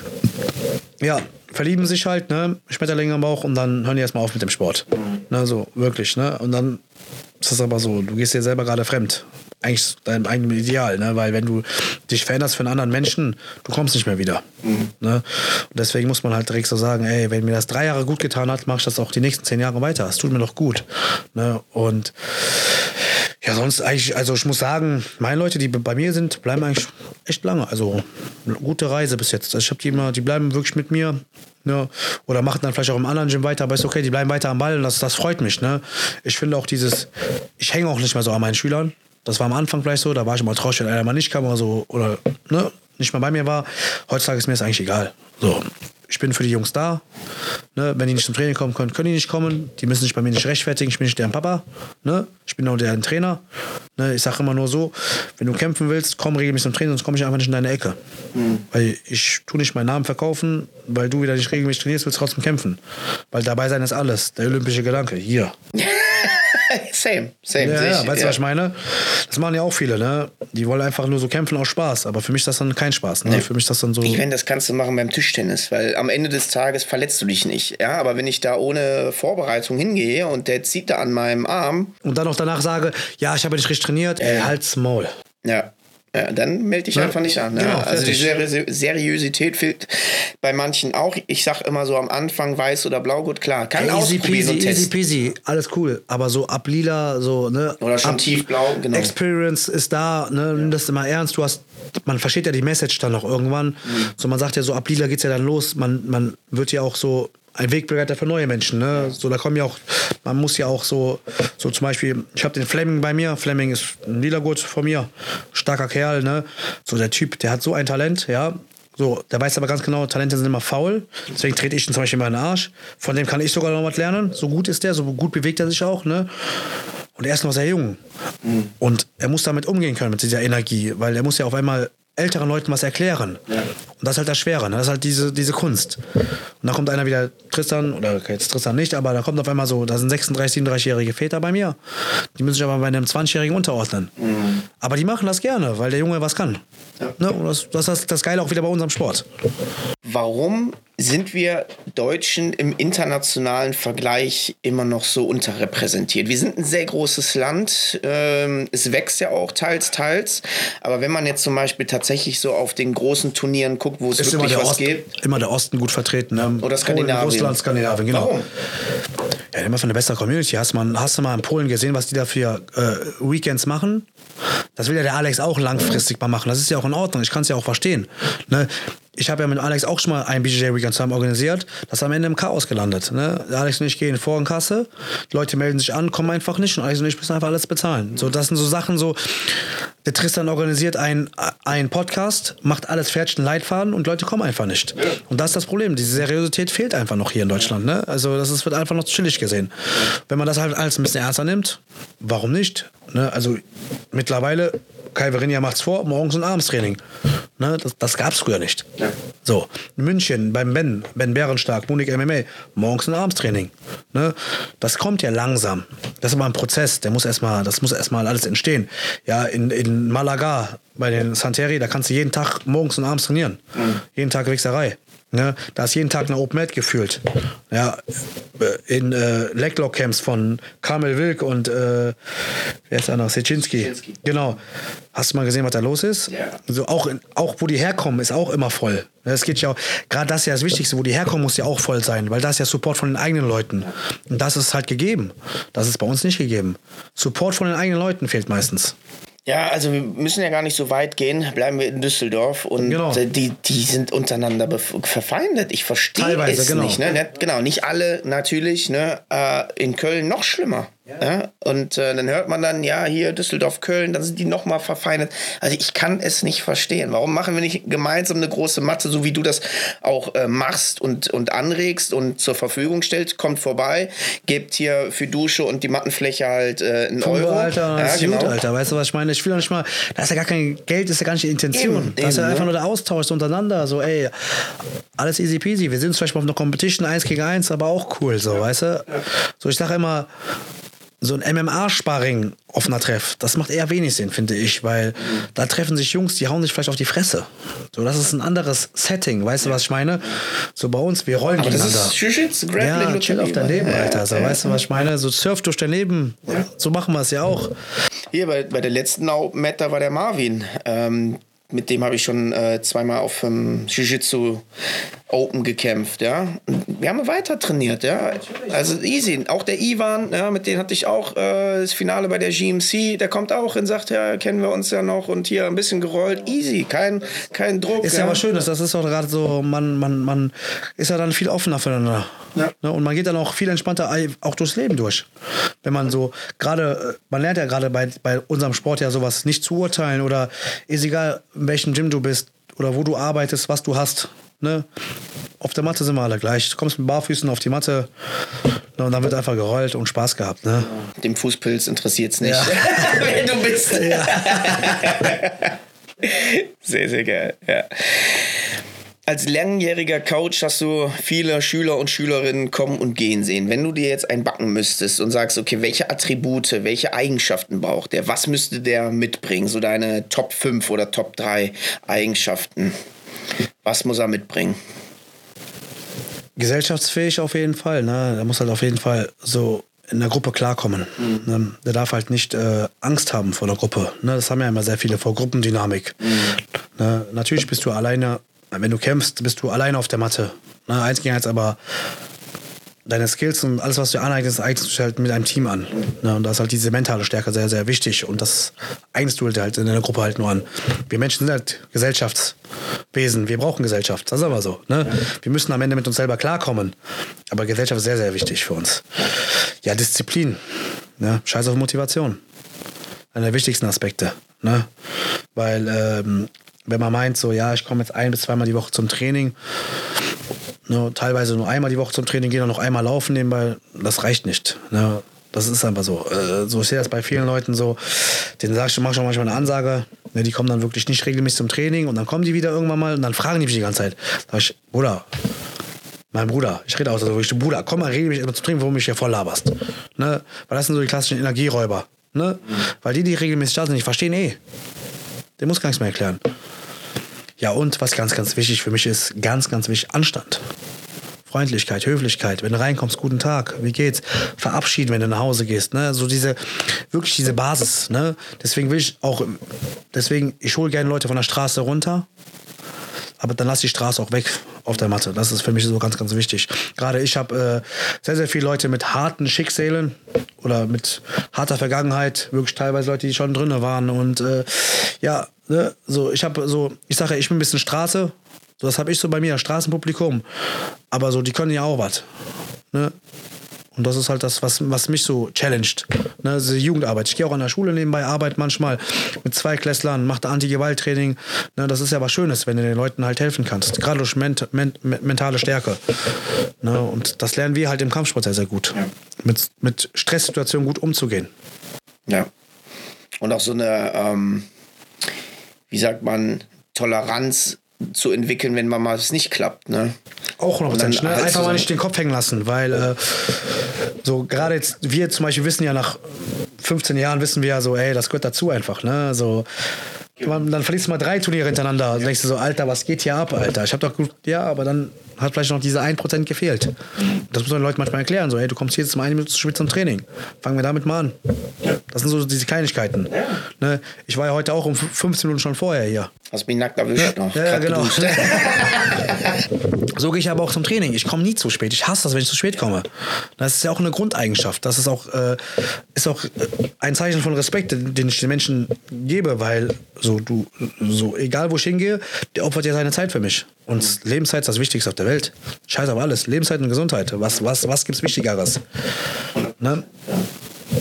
Ja, verlieben sich halt, ne? Schmetterlinge am Bauch und dann hören die erstmal auf mit dem Sport. Ne? So, wirklich, ne? Und dann ist das aber so, du gehst dir selber gerade fremd. Eigentlich deinem eigenen Ideal, ne? Weil wenn du dich veränderst für einen anderen Menschen, du kommst nicht mehr wieder. Mhm. Ne? Und deswegen muss man halt direkt so sagen, ey, wenn mir das drei Jahre gut getan hat, mache ich das auch die nächsten zehn Jahre weiter. Es tut mir doch gut. Ne? Und ja, sonst eigentlich, also ich muss sagen, meine Leute, die bei mir sind, bleiben eigentlich echt lange. Also eine gute Reise bis jetzt. Also ich habe die immer, die bleiben wirklich mit mir. Ne? Oder machen dann vielleicht auch im anderen Gym weiter, aber ist okay, die bleiben weiter am Ball und das, das freut mich. Ne? Ich finde auch dieses, ich hänge auch nicht mehr so an meinen Schülern. Das war am Anfang vielleicht so, da war ich immer traurig, wenn einer mal nicht kam oder so, oder ne, nicht mal bei mir war. Heutzutage ist mir das eigentlich egal. So, ich bin für die Jungs da. Ne, wenn die nicht zum Training kommen können, können die nicht kommen. Die müssen sich bei mir nicht rechtfertigen. Ich bin nicht deren Papa. Ne? Ich bin auch deren Trainer. Ne? Ich sage immer nur so, wenn du kämpfen willst, komm regelmäßig zum Training, sonst komme ich einfach nicht in deine Ecke. Mhm. Weil ich tue nicht meinen Namen verkaufen, weil du wieder nicht regelmäßig trainierst, willst trotzdem kämpfen. Weil dabei sein ist alles. Der olympische Gedanke. Hier. Same, same. Ja, ja, weißt du, ja. was ich meine? Das machen ja auch viele, ne? Die wollen einfach nur so kämpfen aus Spaß. Aber für mich ist das dann kein Spaß, ne? Nee. Für mich ist das dann so... Ich meine, das kannst du machen beim Tischtennis, weil am Ende des Tages verletzt du dich nicht. Ja, aber wenn ich da ohne Vorbereitung hingehe und der zieht da an meinem Arm... Und dann auch danach sage, ja, ich habe nicht richtig trainiert, ey, halt's Maul. Ja. Ja, dann melde dich ja. einfach nicht an. Ne? Genau, also die Seri- Seriosität fehlt bei manchen auch. Ich sag immer so am Anfang weiß oder Blaugurt, klar. Kann hey, easy peasy, so easy peasy, alles cool. Aber so ab lila, so, ne? Oder schon ab, tiefblau, genau. Experience ist da, ne? Nimm das immer ernst. Du hast, man versteht ja die Message dann noch irgendwann. Mhm. So, man sagt ja so, ab lila geht's ja dann los. Man, man wird ja auch so ein Wegbegleiter für neue Menschen, ne? So, da kommen ja auch, man muss ja auch so, so zum Beispiel, ich habe den Fleming bei mir, Fleming ist ein Lila-Gurt von mir, starker Kerl, ne? So, der Typ, der hat so ein Talent, ja? So, der weiß aber ganz genau, Talente sind immer faul, deswegen trete ich ihn zum Beispiel mal in den Arsch, von dem kann ich sogar noch was lernen, so gut ist der, so gut bewegt er sich auch, ne? Und er ist noch sehr jung mhm. und er muss damit umgehen können, mit dieser Energie, weil er muss ja auf einmal älteren Leuten was erklären. Ja. Und das ist halt das Schwere, ne? Das ist halt diese, diese Kunst. Und dann kommt einer wieder, Tristan, oder okay, jetzt Tristan nicht, aber da kommt auf einmal so, da sind sechsunddreißig-, siebenunddreißigjährige Väter bei mir. Die müssen sich aber bei einem zwanzigjährigen unterordnen. Mhm. Aber die machen das gerne, weil der Junge was kann. Ja. Ne? Und das, das ist das Geile auch wieder bei unserem Sport. Warum sind wir Deutschen im internationalen Vergleich immer noch so unterrepräsentiert? Wir sind ein sehr großes Land. Ähm, es wächst ja auch teils, teils. Aber wenn man jetzt zum Beispiel tatsächlich so auf den großen Turnieren guckt, wo es ist wirklich was Ost, geht. Immer der Osten gut vertreten. Ne? Oder Skandinavien. Polen, Russland, Skandinavien, genau. Warum? Ja, immer von der besseren Community. Hast, man, hast du mal in Polen gesehen, was die da für äh, Weekends machen? Das will ja der Alex auch langfristig mal machen. Das ist ja auch in Ordnung. Ich kann es ja auch verstehen. Ne? Ich habe ja mit Alex auch schon mal ein B J J Weekend zusammen organisiert. Das ist am Ende im Chaos gelandet. Ne? Der Alex und ich gehen vor in Kasse. Die Leute melden sich an, kommen einfach nicht. Und Alex und ich müssen einfach alles bezahlen. So, das sind so Sachen so. Der Tristan organisiert einen Podcast, macht alles fertig, einen Leitfaden und Leute kommen einfach nicht. Und das ist das Problem. Diese Seriosität fehlt einfach noch hier in Deutschland. Ne? Also das ist, wird einfach noch chillig gesehen. Wenn man das halt alles ein bisschen ernster nimmt, warum nicht? Ne? Also mittlerweile, Kai Verinia macht's vor, morgens und abends Training. Ne? Das, das gab's früher nicht. Ja. So, in München beim Ben, Ben Bärenstark, Munich M M A, morgens und abends Training. Ne? Das kommt ja langsam. Das ist aber ein Prozess, der muss erstmal, das muss erstmal alles entstehen. Ja, in, in Malaga bei den Santeri, da kannst du jeden Tag morgens und abends trainieren. Mhm. Jeden Tag Wichserei. Ne? Da ist jeden Tag eine Open Mat gefühlt. Ja, in äh, Leglock-Camps von Kamel Wilk und äh, wer ist da noch? Seczynski. Genau. Hast du mal gesehen, was da los ist? Ja. So, auch, in, auch wo die herkommen, ist auch immer voll. Es geht ja auch, gerade das ist ja das Wichtigste, wo die herkommen, muss ja auch voll sein, weil da ist ja Support von den eigenen Leuten. Und das ist halt gegeben. Das ist bei uns nicht gegeben. Support von den eigenen Leuten fehlt meistens. Ja, also wir müssen ja gar nicht so weit gehen. Bleiben wir in Düsseldorf und genau. die, die sind untereinander bef- verfeindet. Ich verstehe es genau. nicht. Ne? Genau, nicht alle natürlich. Ne? Äh, in Köln noch schlimmer. Ja, und äh, dann hört man dann, ja, hier Düsseldorf, Köln, dann sind die nochmal verfeinert. Also ich kann es nicht verstehen. Warum machen wir nicht gemeinsam eine große Matte, so wie du das auch äh, machst und, und anregst und zur Verfügung stellst? Kommt vorbei, gebt hier für Dusche und die Mattenfläche halt äh, einen Fumbo, Euro. Alter, ja, das ist genau. gut, Alter. Weißt du, was ich meine? Ich will doch nicht mal, da ist ja gar kein Geld, ist ja gar nicht die Intention. Eben, das ist ja eben, einfach ne? nur der Austausch so untereinander. So, ey, alles easy peasy. Wir sind vielleicht mal auf einer Competition eins gegen eins, aber auch cool, so, weißt du? So, ich sage immer, so ein M M A-Sparring auf einer Treff, das macht eher wenig Sinn, finde ich, weil mhm. da treffen sich Jungs, die hauen sich vielleicht auf die Fresse. So, das ist ein anderes Setting, weißt du, was ich meine? So bei uns, wir rollen Aber gegeneinander. das ist Jiu-Jitsu, Grappling. Ja, chill auf dein Leben, Alter. So, ja, weißt du, was ich meine? So surf durch dein Leben. Ja. So machen wir es ja auch. Hier bei, bei der letzten Match, da war der Marvin. Ähm, mit dem habe ich schon äh, zweimal auf dem Jiu-Jitsu Open gekämpft, ja. Und wir haben weiter trainiert, ja. Also easy. Auch der Ivan, ja, mit dem hatte ich auch äh, das Finale bei der G M C. Der kommt auch und sagt, ja, kennen wir uns ja noch und hier ein bisschen gerollt. Easy, kein, kein Druck. Ist ja, ja aber schön, das ist auch gerade so, man, man, man ist ja dann viel offener füreinander. Ja. Ne? Und man geht dann auch viel entspannter auch durchs Leben durch. Wenn man so gerade, man lernt ja gerade bei, bei unserem Sport ja sowas nicht zu urteilen oder ist egal, in welchem Gym du bist oder wo du arbeitest, was du hast. Ne? Auf der Matte sind wir alle gleich. Du kommst mit Barfüßen auf die Matte, ne, und dann wird einfach gerollt und Spaß gehabt. Ne? Dem Fußpilz interessiert es nicht, ja. wer du bist. Ja. Sehr, sehr geil. Ja. Als langjähriger Coach hast du viele Schüler und Schülerinnen kommen und gehen sehen. Wenn du dir jetzt einen backen müsstest und sagst, okay, welche Attribute, welche Eigenschaften braucht der? Was müsste der mitbringen? So deine Top fünf oder Top drei Eigenschaften. Was muss er mitbringen? Gesellschaftsfähig auf jeden Fall. Ne? Der muss halt auf jeden Fall so in der Gruppe klarkommen. Mhm. Ne? Der darf halt nicht äh, Angst haben vor der Gruppe. Ne? Das haben ja immer sehr viele vor Gruppendynamik. Mhm. Ne? Natürlich bist du alleine, wenn du kämpfst, bist du alleine auf der Matte. Ne? Eins gegen eins, aber deine Skills und alles, was du aneignest, eignest du halt mit einem Team an. Ne? Und da ist halt diese mentale Stärke sehr, sehr wichtig. Und das eignest du halt in der Gruppe halt nur an. Wir Menschen sind halt Gesellschaftswesen. Wir brauchen Gesellschaft. Das ist aber so. Ne? Ja. Wir müssen am Ende mit uns selber klarkommen. Aber Gesellschaft ist sehr, sehr wichtig für uns. Ja, Disziplin. Ne? Scheiß auf Motivation. Einer der wichtigsten Aspekte. Ne? Weil, ähm, wenn man meint, so, ja, ich komme jetzt ein- bis zweimal die Woche zum Training, ne, teilweise nur einmal die Woche zum Training, gehe dann noch einmal laufen nebenbei, das reicht nicht. Ne? Das ist einfach so. Äh, so ich sehe das bei vielen Leuten so, denen sag ich, mache ich auch manchmal eine Ansage, ne, die kommen dann wirklich nicht regelmäßig zum Training und dann kommen die wieder irgendwann mal und dann fragen die mich die ganze Zeit. Sag ich, Bruder, mein Bruder, ich rede auch so, wirklich, Bruder, komm mal regelmäßig zum Training, warum du mich hier voll laberst. Ne? Weil das sind so die klassischen Energieräuber. Ne? Mhm. Weil die, die regelmäßig da sind, die verstehen eh. Der muss gar nichts mehr erklären. Ja, und was ganz, ganz wichtig für mich ist, ganz, ganz wichtig, Anstand. Freundlichkeit, Höflichkeit. Wenn du reinkommst, guten Tag, wie geht's? Verabschieden, wenn du nach Hause gehst. Ne? So diese, wirklich diese Basis. Ne? Deswegen will ich auch, deswegen, ich hole gerne Leute von der Straße runter, aber dann lass die Straße auch weg auf der Matte. Das ist für mich so ganz, ganz wichtig. Gerade ich habe äh, sehr, sehr viele Leute mit harten Schicksalen oder mit harter Vergangenheit, wirklich teilweise Leute, die schon drin waren. Und äh, ja, ne, so, ich habe so, ich sage, ich bin ein bisschen Straße, so, das habe ich so bei mir, Straßenpublikum. Aber so, die können ja auch was. Ne? Und das ist halt das, was, was mich so challenged. Ne, diese Jugendarbeit. Ich gehe auch an der Schule nebenbei, arbeite manchmal mit Zweiklässlern, mache Anti-Gewalt-Training. Ne, das ist ja was Schönes, wenn du den Leuten halt helfen kannst. Gerade durch ment, ment, mentale Stärke. Ne, und das lernen wir halt im Kampfsport sehr, sehr gut. Ja. Mit, mit Stresssituationen gut umzugehen. Ja. Und auch so eine, ähm, wie sagt man, Toleranz zu entwickeln, wenn man mal es nicht klappt. Ne? Auch noch dann, ne? halt Einfach so mal nicht den Kopf hängen lassen, weil äh, so gerade jetzt, wir zum Beispiel wissen ja nach fünfzehn Jahren, wissen wir ja so, ey, das gehört dazu einfach. Ne? So, man, dann verlierst du mal drei Turniere hintereinander und denkst du so, Alter, was geht hier ab, Alter? Ich hab doch gut, ja, aber dann hat vielleicht noch diese ein Prozent gefehlt. Das muss man den Leuten manchmal erklären, so, ey, du kommst hier jetzt mal eine Minute zu spät zum Training. Fangen wir damit mal an. Das sind so diese Kleinigkeiten. Ja. Ne? Ich war ja heute auch um fünfzehn Minuten schon vorher hier. Hast mich nackt erwischt ja, noch. Ja, genau. So gehe ich aber auch zum Training. Ich komme nie zu spät. Ich hasse das, wenn ich zu spät komme. Das ist ja auch eine Grundeigenschaft. Das ist auch, äh, ist auch ein Zeichen von Respekt, den ich den Menschen gebe, weil so, du, so egal wo ich hingehe, der opfert ja seine Zeit für mich. Und mhm. Lebenszeit ist das Wichtigste auf der Welt. Scheiß auf alles. Lebenszeit und Gesundheit. Was, was, was gibt's Wichtigeres? Ne?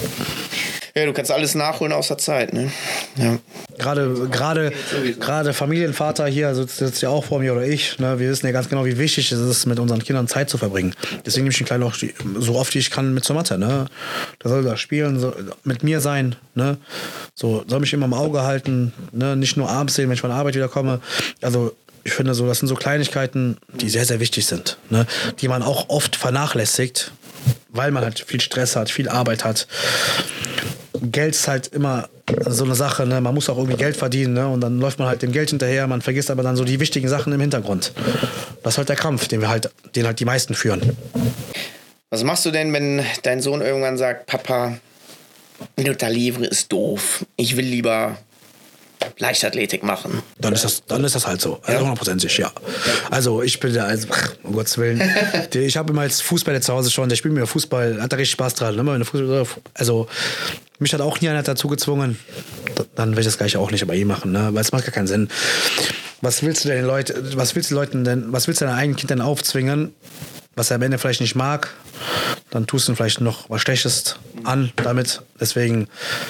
Ja, du kannst alles nachholen außer Zeit, ne? Ja. Gerade, gerade, gerade Familienvater hier, also sitzt ja auch vor mir oder ich, ne, wir wissen ja ganz genau, wie wichtig es ist, mit unseren Kindern Zeit zu verbringen. Deswegen nehme ich den Kleinen auch so oft, wie ich kann, mit zur Mathe, ne? Da soll er spielen, so, mit mir sein, ne? So, soll mich immer im Auge halten, ne? Nicht nur abends sehen, wenn ich von der Arbeit wieder komme. Also, ich finde so, das sind so Kleinigkeiten, die sehr, sehr wichtig sind, ne? Die man auch oft vernachlässigt, weil man halt viel Stress hat, viel Arbeit hat. Geld ist halt immer so eine Sache, ne? Man muss auch irgendwie Geld verdienen, ne? Und dann läuft man halt dem Geld hinterher, man vergisst aber dann so die wichtigen Sachen im Hintergrund. Das ist halt der Kampf, den wir halt, den halt die meisten führen. Was machst du denn, wenn dein Sohn irgendwann sagt, Papa, Luta Livre ist doof, ich will lieber Leichtathletik machen? Dann ist das, dann ist das halt so. Also hundertprozentig, ja. Also ich bin da, also, um Gottes Willen. Ich habe immer jetzt Fußball zu Hause schon, der spielt mir Fußball, hat da richtig Spaß dran. Ne? Also mich hat auch nie einer dazu gezwungen. Dann will ich das gleich auch nicht bei ihm machen, ne? Weil es macht gar keinen Sinn. Was willst du den Leuten, was willst du Leuten denn, was willst du deinem eigenen Kind denn aufzwingen, was er am Ende vielleicht nicht mag? Dann tust du ihm vielleicht noch was Schlechtes an damit. Deswegen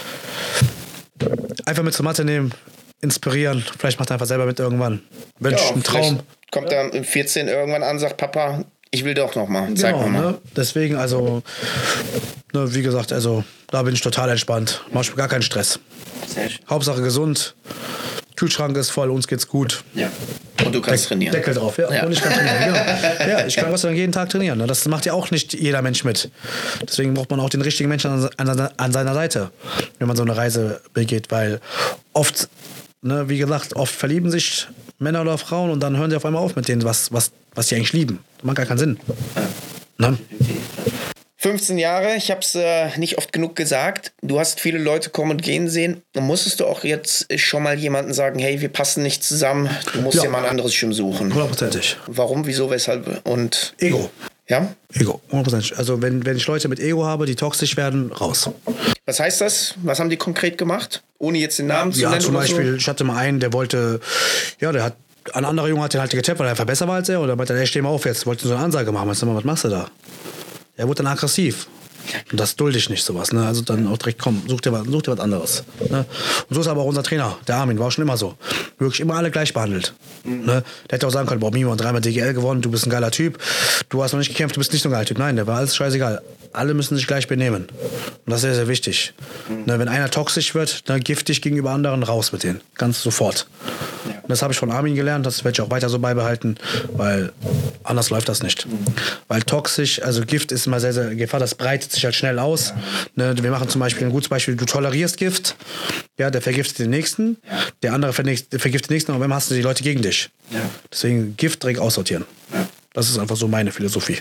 einfach mit zur Mathe nehmen, inspirieren. Vielleicht macht er einfach selber mit irgendwann. Wünscht Ja, einen Traum. Kommt er im vierzehn irgendwann an, sagt Papa, ich will doch noch mal. Zeig Genau, mal. ne? Deswegen, also, ne, wie gesagt, also da bin ich total entspannt. Mach ich mir gar keinen Stress. Sehr schön. Hauptsache gesund. Kühlschrank ist voll, uns geht's gut. Ja. Und du kannst Deck- trainieren. Deckel drauf, ja. Ja. Und ich kann trainieren, ja. Ja, ich kann Gott sei Dank jeden Tag trainieren. Ne? Das macht ja auch nicht jeder Mensch mit. Deswegen braucht man auch den richtigen Menschen an, an, an seiner Seite, wenn man so eine Reise begeht. Weil oft, ne, wie gesagt, oft verlieben sich Männer oder Frauen und dann hören sie auf einmal auf mit denen, was, was, was sie eigentlich lieben. Das macht gar keinen Sinn. Ne? fünfzehn Jahre, ich habe es äh, nicht oft genug gesagt. Du hast viele Leute kommen und gehen sehen. Dann musstest du auch jetzt schon mal jemanden sagen, hey, wir passen nicht zusammen, du musst Ja. dir mal ein anderes Gym suchen. Hundertprozentig. Warum, wieso, weshalb und... Ego. Ja? Ego, hundertprozentig. Also wenn, wenn ich Leute mit Ego habe, die toxisch werden, raus. Was heißt das? Was haben die konkret gemacht? Ohne jetzt den Namen zu Ja, nennen zum oder Beispiel, so? ich hatte mal einen, der wollte, ja, der hat, ein anderer Junge hat den halt getappt, weil er einfach besser war als er. Oder meinte, ey, steh mal auf jetzt, wollte so eine Ansage machen. Weißt du mal, was machst du da? Er wurde dann aggressiv. Und das dulde ich nicht, sowas. Ne? Also dann auch direkt, komm, such dir was, such dir was anderes. Ne? Und so ist aber auch unser Trainer, der Armin, war auch schon immer so. Wirklich immer alle gleich behandelt. Mhm. Ne? Der hätte auch sagen können, boah, Mimo, dreimal D G L gewonnen, du bist ein geiler Typ. Du hast noch nicht gekämpft, du bist nicht so ein geiler Typ. Nein, der war alles scheißegal. Alle müssen sich gleich benehmen. Und das ist sehr, sehr wichtig. Mhm. Ne? Wenn einer toxisch wird, ne, giftig gegenüber anderen, raus mit denen. Ganz sofort. Ja. Und das habe ich von Armin gelernt, das werde ich auch weiter so beibehalten, weil anders läuft das nicht. Mhm. Weil toxisch, also Gift ist immer sehr, sehr Gefahr, das breitet sich halt schnell aus. Ja. Ne, wir machen zum Beispiel ein gutes Beispiel, du tolerierst Gift, ja, der vergiftet den Nächsten, ja. Der andere vergiftet den Nächsten, aber wenn hast du die Leute gegen dich. Ja. Deswegen Gift direkt aussortieren. Ja. Das ist einfach so meine Philosophie.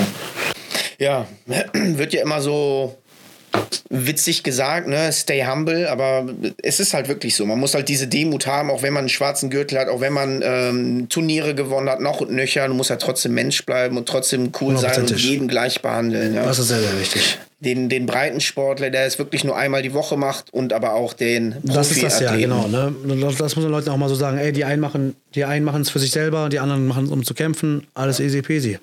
Ja, ja. Wird ja immer so witzig gesagt, ne, stay humble, aber es ist halt wirklich so. Man muss halt diese Demut haben, auch wenn man einen schwarzen Gürtel hat, auch wenn man ähm, Turniere gewonnen hat, noch und nöcher, du musst halt trotzdem Mensch bleiben und trotzdem cool sein und jeden gleich behandeln. Ja. Das ist sehr, sehr wichtig. Den, den Breitensportler, der es wirklich nur einmal die Woche macht und aber auch den Profi-Athleten. Das ist das ja, genau. Ne? Das, das muss man Leuten auch mal so sagen, ey, die einen machen die einen machen es für sich selber, die anderen machen es, um zu kämpfen. Alles easy peasy.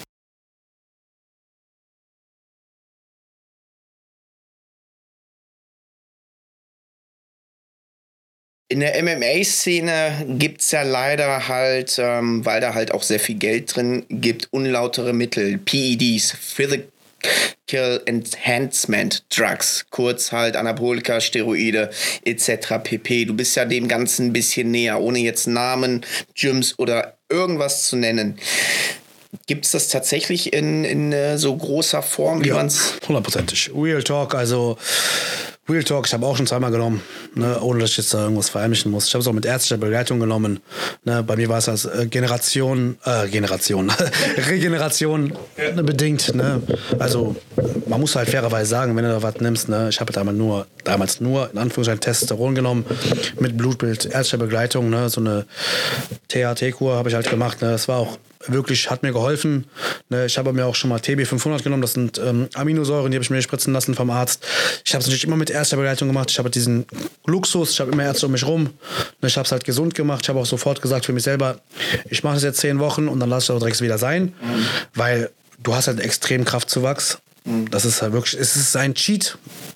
In der M M A-Szene gibt es ja leider halt, ähm, weil da halt auch sehr viel Geld drin gibt, unlautere Mittel, P E Ds, Physical Enhancement Drugs, kurz halt Anabolika, Steroide et cetera pp. Du bist ja dem Ganzen ein bisschen näher, ohne jetzt Namen, Gyms oder irgendwas zu nennen. Gibt es das tatsächlich in, in uh, so großer Form, wie ja, man es... hundertprozentig. Real Talk, also Real Talk, ich habe auch schon zweimal genommen, ne, ohne dass ich jetzt da irgendwas verheimlichen muss. Ich habe es auch mit ärztlicher Begleitung genommen. Ne, bei mir war es als äh, Generation, äh, Generation, Regeneration ne, bedingt. Ne. Also man muss halt fairerweise sagen, wenn du da was nimmst, ne, ich habe damals nur, damals nur in Anführungszeichen Testosteron genommen, mit Blutbild, ärztlicher Begleitung, ne, so eine T H T-Kur habe ich halt gemacht. Ne, das war auch wirklich, hat mir geholfen. Ne, ich habe mir auch schon mal T B fünfhundert genommen, das sind ähm, Aminosäuren, die habe ich mir spritzen lassen vom Arzt. Ich habe es natürlich immer mit erster Begleitung gemacht. Ich habe diesen Luxus, ich habe immer Ärzte um mich rum. Ne, ich habe es halt gesund gemacht. Ich habe auch sofort gesagt für mich selber, ich mache das jetzt zehn Wochen und dann lasse ich es auch direkt wieder sein, mhm. weil du hast halt extrem Kraftzuwachs. Mhm. Das ist halt wirklich, es ist ein Cheat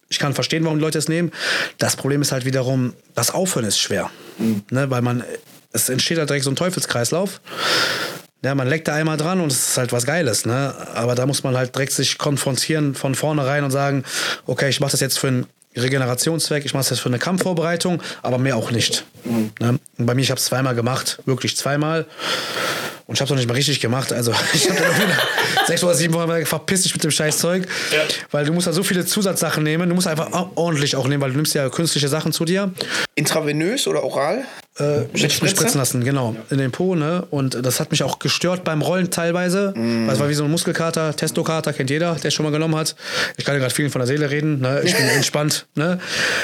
Ich kann verstehen, warum die Leute es nehmen. Das Problem ist halt wiederum, das Aufhören ist schwer. Mhm. Ne, weil man, es entsteht halt direkt so ein Teufelskreislauf. Ja, man leckt da einmal dran und es ist halt was Geiles. Ne? Aber da muss man halt direkt sich konfrontieren von vornherein und sagen, okay, ich mache das jetzt für einen Regenerationszweck, ich mache das jetzt für eine Kampfvorbereitung, aber mehr auch nicht. Mhm. Ne? Und bei mir, ich habe es zweimal gemacht, wirklich zweimal. Und ich habe es noch nicht mal richtig gemacht. Also ich habe sechs oder sieben Wochen gesagt, verpiss dich mit dem Scheißzeug. Ja. Weil du musst da so viele Zusatzsachen nehmen. Du musst einfach ordentlich auch nehmen, weil du nimmst ja künstliche Sachen zu dir. Intravenös oder oral? Äh, mit spritzen lassen, genau. Ja. In den Po, ne? Und das hat mich auch gestört beim Rollen teilweise. Mm. Weil es war wie so ein Muskelkater, Testokater, kennt jeder, der es schon mal genommen hat. Ich kann ja gerade vielen von der Seele reden, ne? Ich bin entspannt, ne?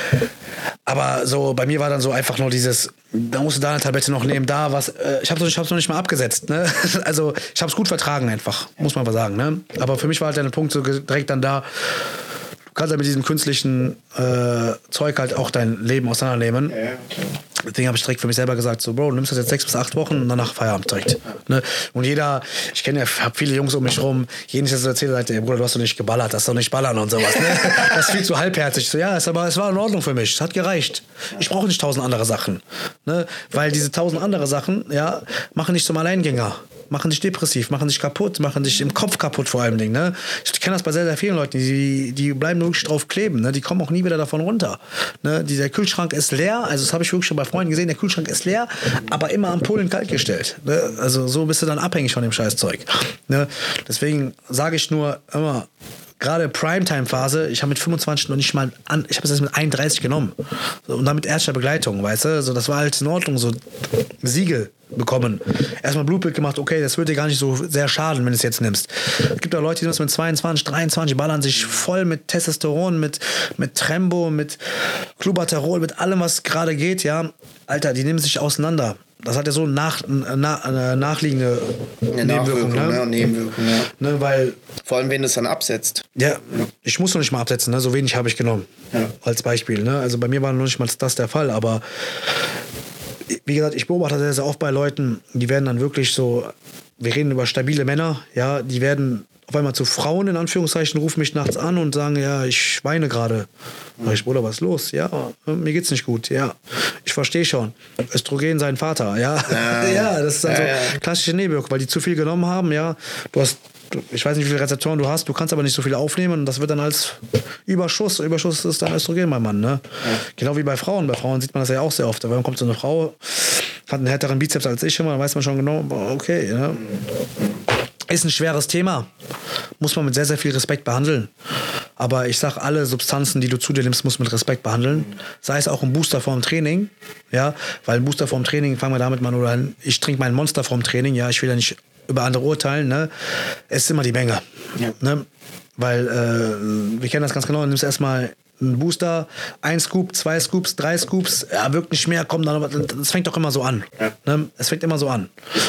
Aber so, bei mir war dann so einfach nur dieses, da musst du da eine Tablette noch nehmen, da was. Äh, ich habe es noch nicht mal abgesetzt, ne? Also ich habe es gut vertragen einfach, muss man aber sagen, ne? Aber für mich war halt der Punkt so direkt dann da, du kannst ja mit diesem künstlichen äh, Zeug halt auch dein Leben auseinandernehmen. Ja, okay. Deswegen habe ich direkt für mich selber gesagt, so Bro, du nimmst das jetzt sechs bis acht Wochen und danach Feierabend direkt. Ne? Und jeder, ich kenne ja, habe viele Jungs um mich rum, jeden, der so erzählt, sagt, ey Bruder, du hast doch nicht geballert, das ist doch nicht ballern und sowas. Ne? Das ist viel zu halbherzig. So, ja, es, aber, es war in Ordnung für mich, es hat gereicht. Ich brauche nicht tausend andere Sachen. Ne? Weil diese tausend andere Sachen, ja, machen dich zum Alleingänger. Machen dich depressiv, machen dich kaputt, machen dich im Kopf kaputt vor allem. Ne? Ich kenne das bei sehr, sehr vielen Leuten, die, die bleiben wirklich drauf kleben. Ne? Die kommen auch nie wieder davon runter. Ne? Der Kühlschrank ist leer, also das habe ich wirklich schon bei Freunden gesehen, der Kühlschrank ist leer, aber immer Ampullen kalt gestellt. Ne? Also so bist du dann abhängig von dem Scheißzeug. Ne? Deswegen sage ich nur immer, gerade Primetime-Phase, ich habe mit fünfundzwanzig noch nicht mal an, ich habe es erst mit einunddreißig genommen. So, und dann mit ärztlicher Begleitung, weißt du? So, das war halt in Ordnung, so Siegel bekommen. Erstmal Blutbild gemacht, okay, das würde dir gar nicht so sehr schaden, wenn du es jetzt nimmst. Es gibt auch Leute, die das mit zweiundzwanzig, dreiundzwanzig ballern sich voll mit Testosteron, mit, mit Trembo, mit Clobeterol, mit allem, was gerade geht, ja. Alter, die nehmen sich auseinander. Das hat ja so nach, na, nachliegende Eine Nebenwirkung. Ne? Ne? Nebenwirkung, ja. Ne, weil, vor allem, wenn du es dann absetzt. Ja, ich muss noch nicht mal absetzen, ne? So wenig habe ich genommen. Ja. Als Beispiel. Ne? Also bei mir war noch nicht mal das der Fall, aber wie gesagt, ich beobachte sehr, sehr oft bei Leuten, die werden dann wirklich so, wir reden über stabile Männer, ja, die werden auf einmal zu Frauen, in Anführungszeichen, rufen mich nachts an und sagen, ja, ich weine gerade. Sag ich, Bruder, was ist los? Ja, mir geht's nicht gut. Ja, ich verstehe schon. Östrogen sein Vater, ja. Ja, ja das ist also ja, ja. klassische Nebenwirkung, weil die zu viel genommen haben, ja. Du hast, ich weiß nicht, wie viele Rezeptoren du hast, du kannst aber nicht so viel aufnehmen und das wird dann als Überschuss. Überschuss ist dann Östrogen beim Mann, ne? Ja. Genau wie bei Frauen. Bei Frauen sieht man das ja auch sehr oft. Wenn kommt so eine Frau, hat einen härteren Bizeps als ich immer, dann weiß man schon genau, okay, ja. Ist ein schweres Thema. Muss man mit sehr, sehr viel Respekt behandeln. Aber ich sag, alle Substanzen, die du zu dir nimmst, musst du mit Respekt behandeln. Sei es auch ein Booster vorm Training. Ja, weil ein Booster vorm Training, fangen wir damit mal oder an. Ich trinke meinen Monster vorm Training. Ja, ich will ja nicht über andere urteilen. Ne? Es ist immer die Menge. Ja. Ne? Weil äh, wir kennen das ganz genau. Du nimmst erstmal ein Booster, ein Scoop, zwei Scoops, drei Scoops, ja, wirkt nicht mehr, kommt dann, das fängt doch immer so an. Ja. Ne? Es fängt immer so an.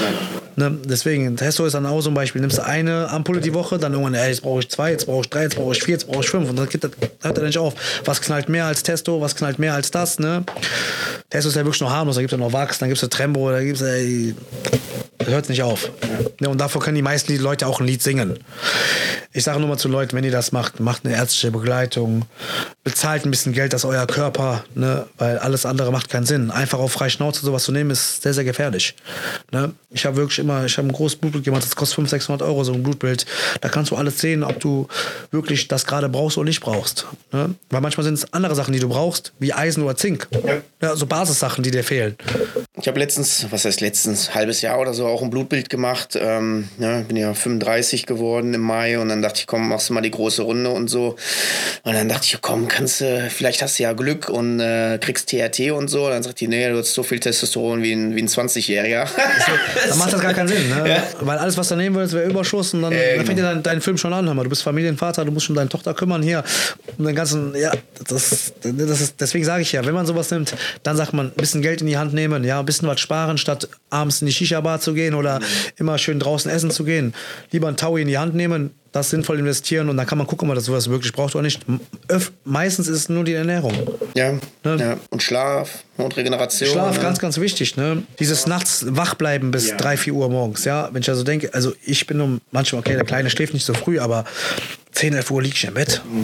Ne? Deswegen, Testo ist dann auch so ein Beispiel. Nimmst du eine Ampulle die Woche, dann irgendwann, ey, jetzt brauche ich zwei, jetzt brauche ich drei, jetzt brauche ich vier, jetzt brauche ich fünf. Und dann hört er nicht auf. Was knallt mehr als Testo, was knallt mehr als das, ne? Testo ist ja wirklich noch harmlos, da gibt es ja noch Wachs, dann gibt es Trembo, da gibt es, das hört nicht auf. Ja. Ne? Und davor können die meisten die Leute auch ein Lied singen. Ich sage nur mal zu Leuten, wenn ihr das macht, macht eine ärztliche Begleitung, bezahlt ein bisschen Geld, das ist euer Körper, ne? Weil alles andere macht keinen Sinn. Einfach auf freie Schnauze sowas zu nehmen, ist sehr, sehr gefährlich. Ne? Ich habe wirklich immer, ich habe ein großes Blutbild gemacht, das kostet fünfhundert, sechshundert Euro, so ein Blutbild. Da kannst du alles sehen, ob du wirklich das gerade brauchst oder nicht brauchst. Ne? Weil manchmal sind es andere Sachen, die du brauchst, wie Eisen oder Zink. Ja. Ja, so Basissachen, die dir fehlen. Ich habe letztens, was heißt letztens, halbes Jahr oder so, auch ein Blutbild gemacht. Ähm, ja, bin ja fünfunddreißig geworden im Mai und dann dachte ich, komm, machst du mal die große Runde und so. Und dann dachte ich, komm, kannst du, vielleicht hast du ja Glück und äh, kriegst T R T und so. Und dann sagt die, nee, du hast so viel Testosteron wie ein, wie ein zwanzigjähriger. Dann macht das gar keinen Sinn, ne? Ja. Weil alles, was du nehmen würdest, wäre Überschuss und dann, äh, dann fängt dir dein, dein Film schon an. Hör mal, du bist Familienvater, du musst um deine Tochter kümmern hier. Um den ganzen, ja, das, das ist, deswegen sage ich ja, wenn man sowas nimmt, dann sagt man, ein bisschen Geld in die Hand nehmen, ja, ein bisschen was sparen, statt abends in die Shisha-Bar zu gehen oder immer schön draußen essen zu gehen. Lieber ein Taui in die Hand nehmen, das sinnvoll investieren und dann kann man gucken, ob man das sowas wirklich braucht oder nicht. Öf, meistens ist es nur die Ernährung. Ja, ne? Ja. Und Schlaf und Regeneration. Schlaf, ne? ganz, ganz wichtig. Ne? Dieses nachts wach bleiben bis ja. drei, vier Uhr morgens. Ja? Wenn ich also denke, also ich bin um, manchmal, okay, der Kleine schläft nicht so früh, aber zehn, elf Uhr liege ich im Bett. Mhm.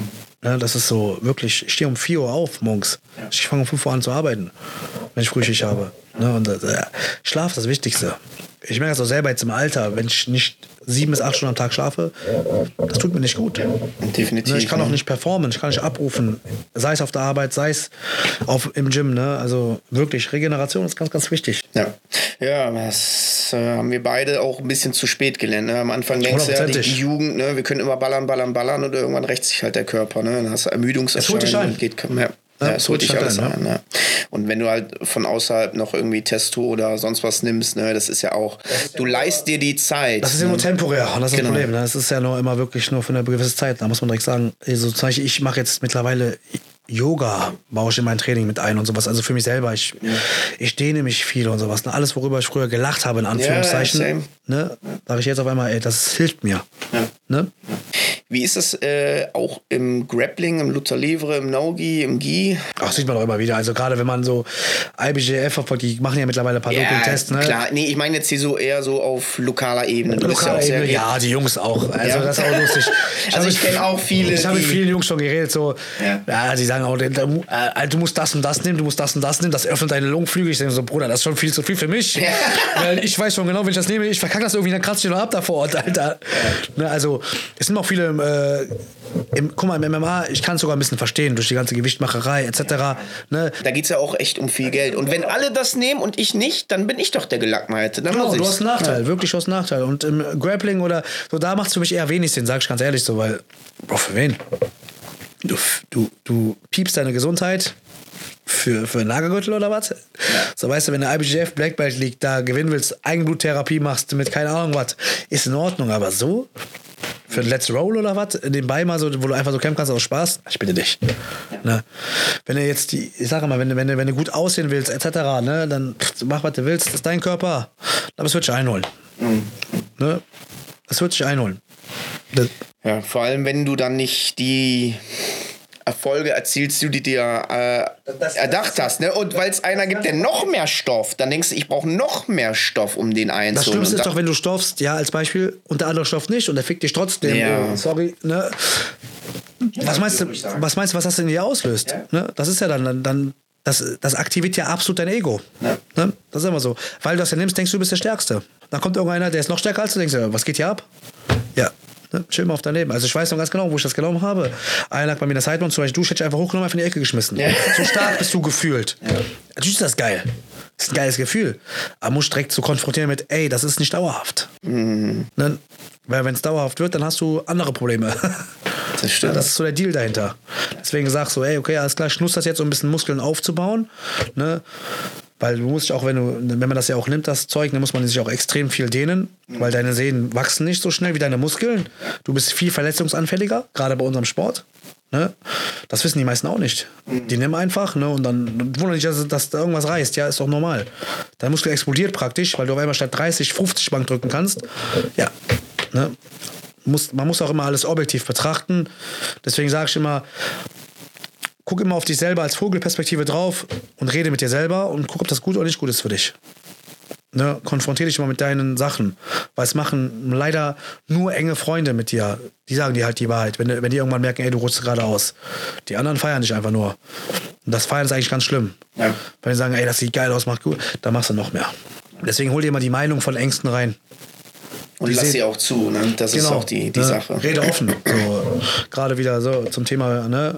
Ne, das ist so wirklich, ich stehe um vier Uhr auf morgens. Ja. Ich fange um fünf Uhr an zu arbeiten, wenn ich Frühschicht habe. Ne, und äh, Schlaf ist das Wichtigste. Ich merke das auch selber jetzt im Alter, wenn ich nicht sieben bis acht Stunden am Tag schlafe, das tut mir nicht gut. Definitiv. Ne, ich kann auch nicht performen, ich kann nicht abrufen, sei es auf der Arbeit, sei es auf, im Gym. Ne? Also wirklich, Regeneration ist ganz, ganz wichtig. Ja, ja das äh, haben wir beide auch ein bisschen zu spät gelernt. Ne? Am Anfang denkst du ja, die, die Jugend, ne? Wir können immer ballern, ballern, ballern und irgendwann rächt sich halt der Körper. Ne? Dann hast du Ermüdungserscheinungen. Geht, ja. Ja, ja, das holt dich alles an. Ja. Und wenn du halt von außerhalb noch irgendwie Testo oder sonst was nimmst, ne, das ist ja auch, du leihst dir die Zeit. Das ist ja ne? nur temporär, und das ist genau. das Problem. Ne? Das ist ja nur immer wirklich nur für eine gewisse Zeit. Da muss man direkt sagen, also zum Beispiel, ich mache jetzt mittlerweile Yoga, baue ich in mein Training mit ein und sowas. Also für mich selber, ich, ja. ich dehne mich viel und sowas. Ne? Alles, worüber ich früher gelacht habe, in Anführungszeichen, ja, ne? Sage ich jetzt auf einmal, ey, das hilft mir. Ja. Ne? Wie ist das äh, auch im Grappling, im Lucha Livre, im No-Gi, im Gi? Ach, sieht man doch immer wieder. Also gerade wenn man so I B J F verfolgt, die machen ja mittlerweile ein paar ja, Doping-Tests. Ne? Klar, nee, ich meine jetzt hier so eher so auf lokaler Ebene. Du lokaler bist ja, Ebene, ja, die Jungs auch. Also ja. das ist auch lustig. Ich also ich kenne auch viele. Ich habe mit vielen Jungs schon geredet, so, ja, ja die sagen auch, äh, du musst das und das nehmen, du musst das und das nehmen, das öffnet deine Lungenflügel. Ich denke so, Bruder, das ist schon viel zu viel für mich. Ja. Weil ich weiß schon genau, wenn ich das nehme, ich verkacke das irgendwie, dann kratze ich noch ab da vor Ort, Alter. Ja. Ne, also, es sind auch viele, äh, im, guck mal, im M M A, ich kann es sogar ein bisschen verstehen, durch die ganze Gewichtmacherei et cetera. Ne? Da geht es ja auch echt um viel Geld. Und wenn alle das nehmen und ich nicht, dann bin ich doch der Gelackmeite. Dann genau, muss du hast einen Nachteil, ja. wirklich hast einen Nachteil. Und im Grappling oder so, da macht es für mich eher wenig Sinn, sag ich ganz ehrlich so, weil, Bro, für wen? Du, du, du piepst deine Gesundheit für, für einen Lagergürtel oder was? Ja. So, weißt du, wenn der I B J F Black Belt liegt, da gewinnen willst, Eigenbluttherapie machst mit keine Ahnung was, ist in Ordnung, aber so? Für ein Let's Roll oder was? Nebenbei mal so, wo du einfach so kämpfen kannst aus Spaß? Ich bitte dich. Ja. Ne? Wenn du jetzt die, ich sage mal, wenn du, wenn du, wenn du gut aussehen willst, et cetera, ne, dann mach, was du willst, das ist dein Körper. Aber es wird dich einholen. Mhm. Ne? Es wird dich einholen. Das ja, vor allem, wenn du dann nicht die Erfolge erzielst, die du dir äh, erdacht hast. Ne? Und weil es einer gibt, der noch mehr Stoff, dann denkst du, ich brauche noch mehr Stoff, um den einzuholen. Das Schlimmste ist doch, wenn du stoffst, ja, als Beispiel, und der andere stofft nicht und der fickt dich trotzdem. Ja. Oh, sorry, ne? Was meinst du, was meinst du, was das in dir auslöst? Ja. Ne? Das ist ja dann, dann, dann das, das aktiviert ja absolut dein Ego. Ja. Ne? Das ist immer so. Weil du das ja nimmst, denkst du, du bist der Stärkste. Dann kommt irgendeiner, der ist noch stärker als du, denkst du, was geht hier ab? Ja. Ne? Chill mal auf daneben. Also ich weiß noch ganz genau, wo ich das genommen habe. Einer lag bei mir in der Seite und zum Beispiel, du hättest einfach hochgenommen, einfach in die Ecke geschmissen. Ja. So stark bist du gefühlt. Ja. Natürlich ist das geil. Das ist ein geiles Gefühl. Aber musst direkt zu konfrontieren mit, ey, das ist nicht dauerhaft. Mhm. Ne? Weil wenn es dauerhaft wird, dann hast du andere Probleme. Das stimmt. Ja, das ist so der Deal dahinter. Deswegen sagst du, ey, okay, alles klar, ich nutze das jetzt, um ein bisschen Muskeln aufzubauen. Ne? Weil du musst auch, wenn du, wenn man das ja auch nimmt, das Zeug, dann muss man sich auch extrem viel dehnen, mhm. weil deine Sehnen wachsen nicht so schnell wie deine Muskeln. Du bist viel verletzungsanfälliger, gerade bei unserem Sport. Ne? Das wissen die meisten auch nicht. Mhm. Die nehmen einfach, ne, und dann wundern sich, dass, dass da irgendwas reißt. Ja, ist doch normal. Dein Muskel explodiert praktisch, weil du auf einmal statt dreißig, fünfzig Bank drücken kannst. Ja, ne? Muss, man muss auch immer alles objektiv betrachten. Deswegen sage ich immer, guck immer auf dich selber als Vogelperspektive drauf und rede mit dir selber und guck, ob das gut oder nicht gut ist für dich. Ne? Konfrontier dich mal mit deinen Sachen. Weil es machen leider nur enge Freunde mit dir. Die sagen dir halt die Wahrheit. Wenn, wenn die irgendwann merken, ey, du rutschst gerade aus. Die anderen feiern dich einfach nur. Und das Feiern ist eigentlich ganz schlimm. Ja. Wenn die sagen, ey, das sieht geil aus, macht gut, dann machst du noch mehr. Deswegen hol dir mal die Meinung von Ängsten rein. Und die lass sie auch zu, ne? Das genau, ist auch die, die ne? Sache. Rede offen. So, gerade wieder so zum Thema, ne?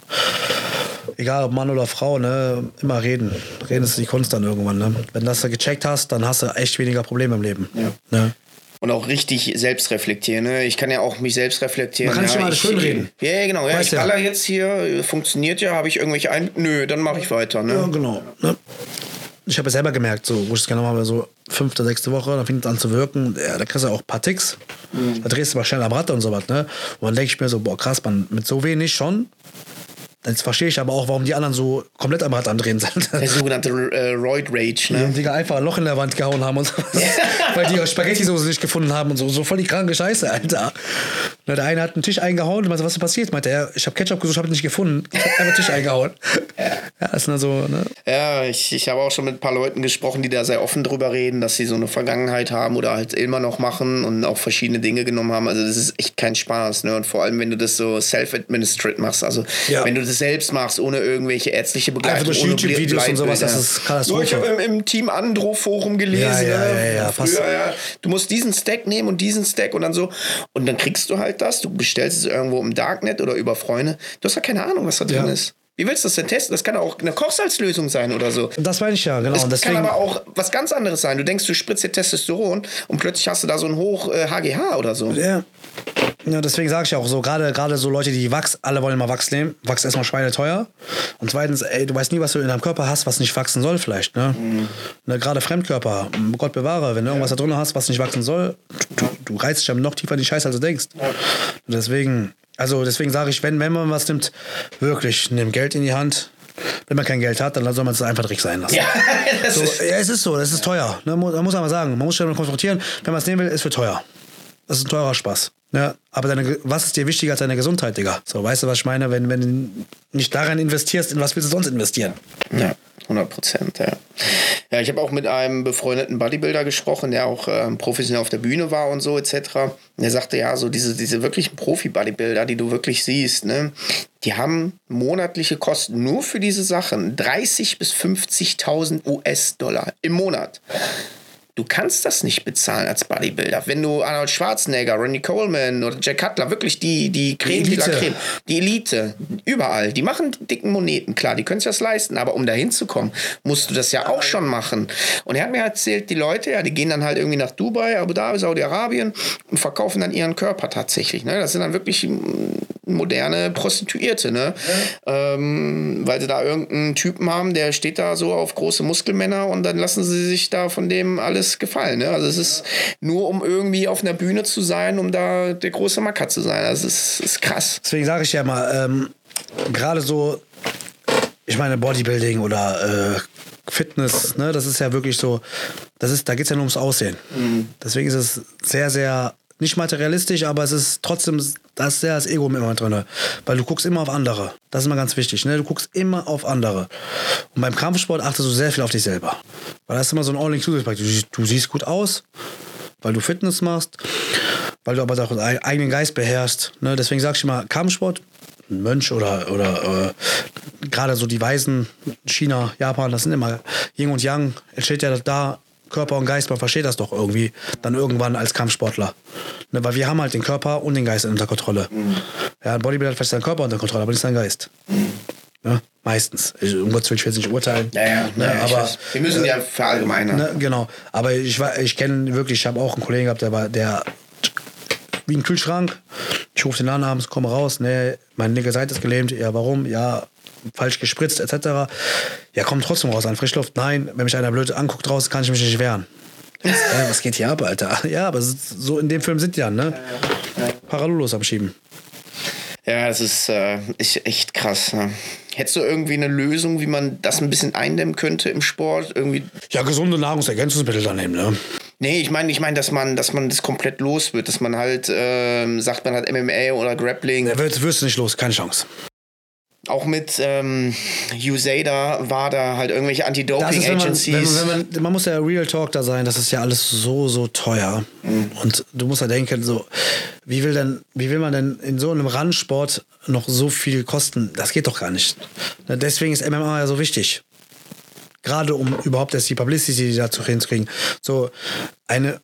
Egal ob Mann oder Frau, ne? Immer reden. Reden ist die Kunst dann irgendwann. Ne? Wenn du das gecheckt hast, dann hast du echt weniger Probleme im Leben. Ja. Ne? Und auch richtig selbst reflektieren. Ne? Ich kann ja auch mich selbst reflektieren. Man kann nicht ja, immer alles schön reden. Ja, ja, genau. Ja, ich ja. baller jetzt hier, funktioniert ja, habe ich irgendwelche ein... Nö, dann mache ich weiter. Ne? Ja, genau. Ne? Ich habe es selber gemerkt, so, wo ich es genommen habe, so fünfte, sechste Woche, dann fängt es an zu wirken. Ja, da kriegst du auch ein paar Ticks. Mhm. Da drehst du mal schnell am Rad und sowas. Ne? Und dann denke ich mir so, boah, krass, man, mit so wenig schon. Jetzt verstehe ich aber auch, warum die anderen so komplett am Rad am Drehen sind. Der sogenannte äh, Roid Rage, ne? Die, die einfach ein Loch in der Wand gehauen haben und so. Weil die Spaghetti-Soße nicht gefunden haben und so. So voll die kranke Scheiße, Alter. Na, der eine hat einen Tisch eingehauen und meinte, was ist passiert? Meinte er, ich habe Ketchup gesucht, habe ihn nicht gefunden. Ich habe einfach einen Tisch eingehauen. Ja, ist nur so, ne? Ja, ich, ich habe auch schon mit ein paar Leuten gesprochen, die da sehr offen drüber reden, dass sie so eine Vergangenheit haben oder halt immer noch machen und auch verschiedene Dinge genommen haben. Also das ist echt kein Spaß, ne? Und vor allem, wenn du das so self-administered machst, also ja. wenn du das selbst machst, ohne irgendwelche ärztliche Begleitung. Einfach durch YouTube-Videos und sowas, das ist Katastrophe. Ich habe im, im Team Andro-Forum gelesen, ja, ja, ne? ja, ja, Früher, ja, du musst diesen Stack nehmen und diesen Stack und dann so. Und dann kriegst du halt das, du bestellst es irgendwo im Darknet oder über Freunde. Du hast ja keine Ahnung, was da drin ja. ist. Wie willst du das denn testen? Das kann auch eine Kochsalzlösung sein oder so. Das meine ich ja, genau. Das und deswegen, kann aber auch was ganz anderes sein. Du denkst, du spritzt dir Testosteron und plötzlich hast du da so ein hoch äh, H G H oder so. Ja. Ja, deswegen sage ich auch so, gerade gerade so Leute, die Wachs, alle wollen mal Wachs nehmen. Wachs ist erstmal schweineteuer. Und zweitens, ey, du weißt nie, was du in deinem Körper hast, was nicht wachsen soll vielleicht. Ne? Mhm. Ne, gerade Fremdkörper, Gott bewahre, wenn du irgendwas ja. da drin hast, was nicht wachsen soll, du, du reißt dich dann noch tiefer in die Scheiße, als du denkst. Ja. Und deswegen, also deswegen sage ich, wenn, wenn man was nimmt, wirklich, nimm Geld in die Hand. Wenn man kein Geld hat, dann soll man es einfach direkt sein lassen. Ja, das so, ist ja, es ist so, das ist teuer. Ne? Da muss man mal sagen, man muss sich damit konfrontieren. Wenn man es nehmen will, ist für teuer. Das ist ein teurer Spaß. Ja, aber deine, was ist dir wichtiger als deine Gesundheit, Digga? So, weißt du, was ich meine? Wenn, wenn du nicht daran investierst, in was willst du sonst investieren? Ja, hundert Prozent, ja. Ja, ich habe auch mit einem befreundeten Bodybuilder gesprochen, der auch ähm, professionell auf der Bühne war und so et cetera. Und der sagte, ja, so diese, diese wirklichen Profi-Bodybuilder, die du wirklich siehst, ne, die haben monatliche Kosten nur für diese Sachen dreißig bis fünfzigtausend U S-Dollar im Monat. Du kannst das nicht bezahlen als Bodybuilder. Wenn du Arnold Schwarzenegger, Ronnie Coleman oder Jack Cutler, wirklich die, die Creme, die, Creme, die Elite, überall, die machen die dicken Moneten, klar, die können sich das leisten, aber um da hinzukommen, musst du das ja auch schon machen. Und er hat mir erzählt, die Leute, ja, die gehen dann halt irgendwie nach Dubai, Abu Dhabi, Saudi-Arabien und verkaufen dann ihren Körper tatsächlich. Ne? Das sind dann wirklich moderne Prostituierte, ne? Ja. Ähm, weil sie da irgendeinen Typen haben, der steht da so auf große Muskelmänner und dann lassen sie sich da von dem alles gefallen. Ne? Also es ist nur, um irgendwie auf einer Bühne zu sein, um da der große Macker zu sein. Also es ist, ist krass. Deswegen sage ich ja mal, ähm, gerade so, ich meine Bodybuilding oder äh, Fitness, ne, das ist ja wirklich so, das ist, da geht es ja nur ums Aussehen. Mhm. Deswegen ist es sehr, sehr nicht materialistisch, aber es ist trotzdem, da ist sehr das Ego immer drin. Weil du guckst immer auf andere. Das ist immer ganz wichtig. Ne? Du guckst immer auf andere. Und beim Kampfsport achtest du sehr viel auf dich selber. Weil das ist immer so ein All-Inclusive-Paket. Du, du siehst gut aus, weil du Fitness machst, weil du aber auch deinen eigenen Geist beherrschst. Ne? Deswegen sag ich immer, Kampfsport, ein Mönch oder, oder äh, gerade so die Weisen, China, Japan, das sind immer Yin und Yang. Es steht ja da, Körper und Geist, man versteht das doch irgendwie dann irgendwann als Kampfsportler. Ne, weil wir haben halt den Körper und den Geist unter Kontrolle. Mhm. Ja, ein Bodybuilder hat vielleicht seinen Körper unter Kontrolle, aber nicht seinen Geist. Mhm. Ja, meistens. Ich, um Gottes Willen, ich will jetzt nicht urteilen. Ja, ja, ne, ja, aber, wir müssen ja verallgemeinern. Ne, genau. Aber ich, ich kenne wirklich, ich habe auch einen Kollegen gehabt, der war der wie ein Kühlschrank. Ich rufe den an abends, komme raus, ne, meine linke Seite ist gelähmt. Ja, warum? Ja, falsch gespritzt, et cetera. Ja, kommt trotzdem raus an Frischluft. Nein, wenn mich einer blöd anguckt draußen, kann ich mich nicht wehren. Ja, was geht hier ab, Alter? Ja, aber so in dem Film sind die dann, ne? Ja, ja. Parallelos am Schieben. Ja, das ist, äh, ist echt krass. Ne? Hättest du irgendwie eine Lösung, wie man das ein bisschen eindämmen könnte im Sport? Irgendwie? Ja, gesunde Nahrungsergänzungsmittel dann nehmen, ne? Nee, ich meine, ich meine, dass man, dass man das komplett los wird, dass man halt ähm, sagt, man hat M M A oder Grappling. Ja, wirst, wirst du nicht los, keine Chance. Auch mit ähm, U S A D A war da halt irgendwelche Anti-Doping-Agencies. Wenn man, wenn man, man, man muss ja Real Talk da sein, das ist ja alles so, so teuer. Mhm. Und du musst ja denken, so, wie will denn, wie will man denn in so einem Randsport noch so viel kosten? Das geht doch gar nicht. Deswegen ist M M A ja so wichtig. Gerade um überhaupt erst die Publicity dazu hinzukriegen. So, eine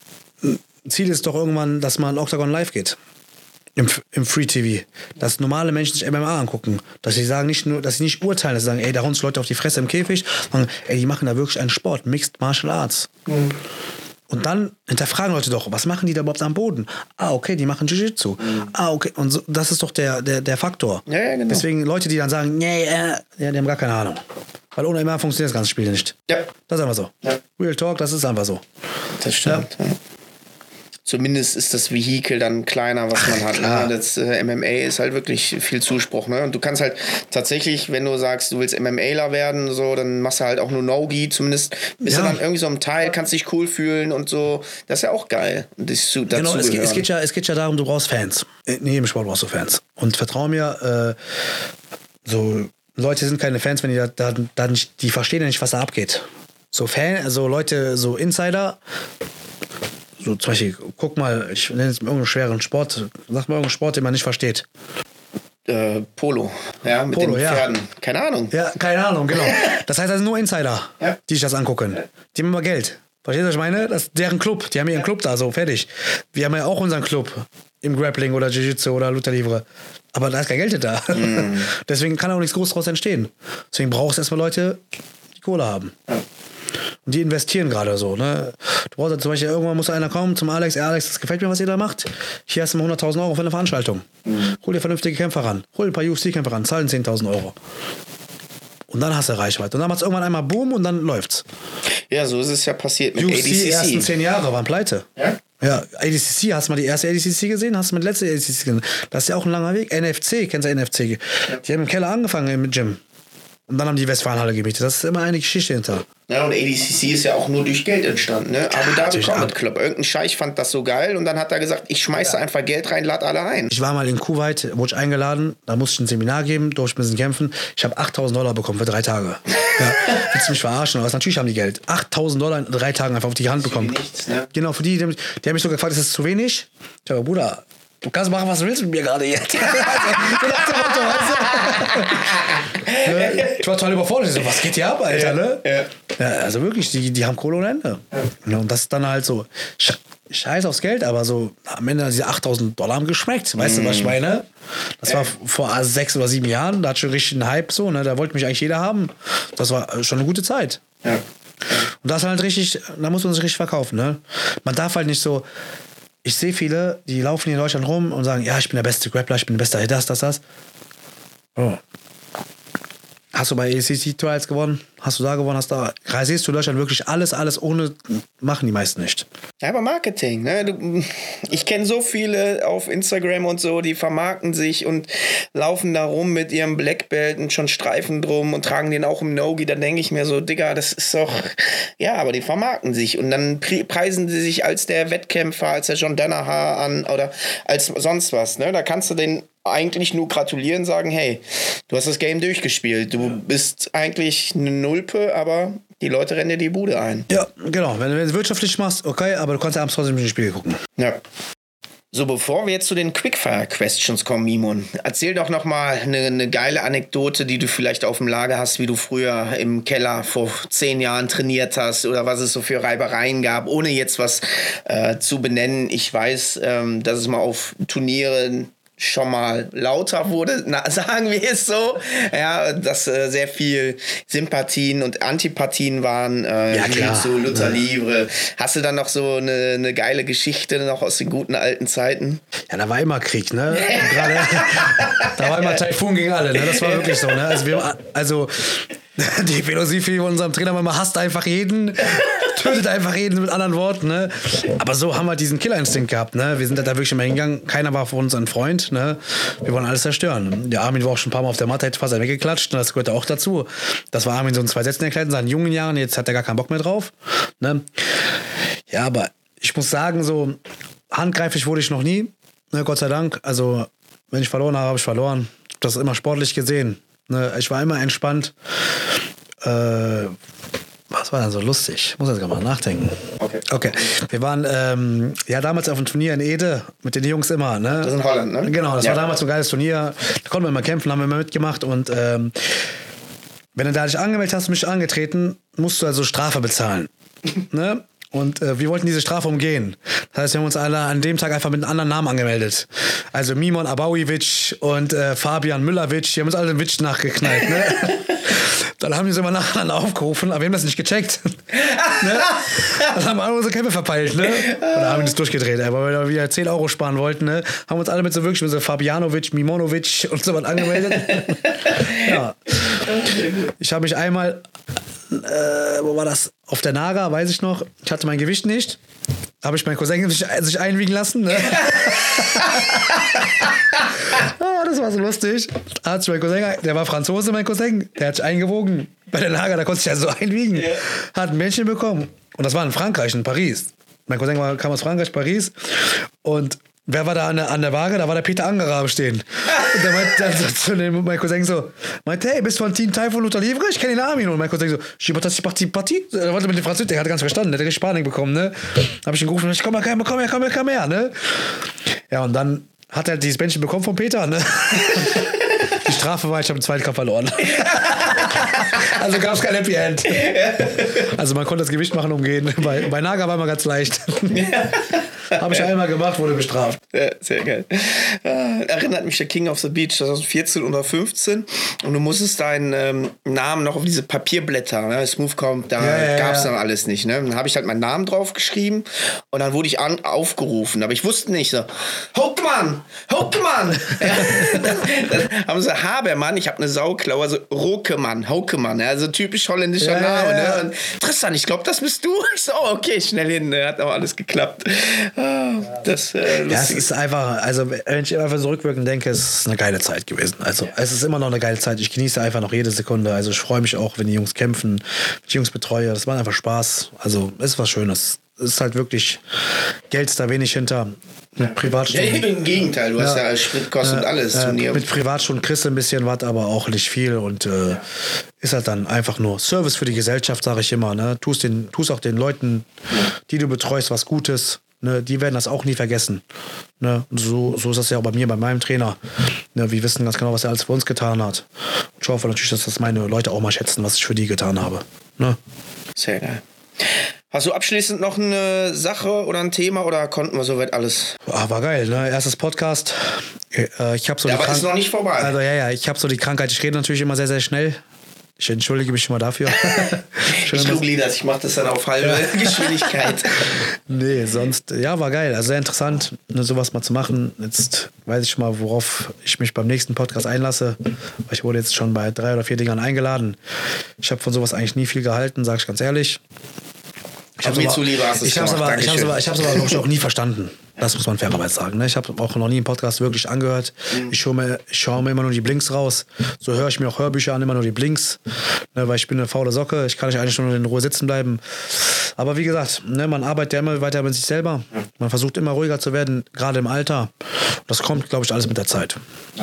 Ziel ist doch irgendwann, dass man Octagon live geht. Im, im Free-T V. Dass normale Menschen sich M M A angucken. Dass sie sagen, nicht nur, dass sie nicht urteilen, dass sie sagen, ey, da hauen sich Leute auf die Fresse im Käfig, sondern, ey, die machen da wirklich einen Sport, Mixed Martial Arts. Mhm. Und dann hinterfragen Leute doch, was machen die da überhaupt am Boden? Ah, okay, die machen Jiu-Jitsu. Mhm. Ah, okay. Und so, das ist doch der, der, der Faktor. Ja, ja, genau. Deswegen Leute, die dann sagen, nee, äh, ja, die haben gar keine Ahnung. Weil ohne M M A funktioniert das ganze Spiel nicht. Ja. Das ist einfach so. Ja. Real Talk, das ist einfach so. Das stimmt. Ja. zumindest ist das Vehikel dann kleiner, was man hat. Ne? Das äh, M M A ist halt wirklich viel Zuspruch. Ne? Und du kannst halt tatsächlich, wenn du sagst, du willst MMAler werden, so, dann machst du halt auch nur No-Gi, zumindest bist ja. du dann irgendwie so im Teil, kannst dich cool fühlen und so. Das ist ja auch geil. Das zu, genau, es geht, es, geht ja, es geht ja darum, du brauchst Fans. In jedem Sport brauchst du Fans. Und vertrau mir, äh, so Leute sind keine Fans, wenn die da, da, da nicht, die verstehen ja nicht, was da abgeht. So Fan, also Leute, so Insider, so zum Beispiel, guck mal, ich nenne jetzt mal irgendeinen schweren Sport, sag mal irgendeinen Sport, den man nicht versteht. Äh, Polo, ja, mit Polo, den Pferden. Ja. Keine Ahnung. Ja, keine Ahnung, genau. Das heißt, das sind nur Insider, ja. die sich das angucken. Die haben immer Geld. Verstehst du, was ich meine? Das ist deren Club. Die haben ihren Club da, so, fertig. Wir haben ja auch unseren Club im Grappling oder Jiu-Jitsu oder Lucha Livre. Aber da ist kein Geld da. Mm. Deswegen kann auch nichts Großes daraus entstehen. Deswegen brauchst du erstmal Leute, die Kohle haben. Ja. Und die investieren gerade so. Ne? Du brauchst ja zum Beispiel, irgendwann muss einer kommen zum Alex, ja, Alex, das gefällt mir, was ihr da macht. Hier hast du mal hunderttausend Euro für eine Veranstaltung. Mhm. Hol dir vernünftige Kämpfer ran. Hol ein paar U F C-Kämpfer ran, zahlen zehntausend Euro. Und dann hast du Reichweite. Und dann macht es irgendwann einmal Boom und dann läuft's. Ja, so ist es ja passiert mit U A F C. D C C. Die ersten zehn Jahre waren pleite. Ja? Ja, A D C C, hast du mal die erste A D C C gesehen? Hast du mal die letzte A D C C gesehen? Das ist ja auch ein langer Weg. N F C, kennst du N F C? Ja. Die haben im Keller angefangen im Gym. Und dann haben die Westfalenhalle gemietet. Das ist immer eine Geschichte hinter. Ja, und A D C C ist ja auch nur durch Geld entstanden, ne? Abu Dhabi Combat Club. Irgendein Scheich fand das so geil und dann hat er gesagt, ich schmeiße ja. einfach Geld rein, lad alle ein. Ich war mal in Kuwait, wurde ich eingeladen, da musste ich ein Seminar geben, durfte ein bisschen kämpfen. Ich habe achttausend Dollar bekommen für drei Tage. Ja, willst du mich verarschen? Aber natürlich haben die Geld. achttausend Dollar in drei Tagen einfach auf die Hand bekommen. Für nichts, ne? Genau, für die, die, die haben mich so gefragt, ist das zu wenig? Ich habe, Bruder, du kannst machen, was du willst mit mir gerade jetzt. So nach dem Motto, weißt du? Ich war total überfordert. Ich so, was geht hier ab, Alter? Ne? Ja. Ja, also wirklich, die, die haben Kohle ohne Ende. Ja. Und das ist dann halt so, scheiß aufs Geld, aber so am Ende diese achttausend Dollar haben geschmeckt. Weißt mm. du, was ich meine? Das war vor sechs oder sieben Jahren, da hat schon richtig einen Hype so, ne? Da wollte mich eigentlich jeder haben. Das war schon eine gute Zeit. Ja. Und das halt richtig, da muss man sich richtig verkaufen. Ne? Man darf halt nicht so. Ich sehe viele, die laufen hier in Deutschland rum und sagen, ja, ich bin der beste Grappler, ich bin der beste, das, das, das. Oh. Hast du bei A D C C-Trials gewonnen? Hast du da gewonnen? Hast du da? Siehst du in Deutschland wirklich alles, alles ohne, machen die meisten nicht. Ja, aber Marketing, ne? Du, ich kenne so viele auf Instagram und so, die vermarkten sich und laufen da rum mit ihrem Black Belt und schon Streifen drum und tragen den auch im No-Gi. Da denke ich mir so, Digga, das ist doch, ja, aber die vermarkten sich und dann preisen sie sich als der Wettkämpfer, als der John Danaher an oder als sonst was, ne? Da kannst du den eigentlich nur gratulieren, sagen, hey, du hast das Game durchgespielt, du bist eigentlich eine Nulpe, aber die Leute rennen dir die Bude ein. Ja, genau, wenn du es wirtschaftlich machst, okay, aber du kannst ja abends trotzdem nicht ins Spiel gucken. Ja. So, bevor wir jetzt zu den Quickfire-Questions kommen, Mimon, erzähl doch noch mal eine, eine geile Anekdote, die du vielleicht auf dem Lager hast, wie du früher im Keller vor zehn Jahren trainiert hast oder was es so für Reibereien gab, ohne jetzt was äh, zu benennen. Ich weiß, ähm, dass es mal auf Turnieren schon mal lauter wurde, na, sagen wir es so, ja, dass äh, sehr viel Sympathien und Antipathien waren, äh, ja, klar. Zu Lucha Livre. Hast du dann noch so eine, eine geile Geschichte noch aus den guten alten Zeiten? Ja, da war immer Krieg, ne? Gerade, da war immer Taifun gegen alle, ne? Das war wirklich so, ne? Also, wir, also die Philosophie von unserem Trainer, man hasst einfach jeden, tötet einfach jeden mit anderen Worten, ne? Aber so haben wir diesen Killerinstinkt gehabt, ne? Wir sind da wirklich immer hingegangen, keiner war für uns ein Freund, ne? Wir wollen alles zerstören. Der Armin war auch schon ein paar Mal auf der Matte, hätte fast weggeklatscht, und das gehörte auch dazu. Das war Armin so in zwei Sätzen erklärt in seinen jungen Jahren, jetzt hat er gar keinen Bock mehr drauf, ne? Ja, aber ich muss sagen, so handgreiflich wurde ich noch nie, ne? Gott sei Dank. Also, wenn ich verloren habe, habe ich verloren. Ich habe das immer sportlich gesehen. Ne, ich war immer entspannt. Äh, was war denn so lustig? Ich muss jetzt gerade mal nachdenken. Okay. Okay. Wir waren ähm, ja damals auf einem Turnier in Ede mit den Jungs immer. Ne? Das ist in Holland, ne? Genau, das ja. war damals so ein geiles Turnier. Da konnten wir immer kämpfen, haben wir immer mitgemacht. Und ähm, wenn du da dich angemeldet hast und mich angetreten, musst du also Strafe bezahlen. Ne? Und äh, wir wollten diese Strafe umgehen. Das heißt, wir haben uns alle an dem Tag einfach mit einem anderen Namen angemeldet. Also Mimon Abaovic und äh, Fabian Müllerwitsch, die haben uns alle den Witsch nachgeknallt. Ne? Dann haben die uns immer nacheinander aufgerufen, aber wir haben das nicht gecheckt. Ne? Dann haben alle unsere Kämpfe verpeilt. Ne? Und dann haben wir das durchgedreht, ey, weil wir wieder zehn Euro sparen wollten. Ne? Haben uns alle mit so wirklich mit so Fabianovic, Mimonovic und so was angemeldet. Ja. Ich habe mich einmal... Äh, wo war das? Auf der Naga, weiß ich noch. Ich hatte mein Gewicht nicht. habe ich meinen Cousin sich, sich einwiegen lassen. Ne? Oh, das war so lustig. Da hat sich mein Cousin, der war Franzose, mein Cousin, der hat sich eingewogen. Bei der Lager, da konnte sich ja so einwiegen. Yeah. Hat ein Männchen bekommen. Und das war in Frankreich, in Paris. Mein Cousin war, kam aus Frankreich, Paris. Und wer war da an der, an der Waage? Da war der Peter Angerer am Stehen. Und der meinte dann so zu dem, mein Cousin so, meinte, hey, bist du von Team Taifun Luta Livre? Ich kenne den Armin. Und mein Cousin so, Chibatati Parti Parti? Er wollte mit dem Französisch, der hat ganz verstanden, der hat richtig Panik bekommen, ne? Da hab ich ihn gerufen, ich komm mal, komm her, komm her, komm her, komm her, ne? Ja, und dann hat er halt dieses Bändchen bekommen von Peter, ne? Die Strafe war, ich habe den zweiten Kampf verloren. Also gab es kein Happy End. Also man konnte das Gewicht machen, umgehen. Bei, bei Naga war immer ganz leicht. Habe ich einmal gemacht, wurde bestraft. Ja, sehr geil. Äh, erinnert mich der King of the Beach zwanzig vierzehn oder fünfzehn und du musstest deinen ähm, Namen noch auf diese Papierblätter, ne? Smooth kommt, da ja, ja, gab es ja. dann alles nicht. Ne? Dann habe ich halt meinen Namen drauf geschrieben und dann wurde ich an, aufgerufen. Aber ich wusste nicht so, Hauptmann, Hauptmann. Dann haben sie Habermann, ich habe eine Sauklaue, also Rokemann, Haukemann, ja? Also typisch holländischer ja, Name. Ja, ja. Ne? Und Tristan, ich glaube, das bist du. Ich so, oh, okay, schnell hin, ne? Hat aber alles geklappt. Das, äh, ja, es ist einfach, also wenn ich einfach so rückwirkend denke, es ist eine geile Zeit gewesen. Also es ist immer noch eine geile Zeit. Ich genieße einfach noch jede Sekunde. Also ich freue mich auch, wenn die Jungs kämpfen, wenn ich die Jungs betreue. Das macht einfach Spaß. Also es ist was Schönes. Es ist halt wirklich, Geld ist da wenig hinter. Mit Privatstunden. Ja, im Gegenteil, du ja. hast ja Spritkosten ja, und alles. Äh, mit Privatstunden kriegst du ein bisschen was, aber auch nicht viel. Und äh, ja. ist halt dann einfach nur Service für die Gesellschaft, sage ich immer. Ne? Tust, den, tust auch den Leuten, die du betreust, was Gutes. Ne? Die werden das auch nie vergessen. Ne? So, so ist das ja auch bei mir, bei meinem Trainer. Ne? Wir wissen ganz genau, was er alles für uns getan hat. Und ich hoffe natürlich, dass das meine Leute auch mal schätzen, was ich für die getan habe. Ne? Sehr geil. Hast du abschließend noch eine Sache oder ein Thema oder konnten wir soweit alles? Ah, war geil, ne? Erstes Podcast. Ich habe so ja, die aber Krank- ist noch nicht vorbei. Also ja, ja, ich habe so die Krankheit. Ich rede natürlich immer sehr, sehr schnell. Ich entschuldige mich schon mal dafür. ich google das, ich mache das dann auf halbe ja. Geschwindigkeit. Nee, sonst, ja, war geil. Also sehr interessant, ne, sowas mal zu machen. Jetzt weiß ich schon mal, worauf ich mich beim nächsten Podcast einlasse. Weil ich wurde jetzt schon bei drei oder vier Dingern eingeladen. Ich habe von sowas eigentlich nie viel gehalten, sage ich ganz ehrlich. Ich habe mir zuliebe hast es ich hab's aber, ich habe es aber, ich hab's aber glaub ich, auch nie verstanden. Das muss man fairerweise sagen. Ne? Ich habe auch noch nie einen Podcast wirklich angehört. Mhm. Ich schaue mir, ich schaue mir immer nur die Blinks raus. So höre ich mir auch Hörbücher an, immer nur die Blinks. Ne? Weil ich bin eine faule Socke. Ich kann nicht eigentlich nur in Ruhe sitzen bleiben. Aber wie gesagt, ne, man arbeitet ja immer weiter mit sich selber. Man versucht immer ruhiger zu werden, gerade im Alter. Das kommt, glaube ich, alles mit der Zeit.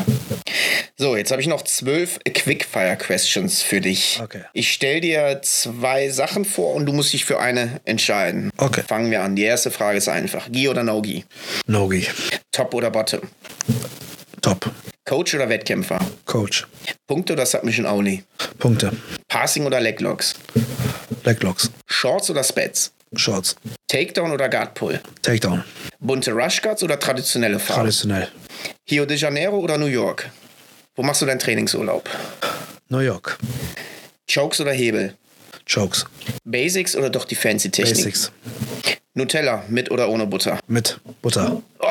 So, jetzt habe ich noch zwölf Quickfire-Questions für dich. Okay. Ich stelle dir zwei Sachen vor und du musst dich für eine entscheiden. Okay. Fangen wir an. Die erste Frage ist einfach. Gi oder No-Gi? No-Gi. Top oder Bottom? Top. Coach oder Wettkämpfer? Coach. Punkte oder Submission Only? Punkte. Passing oder Leglocks? Leglocks. Shorts oder Spats? Shorts. Takedown oder Guard Pull? Takedown. Bunte Rush Guards oder traditionelle Farben? Traditionell. Rio de Janeiro oder New York? Wo machst du deinen Trainingsurlaub? New York. Chokes oder Hebel? Chokes. Basics oder doch die fancy Technik? Basics. Nutella, mit oder ohne Butter? Mit Butter. Oh!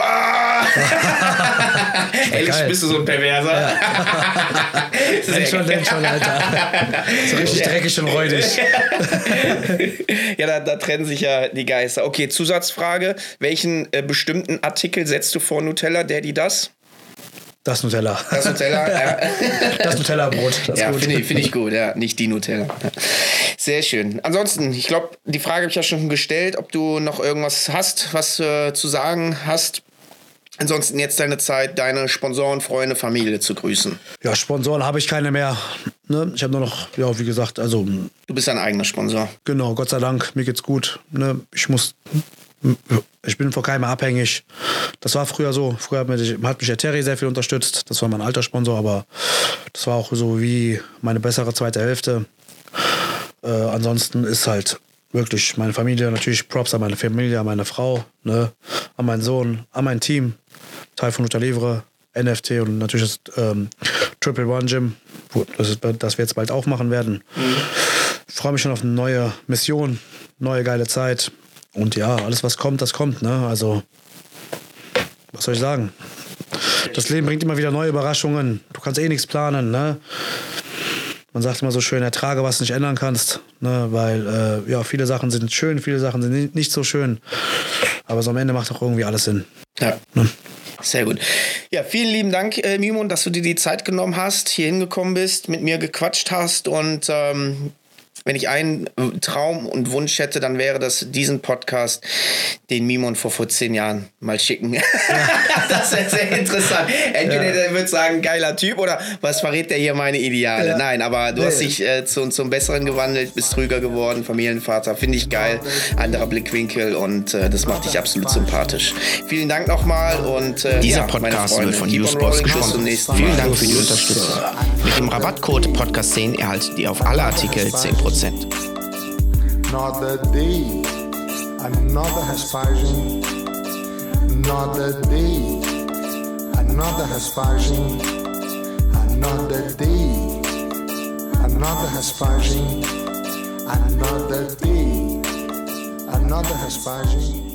Ehrlich, bist du so ein Perverser? Ja. Denk schon, denk schon, Alter. So richtig dreckig und räudig. Ja, da, da trennen sich ja die Geister. Okay, Zusatzfrage. Welchen äh, bestimmten Artikel setzt du vor Nutella, Daddy, das? Das Nutella. Das Nutella, ja. Das Nutella-Brot. Das ja, finde ich, find ich gut, ja. Nicht die Nutella. Sehr schön. Ansonsten, ich glaube, die Frage habe ich ja schon gestellt, ob du noch irgendwas hast, was äh, zu sagen hast. Ansonsten jetzt deine Zeit, deine Sponsoren, Freunde, Familie zu grüßen. Ja, Sponsoren habe ich keine mehr. Ne? Ich habe nur noch, ja, wie gesagt, also... Du bist dein eigener Sponsor. Genau, Gott sei Dank, mir geht's gut. Ne? Ich muss... Ich bin von keinem abhängig. Das war früher so. Früher hat mich, hat mich der Terry sehr viel unterstützt. Das war mein alter Sponsor, aber das war auch so wie meine bessere zweite Hälfte. Äh, ansonsten ist halt wirklich meine Familie, natürlich Props an meine Familie, an meine Frau, ne? An meinen Sohn, an mein Team. Taifun Luta Livre, N F T und natürlich das ähm, Triple One Gym, wo, das, ist, das wir jetzt bald aufmachen werden. Mhm. Ich freue mich schon auf eine neue Mission, neue geile Zeit. Und ja, alles was kommt, das kommt, ne? Also, was soll ich sagen? Das Leben bringt immer wieder neue Überraschungen. Du kannst eh nichts planen, ne? Man sagt immer so schön, ertrage, was du nicht ändern kannst, ne? Weil, äh, ja, viele Sachen sind schön, viele Sachen sind nicht so schön. Aber so am Ende macht auch irgendwie alles Sinn. Ja. Ne? Sehr gut. Ja, vielen lieben Dank, äh, Mimon, dass du dir die Zeit genommen hast, hier hingekommen bist, mit mir gequatscht hast und ähm, wenn ich einen Traum und Wunsch hätte, dann wäre das, diesen Podcast den Mimon vor vor zehn Jahren mal schicken. Ja. Das wäre sehr interessant. Entweder ja. der wird sagen, geiler Typ, oder was verrät der hier meine Ideale? Ja. Nein, aber du nee. hast dich äh, zu, zum Besseren gewandelt, bist ruhiger geworden, Familienvater, finde ich geil. Anderer Blickwinkel und äh, das macht dich absolut sympathisch. Vielen Dank nochmal und äh, dieser ja, Podcast wird von Usports gesponsert. Vielen Dank für die Unterstützung. Mit dem Rabattcode Podcast zehn erhaltet ihr auf alle Artikel zehn Prozent. Another day, another aspersion. Another day, another aspersion. Another day, another aspersion. Another day, another aspersion.